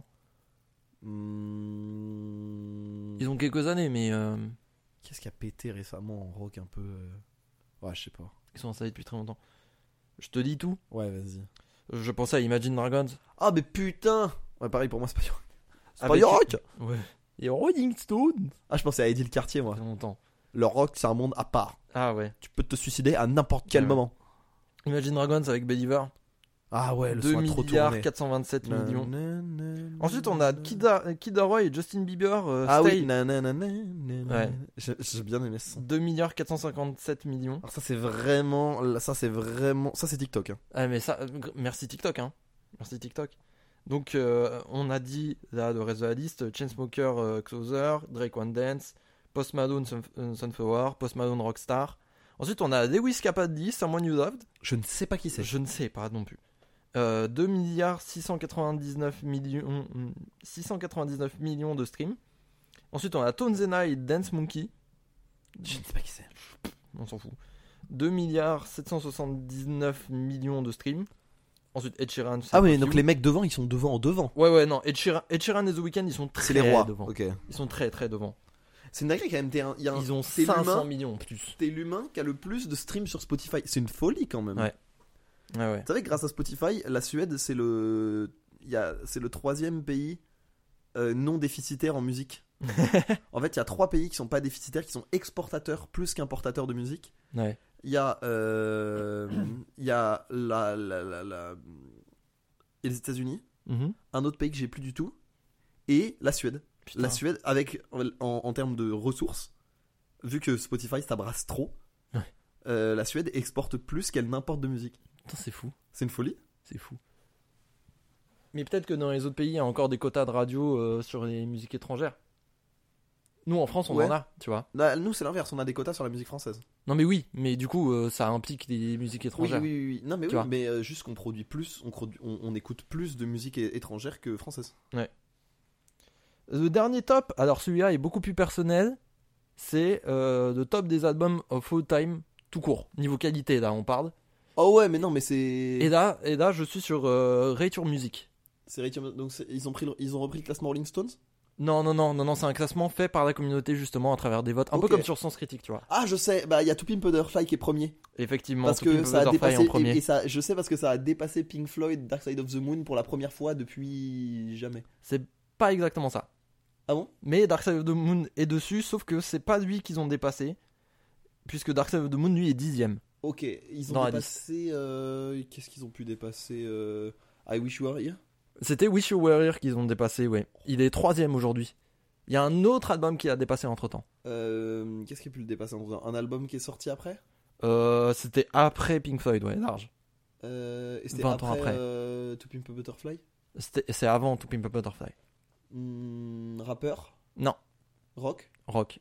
hmm, Ils ont quelques années, mais euh, Qu'est-ce qui a pété récemment en rock un peu euh, Ouais, je sais pas. ils sont installés depuis très longtemps. Je te dis tout. Ouais, vas-y. Je pensais à Imagine Dragons. Ah, mais putain! Ouais, pareil pour moi, c'est pas rock. C'est Avec- pas rock! Ouais. Et Rolling Stone. Ah, je pensais à Eddie le Quartier, moi. Ça fait longtemps. Le rock, c'est un monde à part. Ah ouais. Tu peux te suicider à n'importe quel Ouais. moment. Imagine Dragons avec Believer. Ah ouais, le deux son a trop milliards tourné. quatre cent vingt-sept millions. Na, na, na, Ensuite, on a na. Kid, A- Kid Laroi et Justin Bieber. euh, Ah Stay. oui, na, na, na, na, na, na. Ouais. J'ai j'ai bien aimé ce son. deux milliards quatre cent cinquante-sept millions. Alors ça c'est vraiment, ça c'est vraiment, ça c'est TikTok. Hein. Ah mais ça, euh, gr- merci TikTok, hein. Merci TikTok. Donc euh, on a dit là le reste de la liste: Chainsmokers, euh, Closer, Drake One Dance, Post Malone, Sun- euh, Sunflower, Post Malone Rockstar. Ensuite on a Lewis Capaldi, Someone You Loved. Je ne sais pas qui c'est. Je ne sais pas non plus. Euh, deux milliards six cent quatre-vingt-dix-neuf millions, six cent quatre-vingt-dix-neuf millions de streams. Ensuite on a Tones and I, Dance Monkey. Je ne sais pas qui c'est. On s'en fout. deux milliards sept cent soixante-dix-neuf millions de streams. Ensuite Ed Sheeran. Ah oui, Shape of donc You. les mecs devant, ils sont devant en devant. Ouais ouais non, Ed Sheeran, Ed Sheeran et The Weeknd ils sont très C'est les rois. devant. Ok. Ils sont très très devant. C'est une dinguerie quand même. T'es un, il y a un- Ils ont t'es cinq cents l'humain- millions plus. T'es l'humain qui a le plus de streams sur Spotify. C'est une folie quand même. Ouais. Ouais ouais. Vous savez que grâce à Spotify, la Suède c'est le, il y a, c'est le troisième pays euh, non déficitaire en musique. En fait, il y a trois pays qui sont pas déficitaires, qui sont exportateurs plus qu'importateurs de musique. Ouais. Il y a, euh, il y a la, la, la, la- et les États-Unis, Mhm. un autre pays que j'ai plus du tout, et la Suède. Putain. La Suède, avec en, en termes de ressources, vu que Spotify s'abrasse trop, Ouais. euh, la Suède exporte plus qu'elle n'importe de musique. Putain, c'est fou. C'est une folie. C'est fou. Mais peut-être que dans les autres pays, il y a encore des quotas de radio euh, sur les musiques étrangères. Nous, en France, on Ouais. en a, tu vois. Là, nous, c'est l'inverse, on a des quotas sur la musique française. Non, mais oui, mais du coup, euh, ça implique des musiques Oui, étrangères. oui, oui, oui. Non, mais Tu oui, vois. mais euh, juste qu'on produit plus, on, produ- on, on écoute plus de musique é- étrangère que française. Le dernier top, alors celui-là est beaucoup plus personnel, c'est euh, le top des albums of all time, tout court. Niveau qualité, là, on parle. Oh ouais, mais non, mais c'est. Et là, et là je suis sur euh, Rate Your Music. C'est Rate- donc c'est- ils ont pris, le- ils ont repris le classement Rolling Stones. Non, non, non, non, non, c'est un classement fait par la communauté, justement, à travers des votes. Un Ok. peu comme sur Sens Critique, tu vois. Ah, je sais. Bah, il y a To Pimp a Butterfly qui est premier. Effectivement, Parce To que Pimp a ça a Butterfly dépassé en premier. et, et ça, je sais parce que ça a dépassé Pink Floyd, Dark Side of the Moon pour la première fois depuis jamais. C'est pas exactement ça. Ah bon? Mais Dark Side of the Moon est dessus, sauf que c'est pas lui qu'ils ont dépassé. Puisque Dark Side of the Moon, lui, est dixième. Ok, ils ont Dans la dépassé. euh, Qu'est-ce qu'ils ont pu dépasser euh, I Wish You Were Here. C'était Wish You Were Here qu'ils ont dépassé, ouais. Il est troisième aujourd'hui. Il y a un autre album qui a dépassé entre temps. Euh, Qu'est-ce qui a pu le dépasser? Un album qui est sorti après? Euh, c'était après Pink Floyd, ouais, large. Euh, et c'était vingt après, ans après. euh, To Pimp a Butterfly. C'était- C'est avant To Pimp a Butterfly. Hmm, rappeur, Non, rock. rock.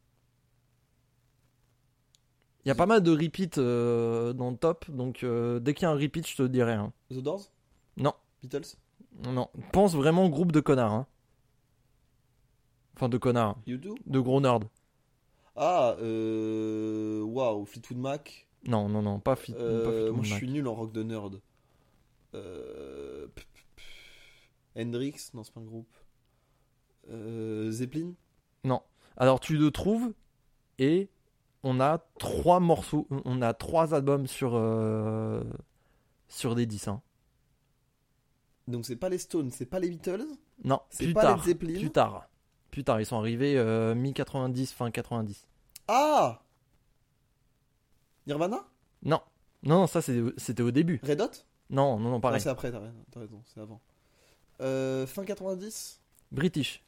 Il y a pas mal de repeats euh, dans le top, donc euh, dès qu'il y a un repeat, je te dirai. Hein. The Doors. Non. Beatles. Non, pense vraiment au groupe de connards. Hein. Enfin, de connards, U deux. de gros nerds. Ah, euh, waouh, Fleetwood Mac. Non, non, non, pas fit. pas Euh, Fleetwood moi, je Mac. suis nul en rock de nerd. Euh, pff, pff, pff. Hendrix, non, c'est pas un groupe. Euh, Zeppelin. Non. Alors tu le trouves et on a trois morceaux, on a trois albums sur euh, sur des dix. Hein. Donc c'est pas les Stones, c'est pas les Beatles. Non, C'est plus pas tard. Led Zeppelin. Plus tard. Plus tard, ils sont arrivés euh, mi quatre-vingt-dix, fin quatre-vingt-dix. Ah, Nirvana. Non. Non, non, ça c'est- c'était au début. Red Hot. Non, non, non, Non, pareil. c'est après, t'as raison, t'as raison, c'est avant. Euh, fin quatre-vingt-dix. British.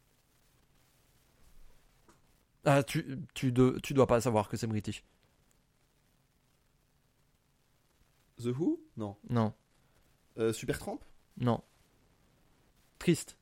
Ah, tu, tu, de- tu dois pas savoir que c'est British. The Who. Non. Non, Euh, Supertramp. non. Triste.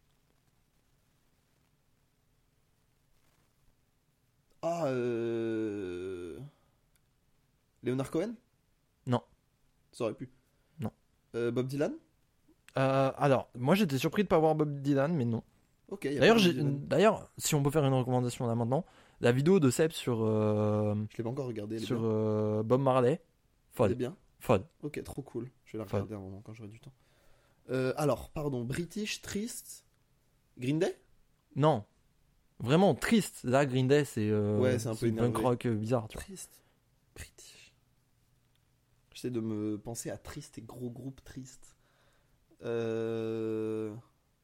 Ah, euh... Leonard Cohen. Non. Ça aurait pu. Non. Euh, Bob Dylan. Euh, alors, moi j'étais surpris de pas voir Bob Dylan, mais non. Ok. y a D'ailleurs, pas Bob j'ai- Dylan. d'ailleurs, si on peut faire une recommandation là maintenant, la vidéo de Seb sur, euh, Je l'ai pas encore regardé. Elle est sur bien. euh, Bob Marley, Elle est folle, bien. folle. Ok, trop cool. Je vais la Folle. regarder un moment quand j'aurai du temps. Euh, alors, pardon, British, triste. Green Day. Non, vraiment triste. Là, Green Day, c'est euh, Ouais, c'est un peu punk énervé. rock euh, bizarre, tu vois. Triste. British. J'essaie de me penser à triste et gros groupe triste. Euh...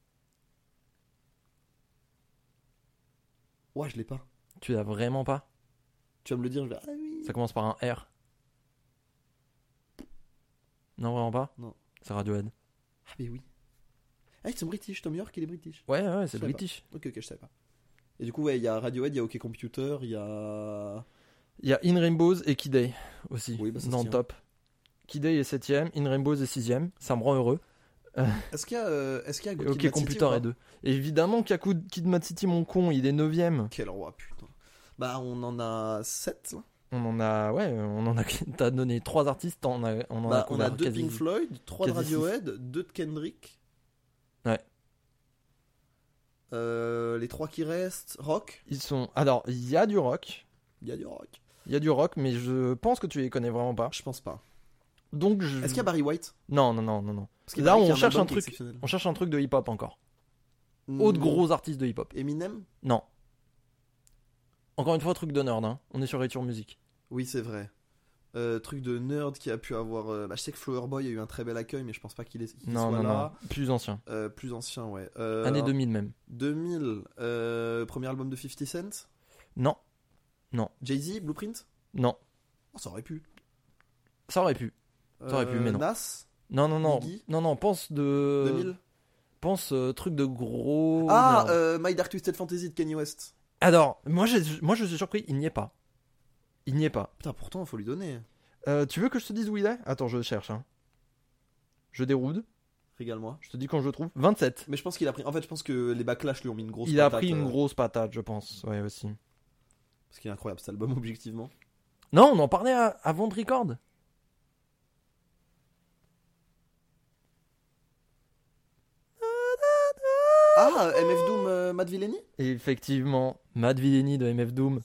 Ouais, je l'ai pas. Tu l'as vraiment pas. Tu vas me le dire, je vais. Ah oui. Ça commence par un R. Non, vraiment pas. Non. C'est Radiohead. Ah, mais oui. Ah, c'est British. Tom York, il est British. Ouais, ouais, c'est Je savais British. Ok, ok, je savais pas. Et du coup, ouais, il y a Radiohead, il y a OK Computer, il y a. Il y a In Rainbows et Kid Day aussi Oui, bah, ça se dans le tient. top. Kid Day est septième, In Rainbows est sixième. Ça me rend heureux. Est-ce qu'il y a, euh, est-ce qu'il y a Et Good OK Kid, Mad City Computer ou pas est deux. Évidemment qu'il y a Coup- Kid Mad City, mon con, il est neuvième. Quel roi, putain. Bah, on en a sept. On en a, ouais, on en a. T'as donné trois artistes, on, a, on en a Bah, on a couvert deux de quasi- Pink Floyd, trois de quasi Radiohead, deux de Kendrick. Ouais. Euh, les trois qui restent, rock. Ils sont. Alors, il y a du rock. Il y a du rock. Il y a du rock, mais je pense que tu les connais vraiment pas. Je pense pas. Donc, je. Est-ce qu'il y a Barry White? Non, non, non, non, non. Parce qu'il Là, paraît on qu'il y a cherche album un qui est truc. exceptionnel. On cherche un truc de hip-hop encore. Hmm, Autre gros artiste de hip-hop. Eminem? Non. Encore une fois, truc de nerd, hein. On est sur Retour Music. Oui, c'est vrai. Euh, truc de nerd qui a pu avoir. euh, Bah, je sais que Flower Boy a eu un très bel accueil, mais je pense pas qu'il est, qu'il Non, soit non, là. non. Plus ancien. Euh, plus ancien, ouais. Euh, Année deux mille même. deux mille, euh, premier album de fifty Cent. Non, Jay-Z, Blueprint. non. Oh, ça aurait pu. Ça aurait pu. Ça aurait pu, Euh, mais non. Nas, Non, non, non. Biggie Non, non, pense de. deux mille. Pense euh, truc de gros. Ah, nerd. euh, My Dark Twisted Fantasy de Kanye West. Alors, moi, j'ai- moi je suis surpris, il n'y est pas. Il n'y est pas. Putain, pourtant, faut lui donner. Euh, tu veux que je te dise où il est? Attends, je cherche. Hein. Je déroule. Régale-moi. Je te dis quand je le trouve. vingt-sept. Mais je pense qu'il a pris. En fait, je pense que les backlash lui ont mis une grosse Il a patate, pris une euh, grosse patate, je pense. Ouais, aussi. Parce qu'il est incroyable cet album, objectivement. Non, on en parlait à- avant de record. Ah, M F Doom, euh, Matt Villani. Et effectivement, Matt Villani de M F Doom.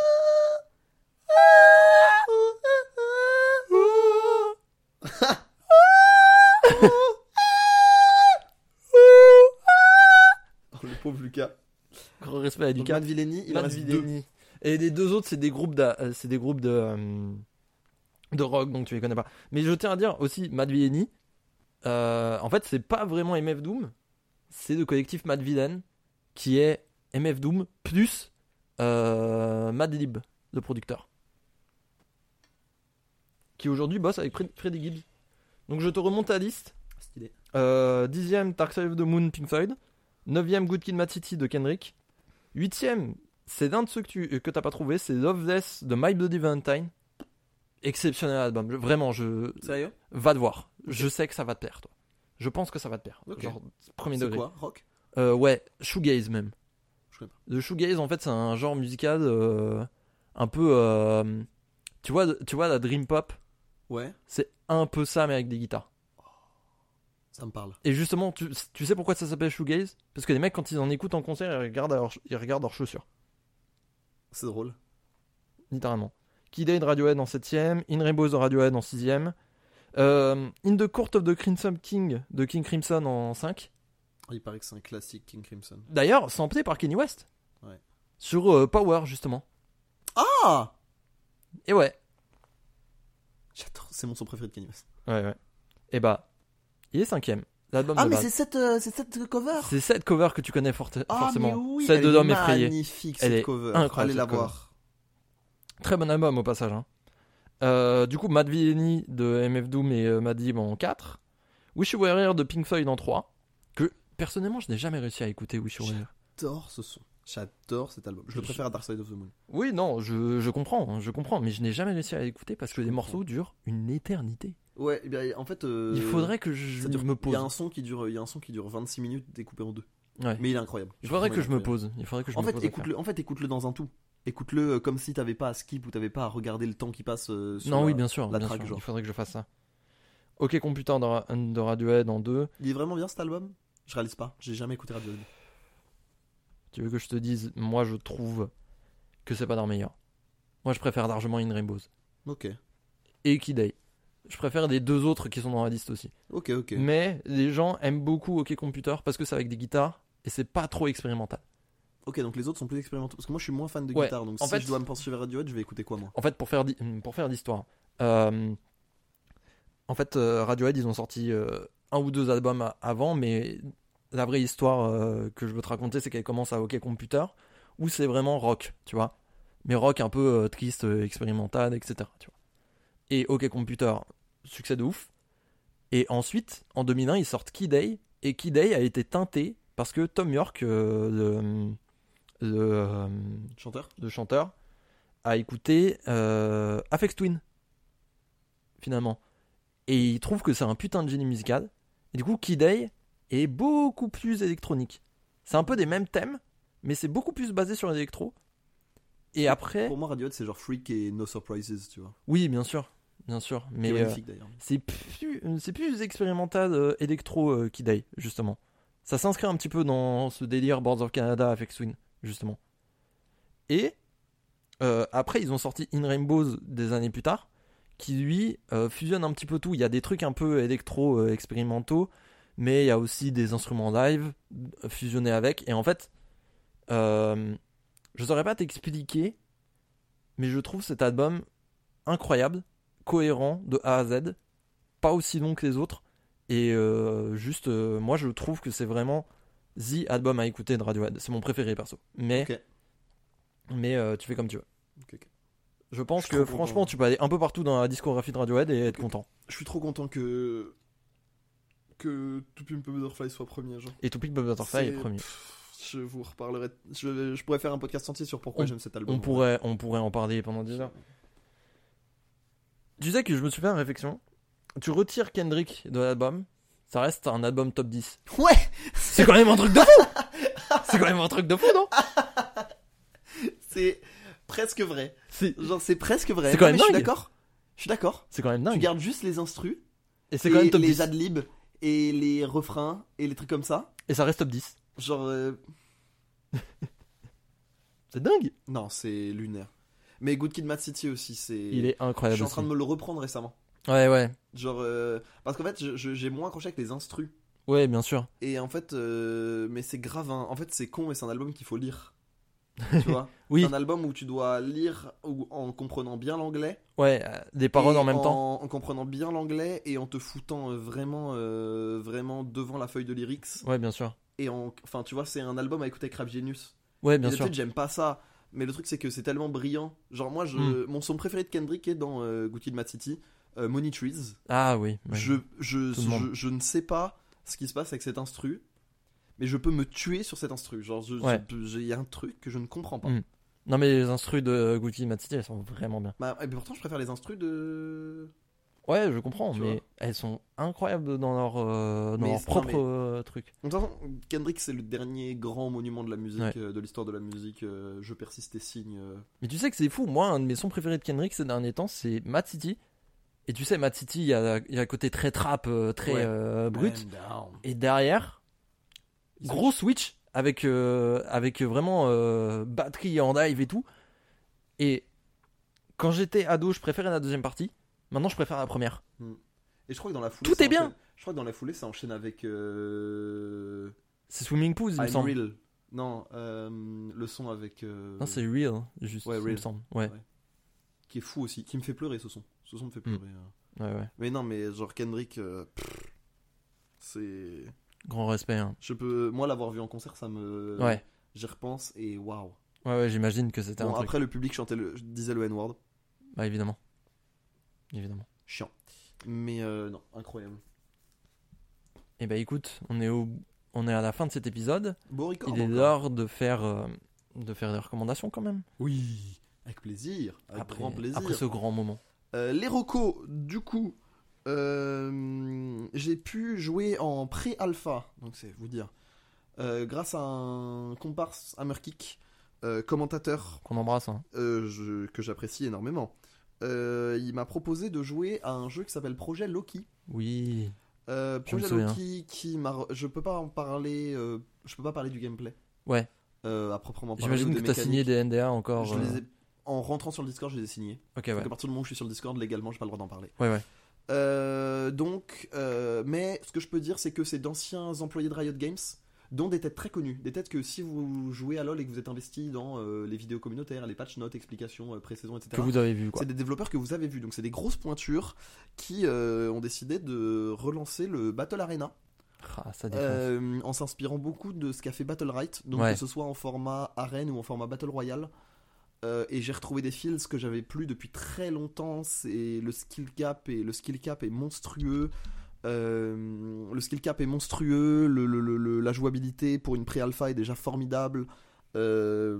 Oh, le pauvre Lucas. Gros respect à Donc, Lucas. Matt Villani, il en Matt reste deux. Villani. Et les deux autres, c'est des groupes, d'a- euh, c'est des groupes de, euh, de rock, donc tu les connais pas. Mais je tiens à dire aussi, Matt Villani, euh, en fait, c'est pas vraiment M F Doom, c'est le collectif Matt Villain, qui est M F Doom plus euh, Matt Lib, le producteur. Qui aujourd'hui bosse avec Fred- Freddie Gibbs. Donc je te remonte la liste. Stylé. Euh, dixième, Dark Side of the Moon, Pink Floyd. Neuvième, Good Kid, Mad City de Kendrick. Huitième, c'est l'un de ceux que, tu, que t'as pas trouvé, c'est Loveless de My Bloody Valentine. Exceptionnel album. Je- vraiment, je. Sérieux? Va te voir. Je sais que ça va te plaire, toi. Je pense que ça va te plaire. Ok. Genre, premier C'est degré. quoi? Rock? Euh, ouais, shoegaze même. Je connais pas. Le shoegaze, en fait, c'est un genre musical euh, un peu. euh, tu, vois, tu vois, la Dream Pop, Ouais, c'est un peu ça, mais avec des guitares. ça me parle. Et justement, tu, tu sais pourquoi ça s'appelle shoegaze? Parce que les mecs, quand ils en écoutent en concert, ils regardent leurs, ils regardent leurs chaussures. C'est drôle. Littéralement. Kid A de Radiohead en septième, In Rainbows de Radiohead en sixième, euh, In the Court of the Crimson King de King Crimson en cinq. Il paraît que c'est un classique King Crimson. D'ailleurs, samplé par Kanye West. Ouais. Sur euh, Power, justement. Ah! Et ouais. J'adore, c'est mon son préféré de Kanye West. Ouais, ouais. Et bah, il est cinquième. L'album Ah, de mais base. c'est cette, euh, c'est cette cover! C'est cette cover que tu connais forte- Ah, forcément. mais oui, Celle elle de est l'homme effrayé. magnifique Elle cette est cover. incroyable, Allez la cette cover. voir. Très bon album au passage. Hein. Euh, du coup, Matt Villani de M F Doom et euh, Matt Dib en quatre. Wish You Were Here de Pink Floyd en trois. Que personnellement, je n'ai jamais réussi à écouter Wish You Were Here. J'adore ce son. J'adore cet album. Je le Je- préfère à Dark Side of the Moon. Oui, non, je, je comprends, hein, je comprends, mais je n'ai jamais réussi à l'écouter parce que les comprends. morceaux durent une éternité. Ouais, eh bien, en fait. euh, Il faudrait que je ça dure- me Il pose. y a un son qui dure, il y a un son qui dure vingt-six minutes découpé en deux. Ouais. Mais il est incroyable. Il faudrait Franchement, que il je est me incroyable. pose. Il faudrait que je En me fait, pose. à écoute-le. En fait, écoute-le dans un tout. Écoute-le euh, comme si t'avais pas à skip ou t'avais pas à regarder le temps qui passe. euh, faire. sur Non, la- oui, bien sûr. la bien track, sûr. genre. Il faudrait que je fasse ça. Ok, Computer de, Ra- de Radiohead en deux. Il est vraiment bien cet album. Je réalise pas. J'ai jamais écouté Radiohead. Tu veux que je te dise, moi je trouve que c'est pas leur meilleur. Moi je préfère largement In Rainbows. Ok. Et Kid A. Je préfère les deux autres qui sont dans la liste aussi. Ok, ok. Mais les gens aiment beaucoup OK Computer parce que c'est avec des guitares et c'est pas trop expérimental. Ok, donc les autres sont plus expérimentaux. Parce que moi, je suis moins fan de Ouais, guitare. Donc en si fait- je dois me pencher vers Radiohead, je vais écouter quoi, moi? En fait, pour faire, di- pour faire l'histoire, euh, en fait, euh, Radiohead, ils ont sorti euh, un ou deux albums a- avant, mais la vraie histoire euh, que je veux te raconter, c'est qu'elle commence à OK Computer, où c'est vraiment rock, tu vois. Mais rock un peu euh, triste, euh, expérimental, et cetera. Tu vois. Et OK Computer, succès de ouf. Et ensuite, en deux mille un, ils sortent Kid A, et Kid A a été teinté parce que Tom York, euh, le, le, euh, Chanteur? de chanteur, a écouté euh, Aphex Twin, finalement. Et il trouve que c'est un putain de génie musical. Et du coup, Kid A est beaucoup plus électronique. C'est un peu des mêmes thèmes, mais c'est beaucoup plus basé sur l'électro. Et après, Pour moi, Radiohead, c'est genre Freak et No Surprises, tu vois. oui, bien sûr, bien sûr, mais C'est euh, magnifique d'ailleurs. c'est plus, c'est plus expérimental euh, électro euh, Kid A, justement. Ça s'inscrit un petit peu dans ce délire Boards of Canada, Aphex Twin, justement. Et euh, après, ils ont sorti In Rainbows des années plus tard, qui lui euh, fusionne un petit peu tout. Il y a des trucs un peu électro euh, expérimentaux, mais il y a aussi des instruments live euh, fusionnés avec. Et en fait, euh, je saurais pas t'expliquer, mais je trouve cet album incroyable, cohérent de A à Z, pas aussi long que les autres. Et euh, juste, euh, moi je trouve que c'est vraiment the album à écouter de Radiohead. C'est mon préféré perso. Mais, Ok. mais euh, tu fais comme tu veux. Ok, ok. Je pense Je suis que trop franchement, content. tu peux aller un peu partout dans la discographie de Radiohead et être content. Je suis trop content que. que To Pimp a Butterfly soit premier, genre. Et Topic Bob Butterfly est C'est- premier. Pff, Je vous reparlerai. Je, je pourrais faire un podcast entier sur pourquoi j'aime cet album. On pourrait, on pourrait en parler pendant dix heures. Tu sais que je me suis fait une réflexion. Tu retires Kendrick de l'album, ça reste un album top dix. Ouais. C'est quand même un truc de fou. C'est quand même un truc de fou, non? C'est presque vrai. C'est Genre, c'est presque vrai. C'est quand Non, même mais je suis dingue. d'accord. Je suis d'accord. c'est quand même Tu dingue. gardes juste les instrus, Et c'est et quand même top les dix. adlibs, et les refrains, et les trucs comme ça. Et ça reste top dix. Genre, euh, C'est dingue. non, c'est lunaire. Mais Good Kid, Mad City aussi, c'est. Il est Je incroyable. suis en train de aussi. me le reprendre récemment. Ouais, ouais. Genre, euh, parce qu'en fait, je- je- j'ai moins accroché avec les instrus. Ouais, bien sûr. Et en fait, euh, mais c'est grave. Hein. En fait, c'est con, mais c'est un album qu'il faut lire. Tu vois. Oui. C'est un album où tu dois lire ou- en comprenant bien l'anglais. Ouais, euh, des paroles et en même en, temps. En comprenant bien l'anglais et en te foutant euh, vraiment, euh, vraiment devant la feuille de lyrics. Ouais, bien sûr. Et en, enfin, tu vois, c'est un album à écouter avec Rap Genius. Ouais, bien Et sûr. peut-être j'aime pas ça, mais le truc c'est que c'est tellement brillant. Genre moi, je, Mm. mon son préféré de Kendrick est dans euh, Good Kid, Mad City, euh, Money Trees. Ah oui. ouais. Je, je, Tout le monde. je, je ne sais pas ce qui se passe avec cet instru, mais je peux me tuer sur cet instru. Genre, je- Ouais. je- il y a un truc que je ne comprends pas. Mm. Non, mais les instrus de Good Kid, Mad City, elles sont vraiment bien. Bah, et pourtant, je préfère les instrus de. Ouais, je comprends, Tu mais vois. elles sont incroyables dans leur, euh, dans Mais leur c'est- propre non, mais- euh, truc. De toute façon, Kendrick, c'est le dernier grand monument de la musique, Ouais. euh, de l'histoire de la musique. euh, je persiste et signe. euh. Mais tu sais que c'est fou, moi, un de mes sons préférés de Kendrick ces derniers temps, c'est Mad City. Et tu sais, Mad City, il y a, il y a un côté très trap, euh, très Ouais. euh, brut. Man down. Et derrière, Ils gros switch avec, euh, avec vraiment euh, batterie en dive et tout. Et quand j'étais ado, je préférais la deuxième partie. Maintenant, je préfère la première. Et je crois que dans la foulée. Tout ça est bien. enchaîne- Je crois que dans la foulée, ça enchaîne avec. Euh... C'est Swimming Pools, il me I'm semble. Real. Non, euh, le son avec. euh, Non, c'est Real, juste, Ouais, il me Real. semble. Ouais, Ouais. Qui est fou aussi. Qui me fait pleurer ce son. Ce son me fait pleurer. euh. ouais, ouais. Mais non, mais genre Kendrick. euh, pff, C'est. Grand respect. Hein. Je peux. Moi, l'avoir vu en concert, ça me. Ouais. J'y repense et waouh. Ouais, ouais, j'imagine que c'était Bon, un truc. après, le public chantait le... disait le N-word. Bah, évidemment. Évidemment. Chiant. Mais euh, non, incroyable. Et bah, écoute, on est, au... on est à la fin de cet épisode. Beau record. Il est encore. l'heure de faire, euh, de faire des recommandations quand même. Oui, avec plaisir. Avec Après, grand plaisir. après ce grand moment. Euh, les recos, du coup, euh, j'ai pu jouer en pré-alpha, donc c'est vous dire, euh, grâce à un comparse Hammerkick, euh, commentateur Qu'on embrasse. Hein. euh, je- que j'apprécie énormément. Euh, il m'a proposé de jouer à un jeu qui s'appelle Projet Loki. Oui. Euh, Je me Projet souviens. Loki qui m'a, re- je peux pas en parler, euh, je peux pas parler du gameplay. Ouais. Euh, à proprement parler. J'imagine ou que des tu as signé mécaniques. des N D A encore. Je euh, les ai- En rentrant sur le Discord, je les ai signés. Ok, ouais. Donc à partir du moment où je suis sur le Discord, légalement, j'ai pas le droit d'en parler. Ouais, ouais. Euh, donc, euh, mais ce que je peux dire, c'est que c'est d'anciens employés de Riot Games, dont des têtes très connues. Des têtes que si vous jouez à LoL et que vous êtes investi dans euh, les vidéos communautaires, les patch notes, explications, euh, pré-saison, et cetera. Que vous avez vu, quoi. C'est des développeurs que vous avez vus. Donc c'est des grosses pointures qui euh, ont décidé de relancer le Battle Arena. Ah, ça défonce. Euh, en s'inspirant beaucoup de ce qu'a fait Battlerite, donc Ouais. que ce soit en format arène ou en format Battle Royale. Euh, et j'ai retrouvé des feels que j'avais plus depuis très longtemps. C'est le skill cap et le skill cap est monstrueux. Euh, le skill cap est monstrueux. Le, le- le- le- la jouabilité pour une pré-alpha est déjà formidable. Euh,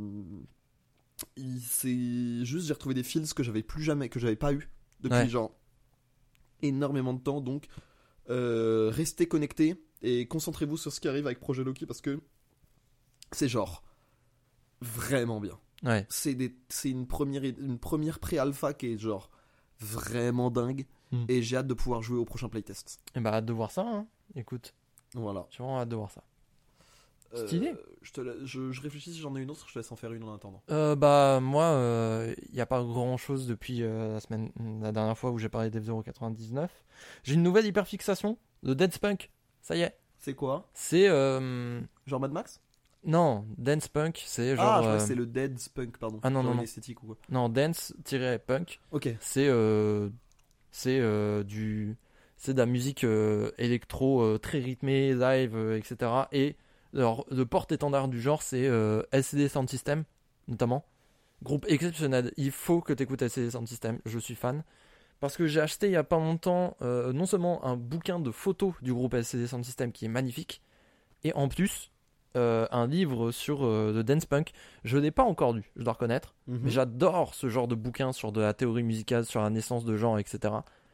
il- c'est juste j'ai retrouvé des feels que j'avais plus jamais, que j'avais pas eu depuis Ouais. genre énormément de temps. Donc euh, restez connectés et concentrez-vous sur ce qui arrive avec Projet Loki parce que c'est genre vraiment bien. Ouais. C'est des, c'est une première, une première pré-alpha qui est genre vraiment dingue Hmm. et j'ai hâte de pouvoir jouer au prochain playtest. Et bah, hâte de voir ça, hein. Écoute, Voilà. j'ai vraiment hâte de voir ça. Stylé. Euh, je, te la- je, je réfléchis si j'en ai une autre, je te laisse en faire une en attendant. Euh, bah, moi, il n'y a pas grand chose depuis euh, la semaine, la dernière fois où j'ai parlé d'F zéro quatre-vingt-dix-neuf. J'ai une nouvelle hyperfixation de Dance Punk. Ça y est. C'est quoi? C'est. euh, Genre Mad Max? Non, Dance Punk, c'est genre. Ah, je crois euh, que c'est le Dead Spunk, pardon. Ah non, Genre non, une non. esthétique ou quoi. Non, Dance-Punk. Ok. C'est euh, c'est euh, du c'est de la musique euh, électro euh, très rythmée, live, euh, et cetera. Et alors, le porte-étendard du genre, c'est euh, L C D Sound System, notamment. Groupe exceptionnel. Il faut que tu écoutes L C D Sound System. Je suis fan. Parce que j'ai acheté il y a pas longtemps euh, non seulement un bouquin de photos du groupe L C D Sound System qui est magnifique, et en plus euh, un livre sur euh, le dance punk. Je l'ai pas encore lu, je dois reconnaître. Mhm. Mais j'adore ce genre de bouquin sur de la théorie musicale, sur la naissance de genre, et cetera.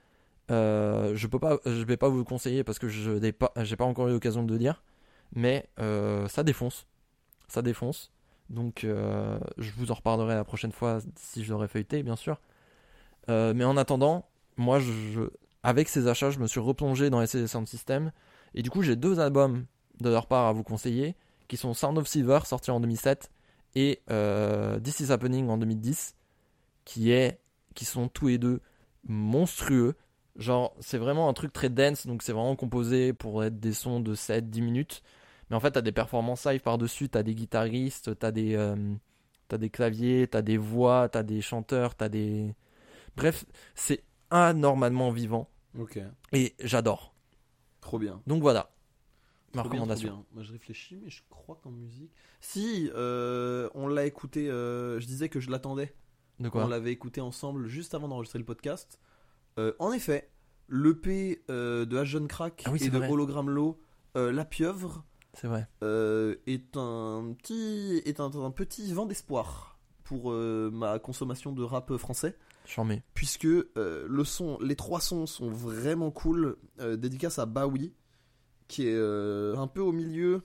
Euh, je peux pas, je vais pas vous le conseiller parce que je n'ai pas, j'ai pas encore eu l'occasion de le dire, mais euh, ça défonce, ça défonce. Donc euh, je vous en reparlerai la prochaine fois si je l'aurai feuilleté, bien sûr. Euh, mais en attendant, moi, je, je, avec ces achats, je me suis replongé dans S C D Sound System et du coup, j'ai deux albums de leur part à vous conseiller, qui sont Sound of Silver sorti en deux mille sept et euh, This Is Happening en deux mille dix, qui est, qui sont tous les deux monstrueux. Genre, c'est vraiment un truc très dense, donc c'est vraiment composé pour être des sons de sept à dix minutes. Mais en fait, t'as des performances live par-dessus, t'as des guitaristes, t'as des, euh, t'as des claviers, t'as des voix, t'as des chanteurs, t'as des... Bref, c'est anormalement vivant. Ok. Et j'adore. Trop bien. Donc voilà, ma Trop bien, recommandation. trop bien. Moi, je réfléchis, mais je crois qu'en musique... Si, euh, on l'a écouté, euh, je disais que je l'attendais. De On quoi? l'avait écouté ensemble juste avant d'enregistrer le podcast. Euh, en effet, l'E P euh, de H. Crack Ah oui, et c'est de vrai. Hologram Low, euh, La Pieuvre, C'est vrai. euh, est un petit, est un, un petit vent d'espoir pour euh, ma consommation de rap français, J'en mets. puisque euh, le son, les trois sons sont vraiment cool. Euh, dédicace à Bawi, qui est euh, un peu au milieu.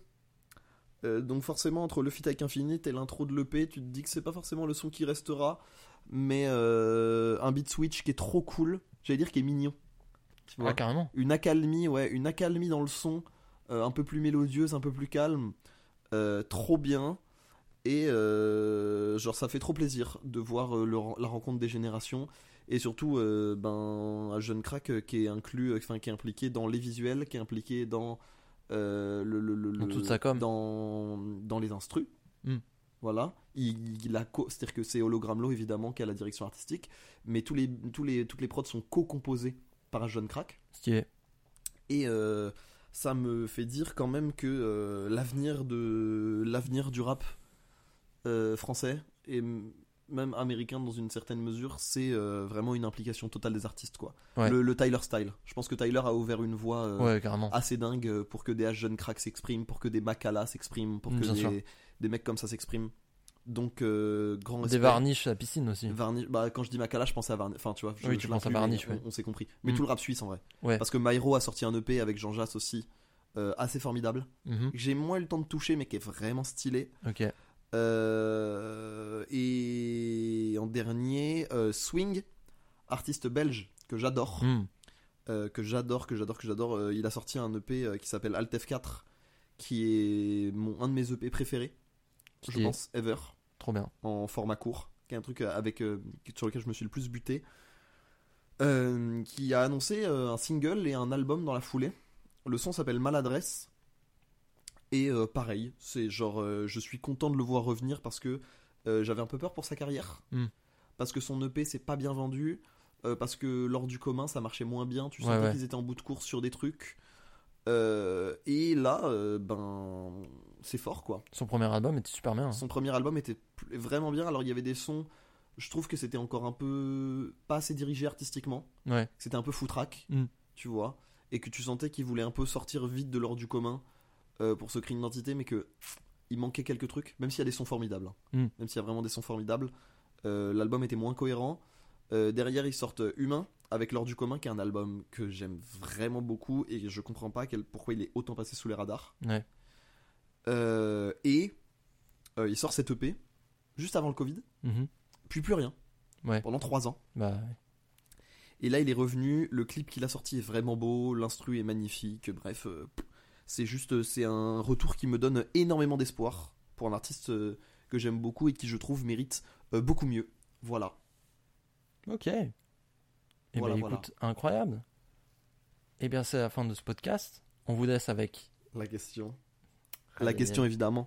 Euh, donc forcément entre le feat avec Infinite et l'intro de l'E P, tu te dis que c'est pas forcément le son qui restera, mais euh, un beat switch qui est trop cool, j'allais dire qui est mignon. Tu vois, Ah, carrément. une accalmie, ouais, une accalmie dans le son, euh, un peu plus mélodieuse, un peu plus calme, euh, trop bien. Et euh, genre ça fait trop plaisir de voir euh, le, la rencontre des générations et surtout euh, ben un jeune crack euh, qui est inclus, enfin qui est impliqué dans les visuels, qui est impliqué dans euh, le, le, le, Dans le- toute sa com. dans, dans les instrus. Mm. Voilà, il, il a co- c'est-à-dire que c'est Hologram Low évidemment qui a la direction artistique, mais tous les, tous les, toutes les prods sont co-composés par un jeune crack. Stylé. Et euh, ça me fait dire quand même que euh, l'avenir de l'avenir du rap euh, français et m- même américain dans une certaine mesure, c'est euh, vraiment une implication totale des artistes quoi. Ouais. Le, le Tyler style. Je pense que Tyler a ouvert une voie euh, Ouais, carrément. assez dingue euh, pour que des H jeunes cracks s'expriment, pour que des Makala s'expriment, pour que Bien sûr. des, des mecs comme ça s'expriment. Donc euh, grand respect. Des varniches à la piscine aussi. Varnish, bah quand je dis Makala, je pense à Varnish. Enfin, tu vois, je, Oui, je tu penses à l'inclus, Varnish, mais ouais. on, on s'est compris. Mais Mm. tout le rap suisse en vrai. Ouais. Parce que Myro a sorti un E P avec Jean Jass aussi, euh, assez formidable. Mhm. Que j'ai moins eu le temps de toucher, mais qui est vraiment stylé. Ok. Euh, et en dernier, euh, Swing, artiste belge que j'adore, Mm. euh, que j'adore, que j'adore, que j'adore. Euh, il a sorti un E P euh, qui s'appelle Alt F quatre, qui est mon, un de mes E P préférés, je Stylé. pense, ever, Trop bien. en format court, qui est un truc avec, euh, sur lequel je me suis le plus buté, euh, qui a annoncé euh, un single et un album dans la foulée. Le son s'appelle Maladresse. Et euh, pareil, c'est genre, euh, je suis content de le voir revenir parce que euh, j'avais un peu peur pour sa carrière. Mm. Parce que son E P s'est pas bien vendu. euh, parce que lors du commun, ça marchait moins bien. Tu Ouais, sentais ouais. qu'ils étaient en bout de course sur des trucs. Euh, et là, euh, ben, c'est fort quoi. Son premier album était super bien. hein. Son premier album était pl- vraiment bien. Alors il y avait des sons, je trouve que c'était encore un peu pas assez dirigé artistiquement. Ouais. C'était un peu foutraque, Mm. tu vois. Et que tu sentais qu'il voulait un peu sortir vite de l'ordre du commun euh, pour se créer une identité, mais que pff, il manquait quelques trucs, même s'il y a des sons formidables. hein. Mm. Même s'il y a vraiment des sons formidables. Euh, L'album était moins cohérent. Euh, derrière, ils sortent Humain avec l'ordre du commun, qui est un album que j'aime vraiment beaucoup et je comprends pas quel, pourquoi il est autant passé sous les radars. Ouais. Euh, et euh, il sort cette E P juste avant le Covid, Mhm. puis plus rien Ouais. pendant trois ans. Bah, ouais. Et là, il est revenu. Le clip qu'il a sorti est vraiment beau, l'instru est magnifique. Bref, euh, pff, c'est juste, c'est un retour qui me donne énormément d'espoir pour un artiste euh, que j'aime beaucoup et qui, je trouve, mérite euh, beaucoup mieux. Voilà. Ok. Et Voilà, ben voilà. écoute, incroyable. Et bien c'est la fin de ce podcast. On vous laisse avec La question. Aïe, La aïe, question, aïe. évidemment.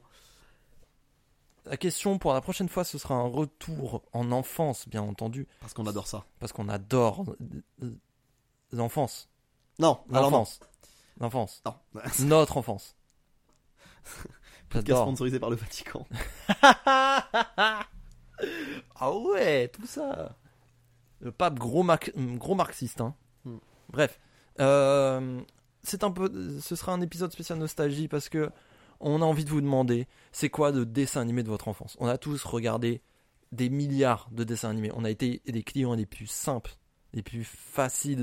La question pour la prochaine fois, ce sera un retour en enfance, bien entendu, Parce qu'on adore ça. parce qu'on adore euh, l'enfance. Non, alors non. L'enfance. L'enfance. Non. Notre enfance. Podcast J'adore. sponsorisé par le Vatican. Ah ouais, tout ça. Le pape gros, mar- gros marxiste. Hein. Hmm. Bref. Euh, c'est un peu, ce sera un épisode spécial nostalgie parce que on a envie de vous demander c'est quoi le dessin animé de votre enfance. On a tous regardé des milliards de dessins animés. On a été les clients les plus simples, les plus faciles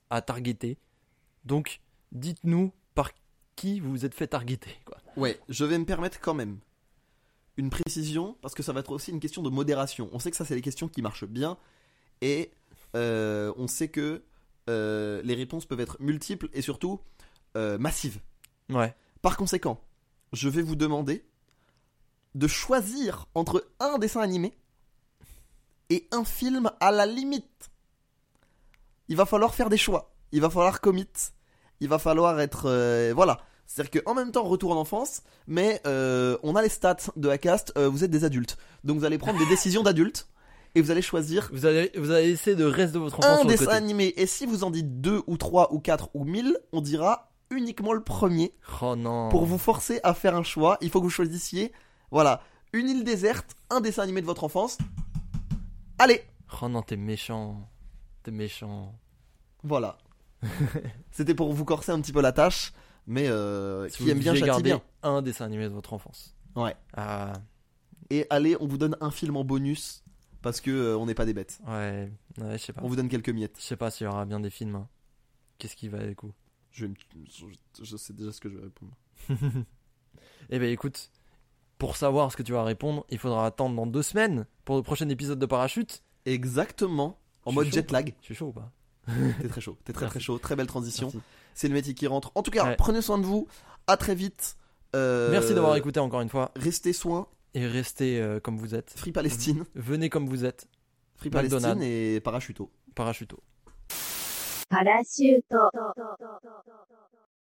à targeter. Donc, dites-nous par qui vous vous êtes fait targeter, quoi. Ouais, je vais me permettre quand même une précision, parce que ça va être aussi une question de modération. On sait que ça, c'est les questions qui marchent bien, et euh, on sait que euh, les réponses peuvent être multiples et surtout euh, massives. Ouais. Par conséquent, je vais vous demander de choisir entre un dessin animé et un film à la limite. Il va falloir faire des choix. Il va falloir commit. Il va falloir être... Euh, voilà. C'est-à-dire qu'en même temps, retour en enfance, mais euh, on a les stats de Acast, euh, vous êtes des adultes. Donc vous allez prendre des décisions d'adultes et vous allez choisir Vous allez, vous allez laisser le reste de votre enfance un sur le dessin côté. animé. Et si vous en dites deux ou trois ou quatre ou mille, on dira uniquement le premier. Oh non. Pour vous forcer à faire un choix, il faut que vous choisissiez, voilà, une île déserte, un dessin animé de votre enfance. Allez, Oh non, t'es méchant. T'es méchant. voilà. C'était pour vous corser un petit peu la tâche, mais euh, Si qui vous aime bien deviez châtie garder bien. un dessin animé de votre enfance. Ouais. Ah, Et allez, on vous donne un film en bonus parce que euh, on n'est pas des bêtes. ouais. Ouais, je sais pas. On vous donne quelques miettes. Je sais pas s'il y aura bien des films. hein. Qu'est-ce qui va du coup? Je, vais me- je, je sais déjà ce que je vais répondre. Eh ben écoute, pour savoir ce que tu vas répondre, il faudra attendre dans deux semaines pour le prochain épisode de Parachute. Exactement. En Je suis mode chaud. jet lag. Je suis chaud ou pas? T'es très chaud. T'es très très Merci. chaud. Très belle transition. Merci. C'est le métier qui rentre. En tout cas, Ouais. prenez soin de vous. À très vite. Euh, Merci d'avoir écouté encore une fois Restez soin. et restez euh, comme vous êtes. Free Palestine. Venez comme vous êtes. Free McDonald's. Palestine et Parachuto. Parachuto. パラシュート。